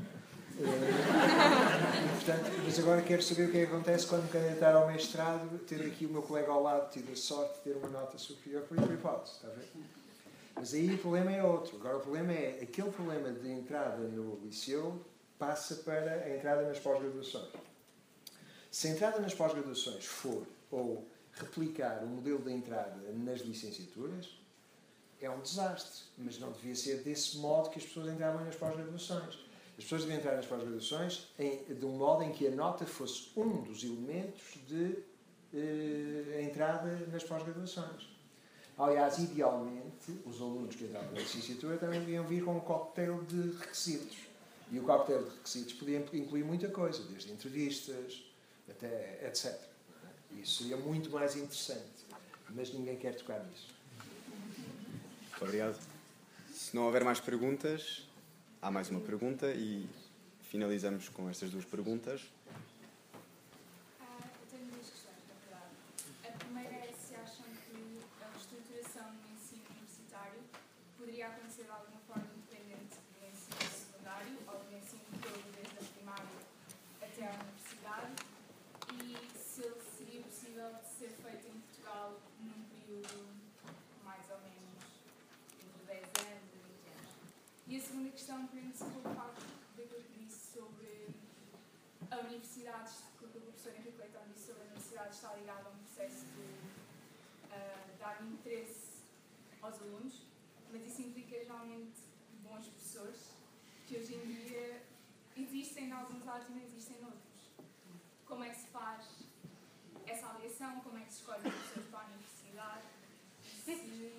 Uh, portanto, mas agora quero saber o que é que acontece quando me candidatar ao mestrado, ter aqui o meu colega ao lado, tive a sorte de ter uma nota superior por hipótese, está a ver? Mas aí o problema é outro. Agora o problema é, aquele problema de entrada no liceu passa para a entrada nas pós-graduações. Se a entrada nas pós-graduações for ou replicar o modelo de entrada nas licenciaturas, é um desastre, mas não devia ser desse modo que as pessoas entravam nas pós-graduações. As pessoas deviam entrar nas pós-graduações de um modo em que a nota fosse um dos elementos de eh, entrada nas pós-graduações. Aliás, idealmente, os alunos que entravam na licenciatura também deviam vir com um cocktail de requisitos. E o cocktail de requisitos podia incluir muita coisa, desde entrevistas até etcétera. Isso seria muito mais interessante, mas ninguém quer tocar nisso. Muito obrigado. Se não houver mais perguntas, há mais uma pergunta e finalizamos com estas duas perguntas. Ah, eu tenho duas questões, na verdade. A primeira é se acham que a estruturação no ensino universitário poderia acontecer de alguma forma independente do ensino secundário ou do ensino todo, desde a primária até à universidade, e se ele seria possível de ser feito em Portugal num período mais ou menos entre dez anos e vinte anos. E a segunda questão prende-se com o facto daquilo que disse sobre a universidade que o professor Henrique Leitão disse sobre a universidade está ligado a um processo de uh, dar interesse aos alunos, mas isso implica geralmente bons professores, que hoje em dia existem em alguns áreas e não existem em outros. Como é que se faz essa avaliação? Como é que se escolhe os professores para a universidade? Se...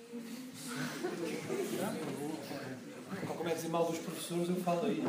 Como é dizer mal dos professores, eu falo aí.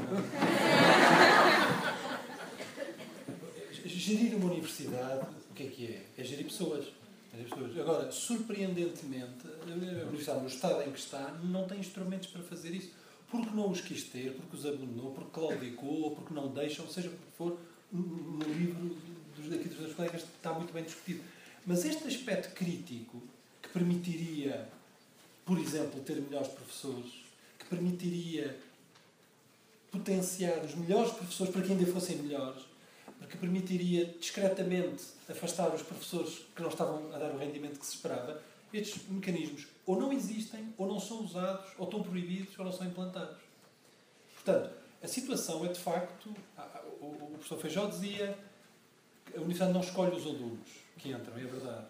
Gerir uma universidade, o que é que é? É gerir pessoas. É gerir pessoas. Agora, surpreendentemente, a universidade, no estado em que está, não tem instrumentos para fazer isso. Porque não os quis ter, porque os abandonou, porque claudicou, ou porque não deixam, seja o que for, no livro dos, aqui dos meus colegas está muito bem discutido. Mas este aspecto crítico, que permitiria, por exemplo, ter melhores professores, que permitiria potenciar os melhores professores para que ainda fossem melhores, porque permitiria discretamente afastar os professores que não estavam a dar o rendimento que se esperava, estes mecanismos ou não existem, ou não são usados, ou estão proibidos, ou não são implantados. Portanto, a situação é de facto, o professor Feijó dizia que a universidade não escolhe os alunos que entram, é verdade.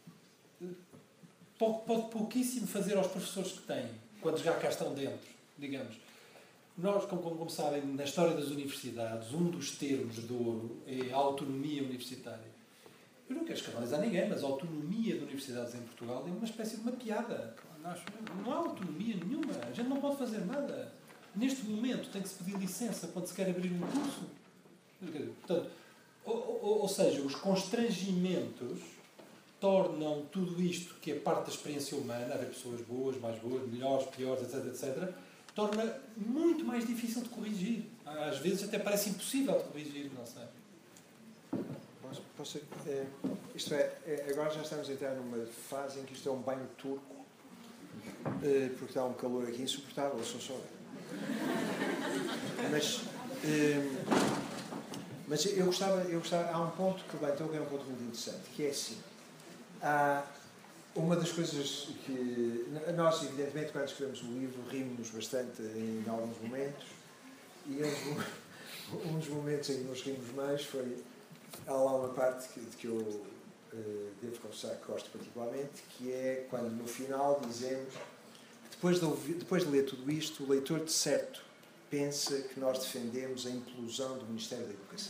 Pode, pode pouquíssimo fazer aos professores que têm, quando já cá estão dentro, digamos. Nós, como, como sabem, na história das universidades, um dos termos de ouro é a autonomia universitária. Eu não quero escandalizar ninguém, mas a autonomia de universidades em Portugal é uma espécie de uma piada. Não há autonomia nenhuma. A gente não pode fazer nada. Neste momento tem que se pedir licença quando se quer abrir um curso. Portanto, ou, ou, ou seja, os constrangimentos tornam tudo isto, que é parte da experiência humana, haver pessoas boas, mais boas, melhores, piores, etc, etcétera, torna muito mais difícil de corrigir. Às vezes até parece impossível de corrigir, não sei. Posso, posso, é, isto é, é, agora já estamos a entrar numa fase em que isto é um banho turco, é, porque está um calor aqui insuportável, eu sou só. Mas, é, mas eu, gostava, eu gostava, há um ponto que levantou que é um ponto muito interessante, que é assim, há uma das coisas que nós, evidentemente, quando escrevemos o livro, rimos bastante em alguns momentos, e um, um dos momentos em que nos rimos mais foi, há lá uma parte que, de que eu uh, devo confessar que gosto particularmente, que é quando no final dizemos que depois de, ouvir, depois de ler tudo isto, o leitor de certo pensa que nós defendemos a implosão do Ministério da Educação.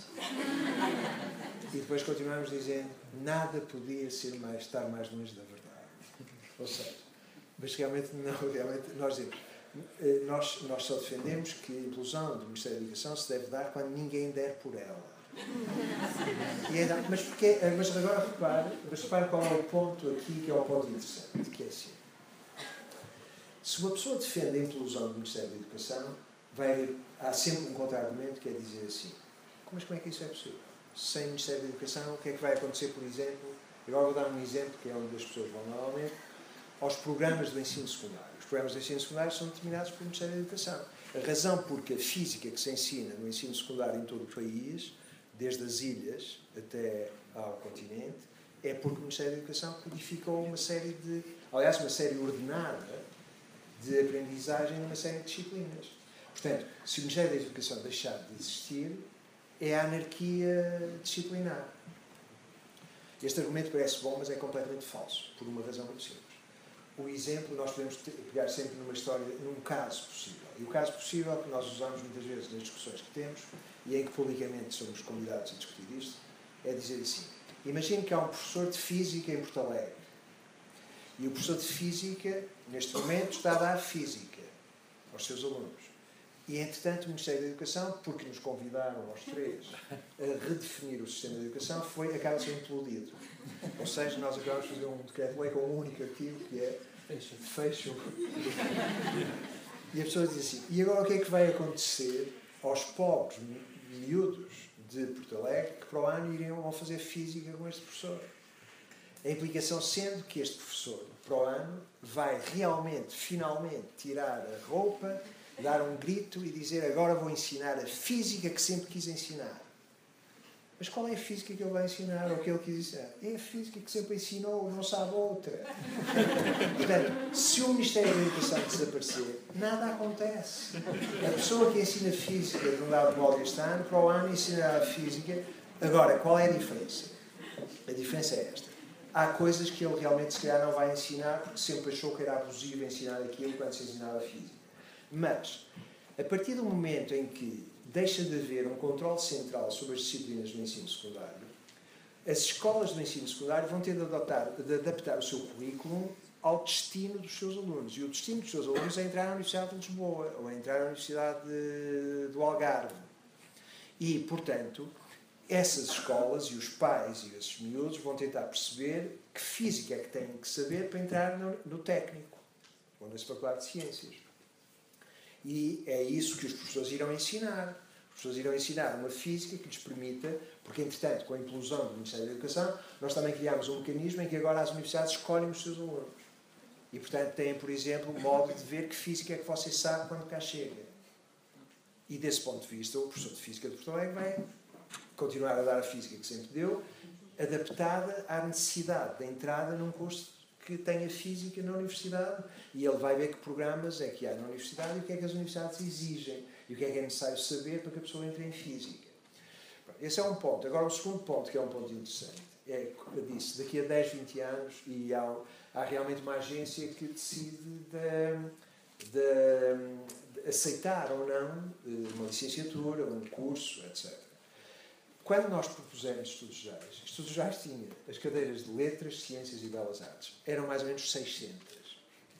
E depois continuamos dizendo nada podia ser mais, estar mais longe da verdade. Ou seja, mas realmente, não, realmente nós dizemos, nós, nós só defendemos que a implosão do Ministério da Educação se deve dar quando ninguém der por ela. E é, mas, porque, mas agora repare, mas repare qual é o ponto aqui que é o ponto interessante, que é assim. Se uma pessoa defende a implosão do Ministério da Educação, vai haver, há sempre um contra-argumento que é dizer assim, mas como é que isso é possível? Sem Ministério da Educação, o que é que vai acontecer, por exemplo, agora vou dar um exemplo, que é onde as pessoas vão normalmente, aos programas do ensino secundário. Os programas do ensino secundário são determinados pelo Ministério da Educação. A razão porque a física que se ensina no ensino secundário em todo o país, desde as ilhas até ao continente, é porque o Ministério da Educação codificou uma série de, aliás, uma série ordenada de aprendizagem numa série de disciplinas. Portanto, se o Ministério da Educação deixar de existir, é a anarquia disciplinar. Este argumento parece bom, mas é completamente falso, por uma razão muito simples. O exemplo, nós podemos pegar sempre numa história, num caso possível. E o caso possível que nós usamos muitas vezes nas discussões que temos, e em que publicamente somos convidados a discutir isto, é dizer assim, imagine que há um professor de Física em Porto Alegre. E o professor de Física, neste momento, está a dar Física aos seus alunos. E, entretanto, o Ministério da Educação, porque nos convidaram aos três a redefinir o sistema de educação, foi, acaba sendo implodido. Ou seja, nós acabamos de fazer um decreto-lei com um único artigo, que é fecho. E as pessoas dizem assim, e agora o que é que vai acontecer aos pobres miúdos de Porto Alegre que para o ano iriam vão fazer Física com este professor? A implicação sendo que este professor, para o ano, vai realmente, finalmente, tirar a roupa, dar um grito e dizer agora vou ensinar a física que sempre quis ensinar. Mas qual é a física que ele vai ensinar ou que ele quis ensinar? É a física que sempre ensinou, não sabe outra. Portanto, se o Ministério da Educação desaparecer, nada acontece. A pessoa que ensina física de um dado modo este ano, para o ano ensinará a física Agora, qual é a diferença? A diferença é esta. Há coisas que ele realmente, se calhar, não vai ensinar, porque sempre achou que era abusivo ensinar aquilo quando se ensinava física. Mas, a partir do momento em que deixa de haver um controle central sobre as disciplinas do ensino secundário, as escolas do ensino secundário vão ter de, adotar, de adaptar o seu currículo ao destino dos seus alunos. E o destino dos seus alunos é entrar na Universidade de Lisboa ou é entrar na Universidade de, do Algarve. E, portanto, essas escolas e os pais e esses miúdos vão tentar perceber que física é que têm que saber para entrar no, no técnico ou na Faculdade de Ciências. E é isso que os professores irão ensinar. Os professores irão ensinar uma física que lhes permita, porque, entretanto, com a inclusão do Ministério da Educação, nós também criámos um mecanismo em que agora as universidades escolhem os seus alunos. E, portanto, têm, por exemplo, o modo de ver que física é que você sabe quando cá chega. E, desse ponto de vista, o professor de Física de Porto Alegre vai continuar a dar a física que sempre deu, adaptada à necessidade da entrada num curso que tenha física na universidade, e ele vai ver que programas é que há na universidade e o que é que as universidades exigem e o que é que é necessário saber para que a pessoa entre em física. Esse é um ponto. Agora, o segundo ponto, que é um ponto interessante, é, eu disse, daqui a dez, vinte anos, e há, há realmente uma agência que decide de, de, de aceitar ou não uma licenciatura, um curso, etcétera. Quando nós propusemos estudos gerais, estudos gerais tinha as cadeiras de Letras, Ciências e Belas Artes. Eram mais ou menos seiscentas.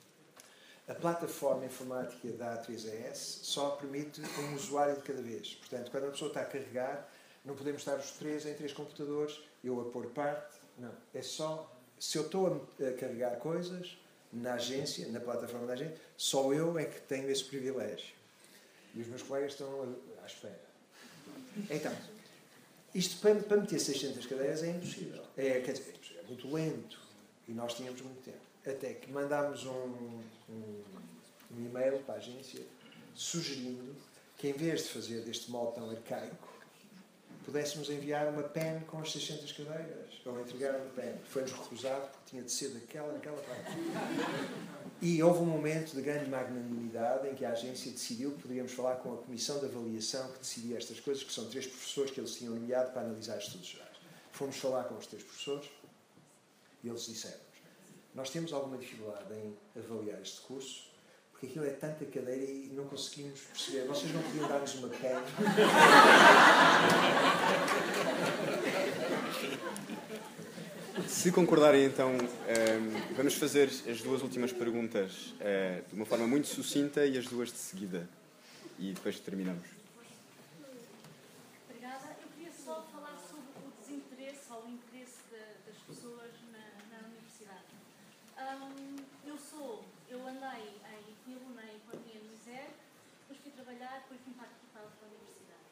A plataforma informática da A três E S só permite um usuário de cada vez. Portanto, quando a pessoa está a carregar, não podemos estar os três em três computadores, eu a pôr parte. Não. É só... Se eu estou a carregar coisas na agência, na plataforma da agência, só eu é que tenho esse privilégio. E os meus colegas estão à espera. Então... Isto, para, para meter seiscentas cadeiras, é impossível. É, quer dizer, é muito lento. E nós tínhamos muito tempo. Até que mandámos um, um, um e-mail para a agência sugerindo que, em vez de fazer deste modo tão arcaico, pudéssemos enviar uma pen com as seiscentas cadeiras. Ou entregar uma pen. Foi-nos recusado porque tinha de ser daquela naquela parte. E houve um momento de grande magnanimidade em que a agência decidiu que poderíamos falar com a comissão de avaliação que decidia estas coisas, que são três professores que eles tinham nomeado para analisar estudos gerais. Fomos falar com os três professores e eles disseram-nos: nós temos alguma dificuldade em avaliar este curso, porque aquilo é tanta cadeira e não conseguimos perceber. Vocês não podiam dar-nos uma pen? Se concordarem, então, um, vamos fazer as duas últimas perguntas uh, de uma forma muito sucinta e as duas de seguida. E depois terminamos. Obrigada. Eu queria só falar sobre o desinteresse ou o interesse de, das pessoas na, na universidade. Um, eu sou, eu andei em, fui aluna em Economia no ISER, depois fui trabalhar, depois vim participar para a universidade.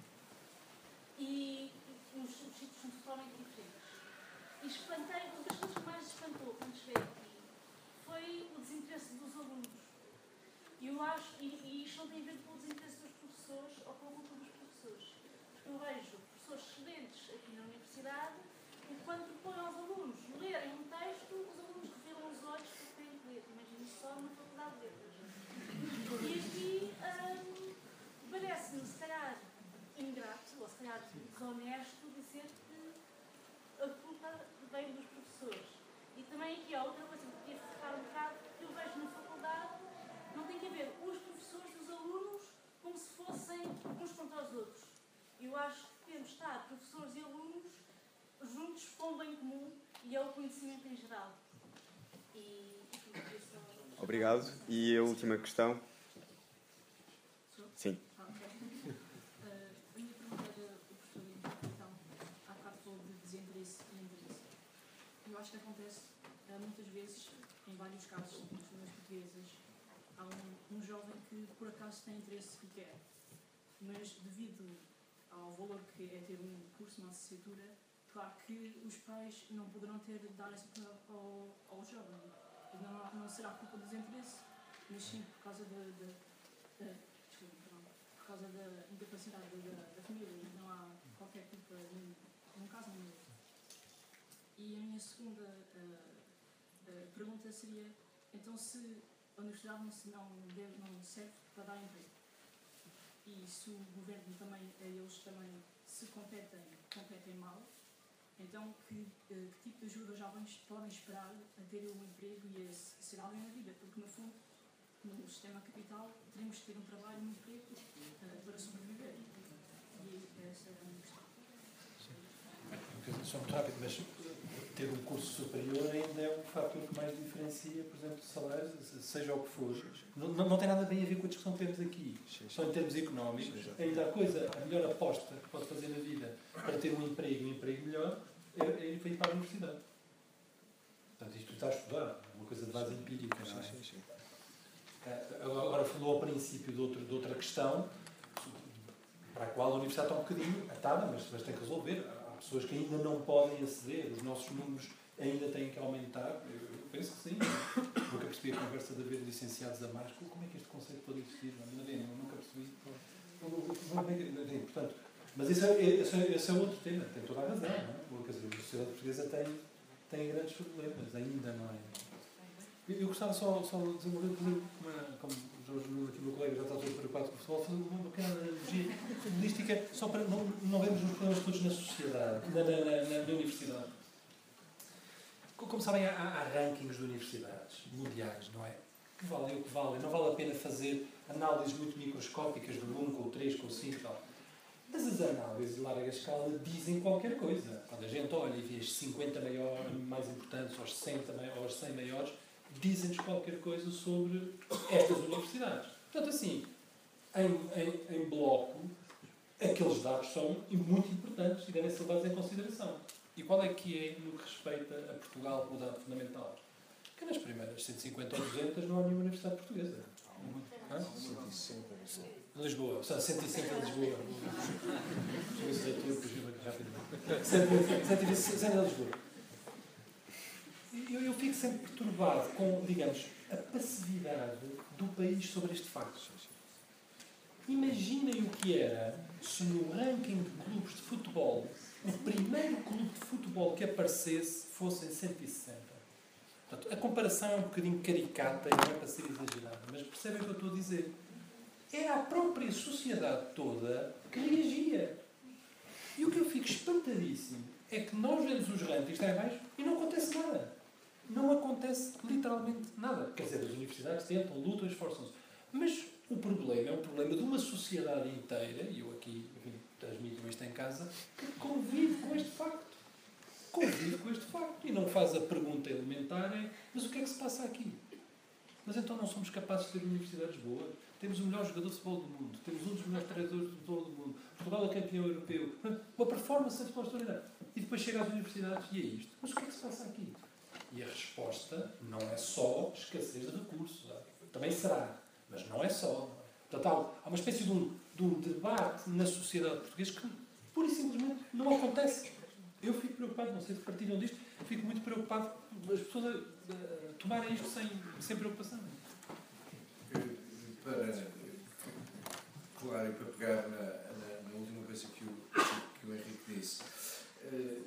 E os, os sítios são totalmente diferentes. E espantei, uma das coisas que mais espantou quando cheguei aqui foi o desinteresse dos alunos. E eu acho, e, e isto não tem a ver com o desinteresse dos professores ou com a culpa dos professores. Porque eu vejo professores excelentes aqui na universidade e quando põem aos alunos lerem um texto, os alunos revelam os olhos porque têm que ler. Imaginem só na faculdade de letras. E aqui hum, parece-me, se calhar, ingrato, ou se calhar desonesto, dizer que a culpa vem dos professores. E também aqui há outra coisa que eu queria focar um bocado, que eu vejo na faculdade, não tem que haver os professores e os alunos como se fossem uns contra os outros. Eu acho que temos de estar professores e alunos juntos com o bem comum e é o conhecimento em geral. E, enfim, isso é... Obrigado. E a última questão? Sim. Eu acho que acontece uh, muitas vezes, em vários casos, nas famílias portuguesas, há um, um jovem que por acaso tem interesse e quer, mas devido ao valor que é ter um curso, uma licenciatura, claro que os pais não poderão ter de dar essa oportunidade ao, ao jovem. Não, não será culpa do desinteresse, mas sim por causa da, da, da, desculpa, não, por causa da incapacidade da, da família. Não há qualquer culpa num, num caso nem no outro. E a minha segunda uh, uh, pergunta seria, então se a universidade não, se não, não serve para dar emprego, e se o governo também, a eles também se competem, competem mal, então que, que tipo de ajuda os jovens podem esperar a ter um emprego e a ser alguém na vida? Porque, no fundo, no sistema capital, teremos que ter um trabalho, um emprego uh, para sobreviver. E essa é a minha questão. Só muito rápido, mas ter um curso superior ainda é um fator que mais diferencia, por exemplo, de salários, seja o que for. Não, não, não tem nada bem a ver com a discussão que temos aqui. Só em termos económicos, ainda a coisa, a melhor aposta que pode fazer na vida para ter um emprego, um emprego melhor, é, é ir para a universidade. Portanto, isto está a estudar, é uma coisa de base empírica, não é? Sim, sim, sim. Agora falou ao princípio de, outro, de outra questão, para a qual a universidade está um bocadinho atada, mas, mas tem que resolver. Há pessoas que ainda não podem aceder, os nossos números ainda têm que aumentar. Eu, eu penso que sim. Nunca percebi a conversa de haver licenciados a mais. Como é que este conceito pode existir? Não, não, não, nunca percebi. Não, não, não, portanto, mas esse é, esse, é, esse é outro tema, tem toda a razão. Não é? Quer dizer, a sociedade portuguesa tem, tem grandes problemas, ainda não é. Eu gostava só, só de desenvolver, uma, como o Jorge Nuno, aqui o meu colega, já está todo preocupado com o futebol, fazer uma pequena analogia futebolística, só para não, não vermos os problemas todos na sociedade, na, na, na, na universidade. Como sabem, há, há rankings de universidades mundiais, não é? Que valem o que valem. Não vale a pena fazer análises muito microscópicas do um com o três com o cinco e tal. Mas as análises de larga escala dizem qualquer coisa. Quando a gente olha e vê as cinquenta maiores, mais importantes, ou as cem maiores, dizem-nos qualquer coisa sobre estas universidades. Portanto, assim, em, em, em bloco, aqueles dados são muito importantes e devem ser levados em consideração. E qual é que é no que respeita a Portugal como dado fundamental? Que nas primeiras cento e cinquenta ou duzentas não há nenhuma universidade portuguesa. Hã? cento e sessenta. Lisboa. Só cento e sessenta em Lisboa. cento e sessenta em Lisboa. Eu, eu fico sempre perturbado com, digamos, a passividade do país sobre este facto. Imaginem o que era se no ranking de clubes de futebol o primeiro clube de futebol que aparecesse fosse em cento e sessenta. Portanto, a comparação é um bocadinho caricata e não é para ser exagerada, mas percebem o que eu estou a dizer? Era a própria sociedade toda que reagia. E o que eu fico espantadíssimo é que nós vemos os rankings lá em baixo e não acontece nada. Não acontece literalmente nada. Quer dizer, as universidades tentam, lutam, esforçam-se. Mas o problema é um problema de uma sociedade inteira, e eu aqui enfim, transmito isto em casa, que convive com este facto. Convive com este facto. E não faz a pergunta elementar, é, mas o que é que se passa aqui? Mas então não somos capazes de ter universidades boas? Temos o melhor jogador de futebol do mundo, temos um dos melhores treinadores de futebol do mundo, Portugal é campeão europeu, uma performance de futebol extraordinária. E depois chega às universidades e é isto. Mas o que é que se passa aqui? E a resposta não é só escassez de recursos. Também será, mas não é só. Portanto, há uma espécie de um, de um debate na sociedade portuguesa que, pura e simplesmente, não acontece. Eu fico preocupado, não sei se partilham disto, fico muito preocupado as pessoas a, a tomarem isto sem, sem preocupação. Para, claro, e para pegar na, na, na última coisa que o, que o Henrique disse, uh,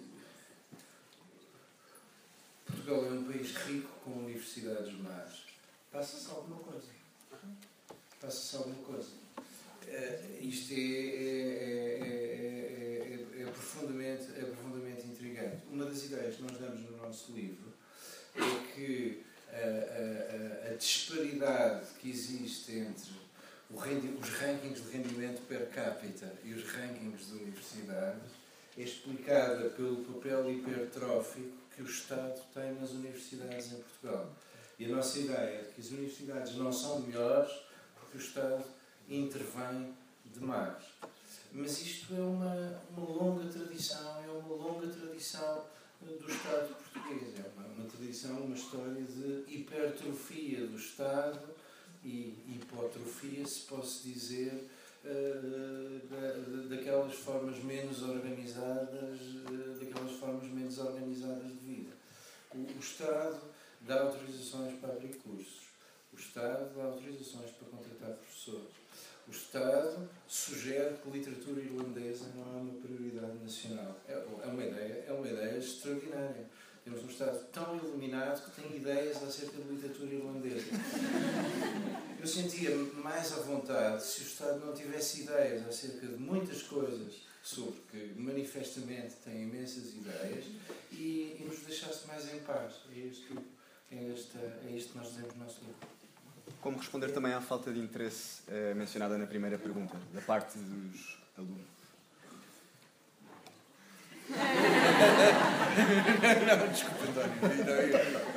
Portugal é um país rico com universidades más. Passa-se alguma coisa. Passa-se alguma coisa. Uh, isto é, é, é, é, é, profundamente, é profundamente intrigante. Uma das ideias que nós damos no nosso livro é que a, a, a disparidade que existe entre o rendi, os rankings de rendimento per capita e os rankings de universidades é explicada pelo papel hipertrófico que o Estado tem nas universidades em Portugal. E a nossa ideia é que as universidades não são melhores porque o Estado intervém demais. Mas isto é uma, uma longa tradição, é uma longa tradição do Estado português. É uma, uma tradição, uma história de hipertrofia do Estado e hipotrofia, se posso dizer, uh, da, daquelas formas menos organizadas, uh, daquelas formas menos organizadas de vida. O, o Estado dá autorizações para abrir cursos. O Estado dá autorizações para contratar professores. O Estado sugere que a literatura irlandesa não é uma prioridade nacional. É, é, uma ideia, é uma ideia extraordinária. Temos um Estado tão iluminado que tem ideias acerca de literatura irlandesa. Eu sentia mais à vontade se o Estado não tivesse ideias acerca de muitas coisas sobre que manifestamente tem imensas ideias e, e nos deixasse mais em paz. É isto, é, esta, é isto que nós dizemos no nosso livro. Como responder também à falta de interesse eh, mencionada na primeira pergunta, da parte dos alunos? Não, desculpa, António.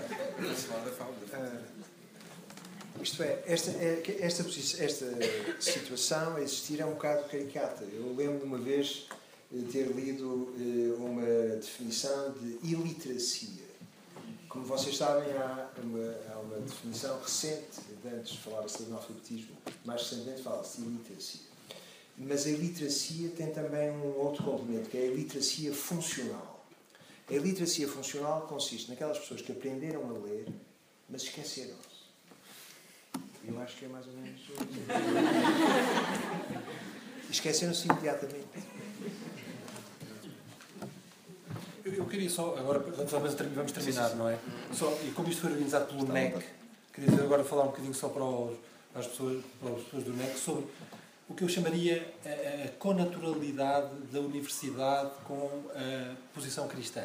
Uh, isto é, esta, esta, esta situação a existir é um bocado caricata. Eu lembro de uma vez ter lido uh, uma definição de iliteracia. Como vocês sabem, há uma, há uma definição recente, antes falava-se de analfabetismo, mais recentemente fala-se de iliteracia. Mas a iliteracia tem também um outro complemento, que é a iliteracia funcional. A iliteracia funcional consiste naquelas pessoas que aprenderam a ler, mas esqueceram-se. Eu acho que é mais ou menos isso. Esqueceram-se imediatamente. Eu, eu queria só, agora vamos terminar, sim, sim, sim. Não é? Só, e como isto foi organizado pelo N E C, queria agora falar um bocadinho só para, os, para, as, pessoas, para as pessoas do N E C sobre o que eu chamaria a, a connaturalidade da universidade com a posição cristã.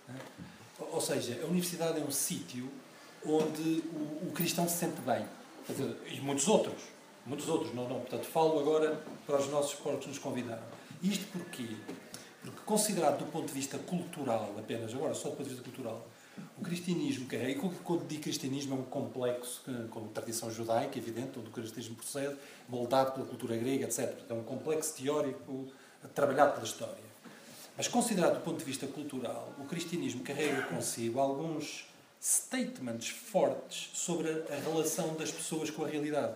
Ou seja, a universidade é um sítio onde o, o cristão se sente bem. Quer dizer, e muitos outros. Muitos outros, não, não. Portanto, falo agora para os nossos para os que nos convidaram. Isto porquê? Porque, considerado do ponto de vista cultural, apenas, agora só do ponto de vista cultural, o cristianismo, que é, e quando digo cristianismo, é um complexo com tradição judaica, evidente, onde o cristianismo procede, moldado pela cultura grega, etcétera. É um complexo teórico trabalhado pela história. Mas, considerado do ponto de vista cultural, o cristianismo carrega consigo alguns statements fortes sobre a relação das pessoas com a realidade.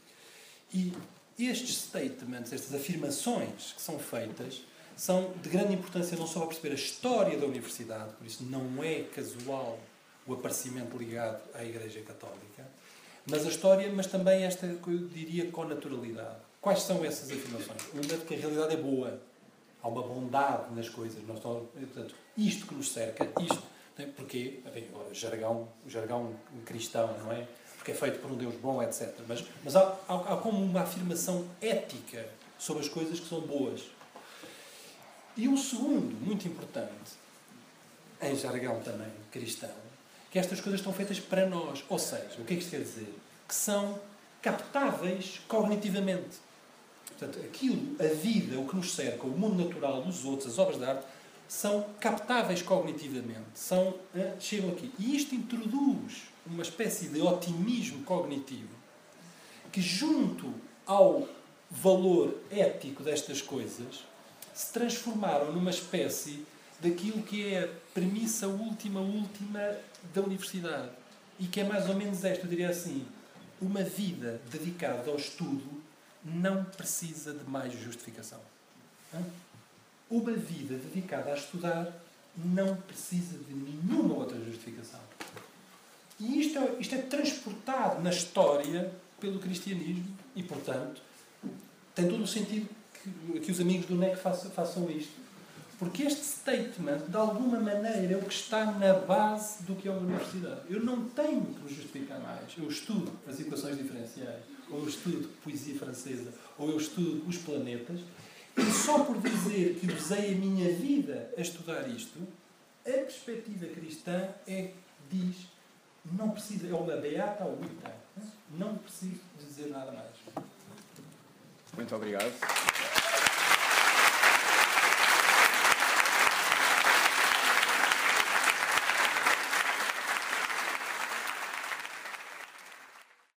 E estes statements, estas afirmações que são feitas, são de grande importância não só para perceber a história da universidade, por isso não é casual o aparecimento ligado à Igreja Católica, mas a história, mas também esta, que eu diria, connaturalidade. Quais são essas afirmações? Uma é que a realidade é boa, há uma bondade nas coisas. Nós estamos, portanto, isto que nos cerca, isto, porque, bem, agora, jargão, jargão cristão, não é? Porque é feito por um Deus bom, etcétera. Mas, mas há, há, há como uma afirmação ética sobre as coisas que são boas. E um segundo, muito importante, em jargão também cristão, que estas coisas estão feitas para nós. Ou seja, o que é que isto quer dizer? Que são captáveis cognitivamente. Portanto, aquilo, a vida, o que nos cerca, o mundo natural, os outros, as obras de arte, são captáveis cognitivamente. São, eh, chegam aqui. E isto introduz uma espécie de otimismo cognitivo que, junto ao valor ético destas coisas, se transformaram numa espécie daquilo que é a premissa última, última da universidade. E que é mais ou menos esta, eu diria assim, uma vida dedicada ao estudo não precisa de mais justificação. Uma vida dedicada a estudar não precisa de nenhuma outra justificação. E isto é, isto é transportado na história pelo cristianismo e, portanto, tem todo o sentido que, que os amigos do N E C façam, façam isto. Porque este statement, de alguma maneira, é o que está na base do que é a universidade. Eu não tenho que me justificar mais. Eu estudo as equações diferenciais, ou eu estudo poesia francesa, ou eu estudo os planetas, e só por dizer que usei a minha vida a estudar isto, a perspectiva cristã é que diz, não precisa, é uma beata ou vita, não preciso dizer nada mais. Muito obrigado.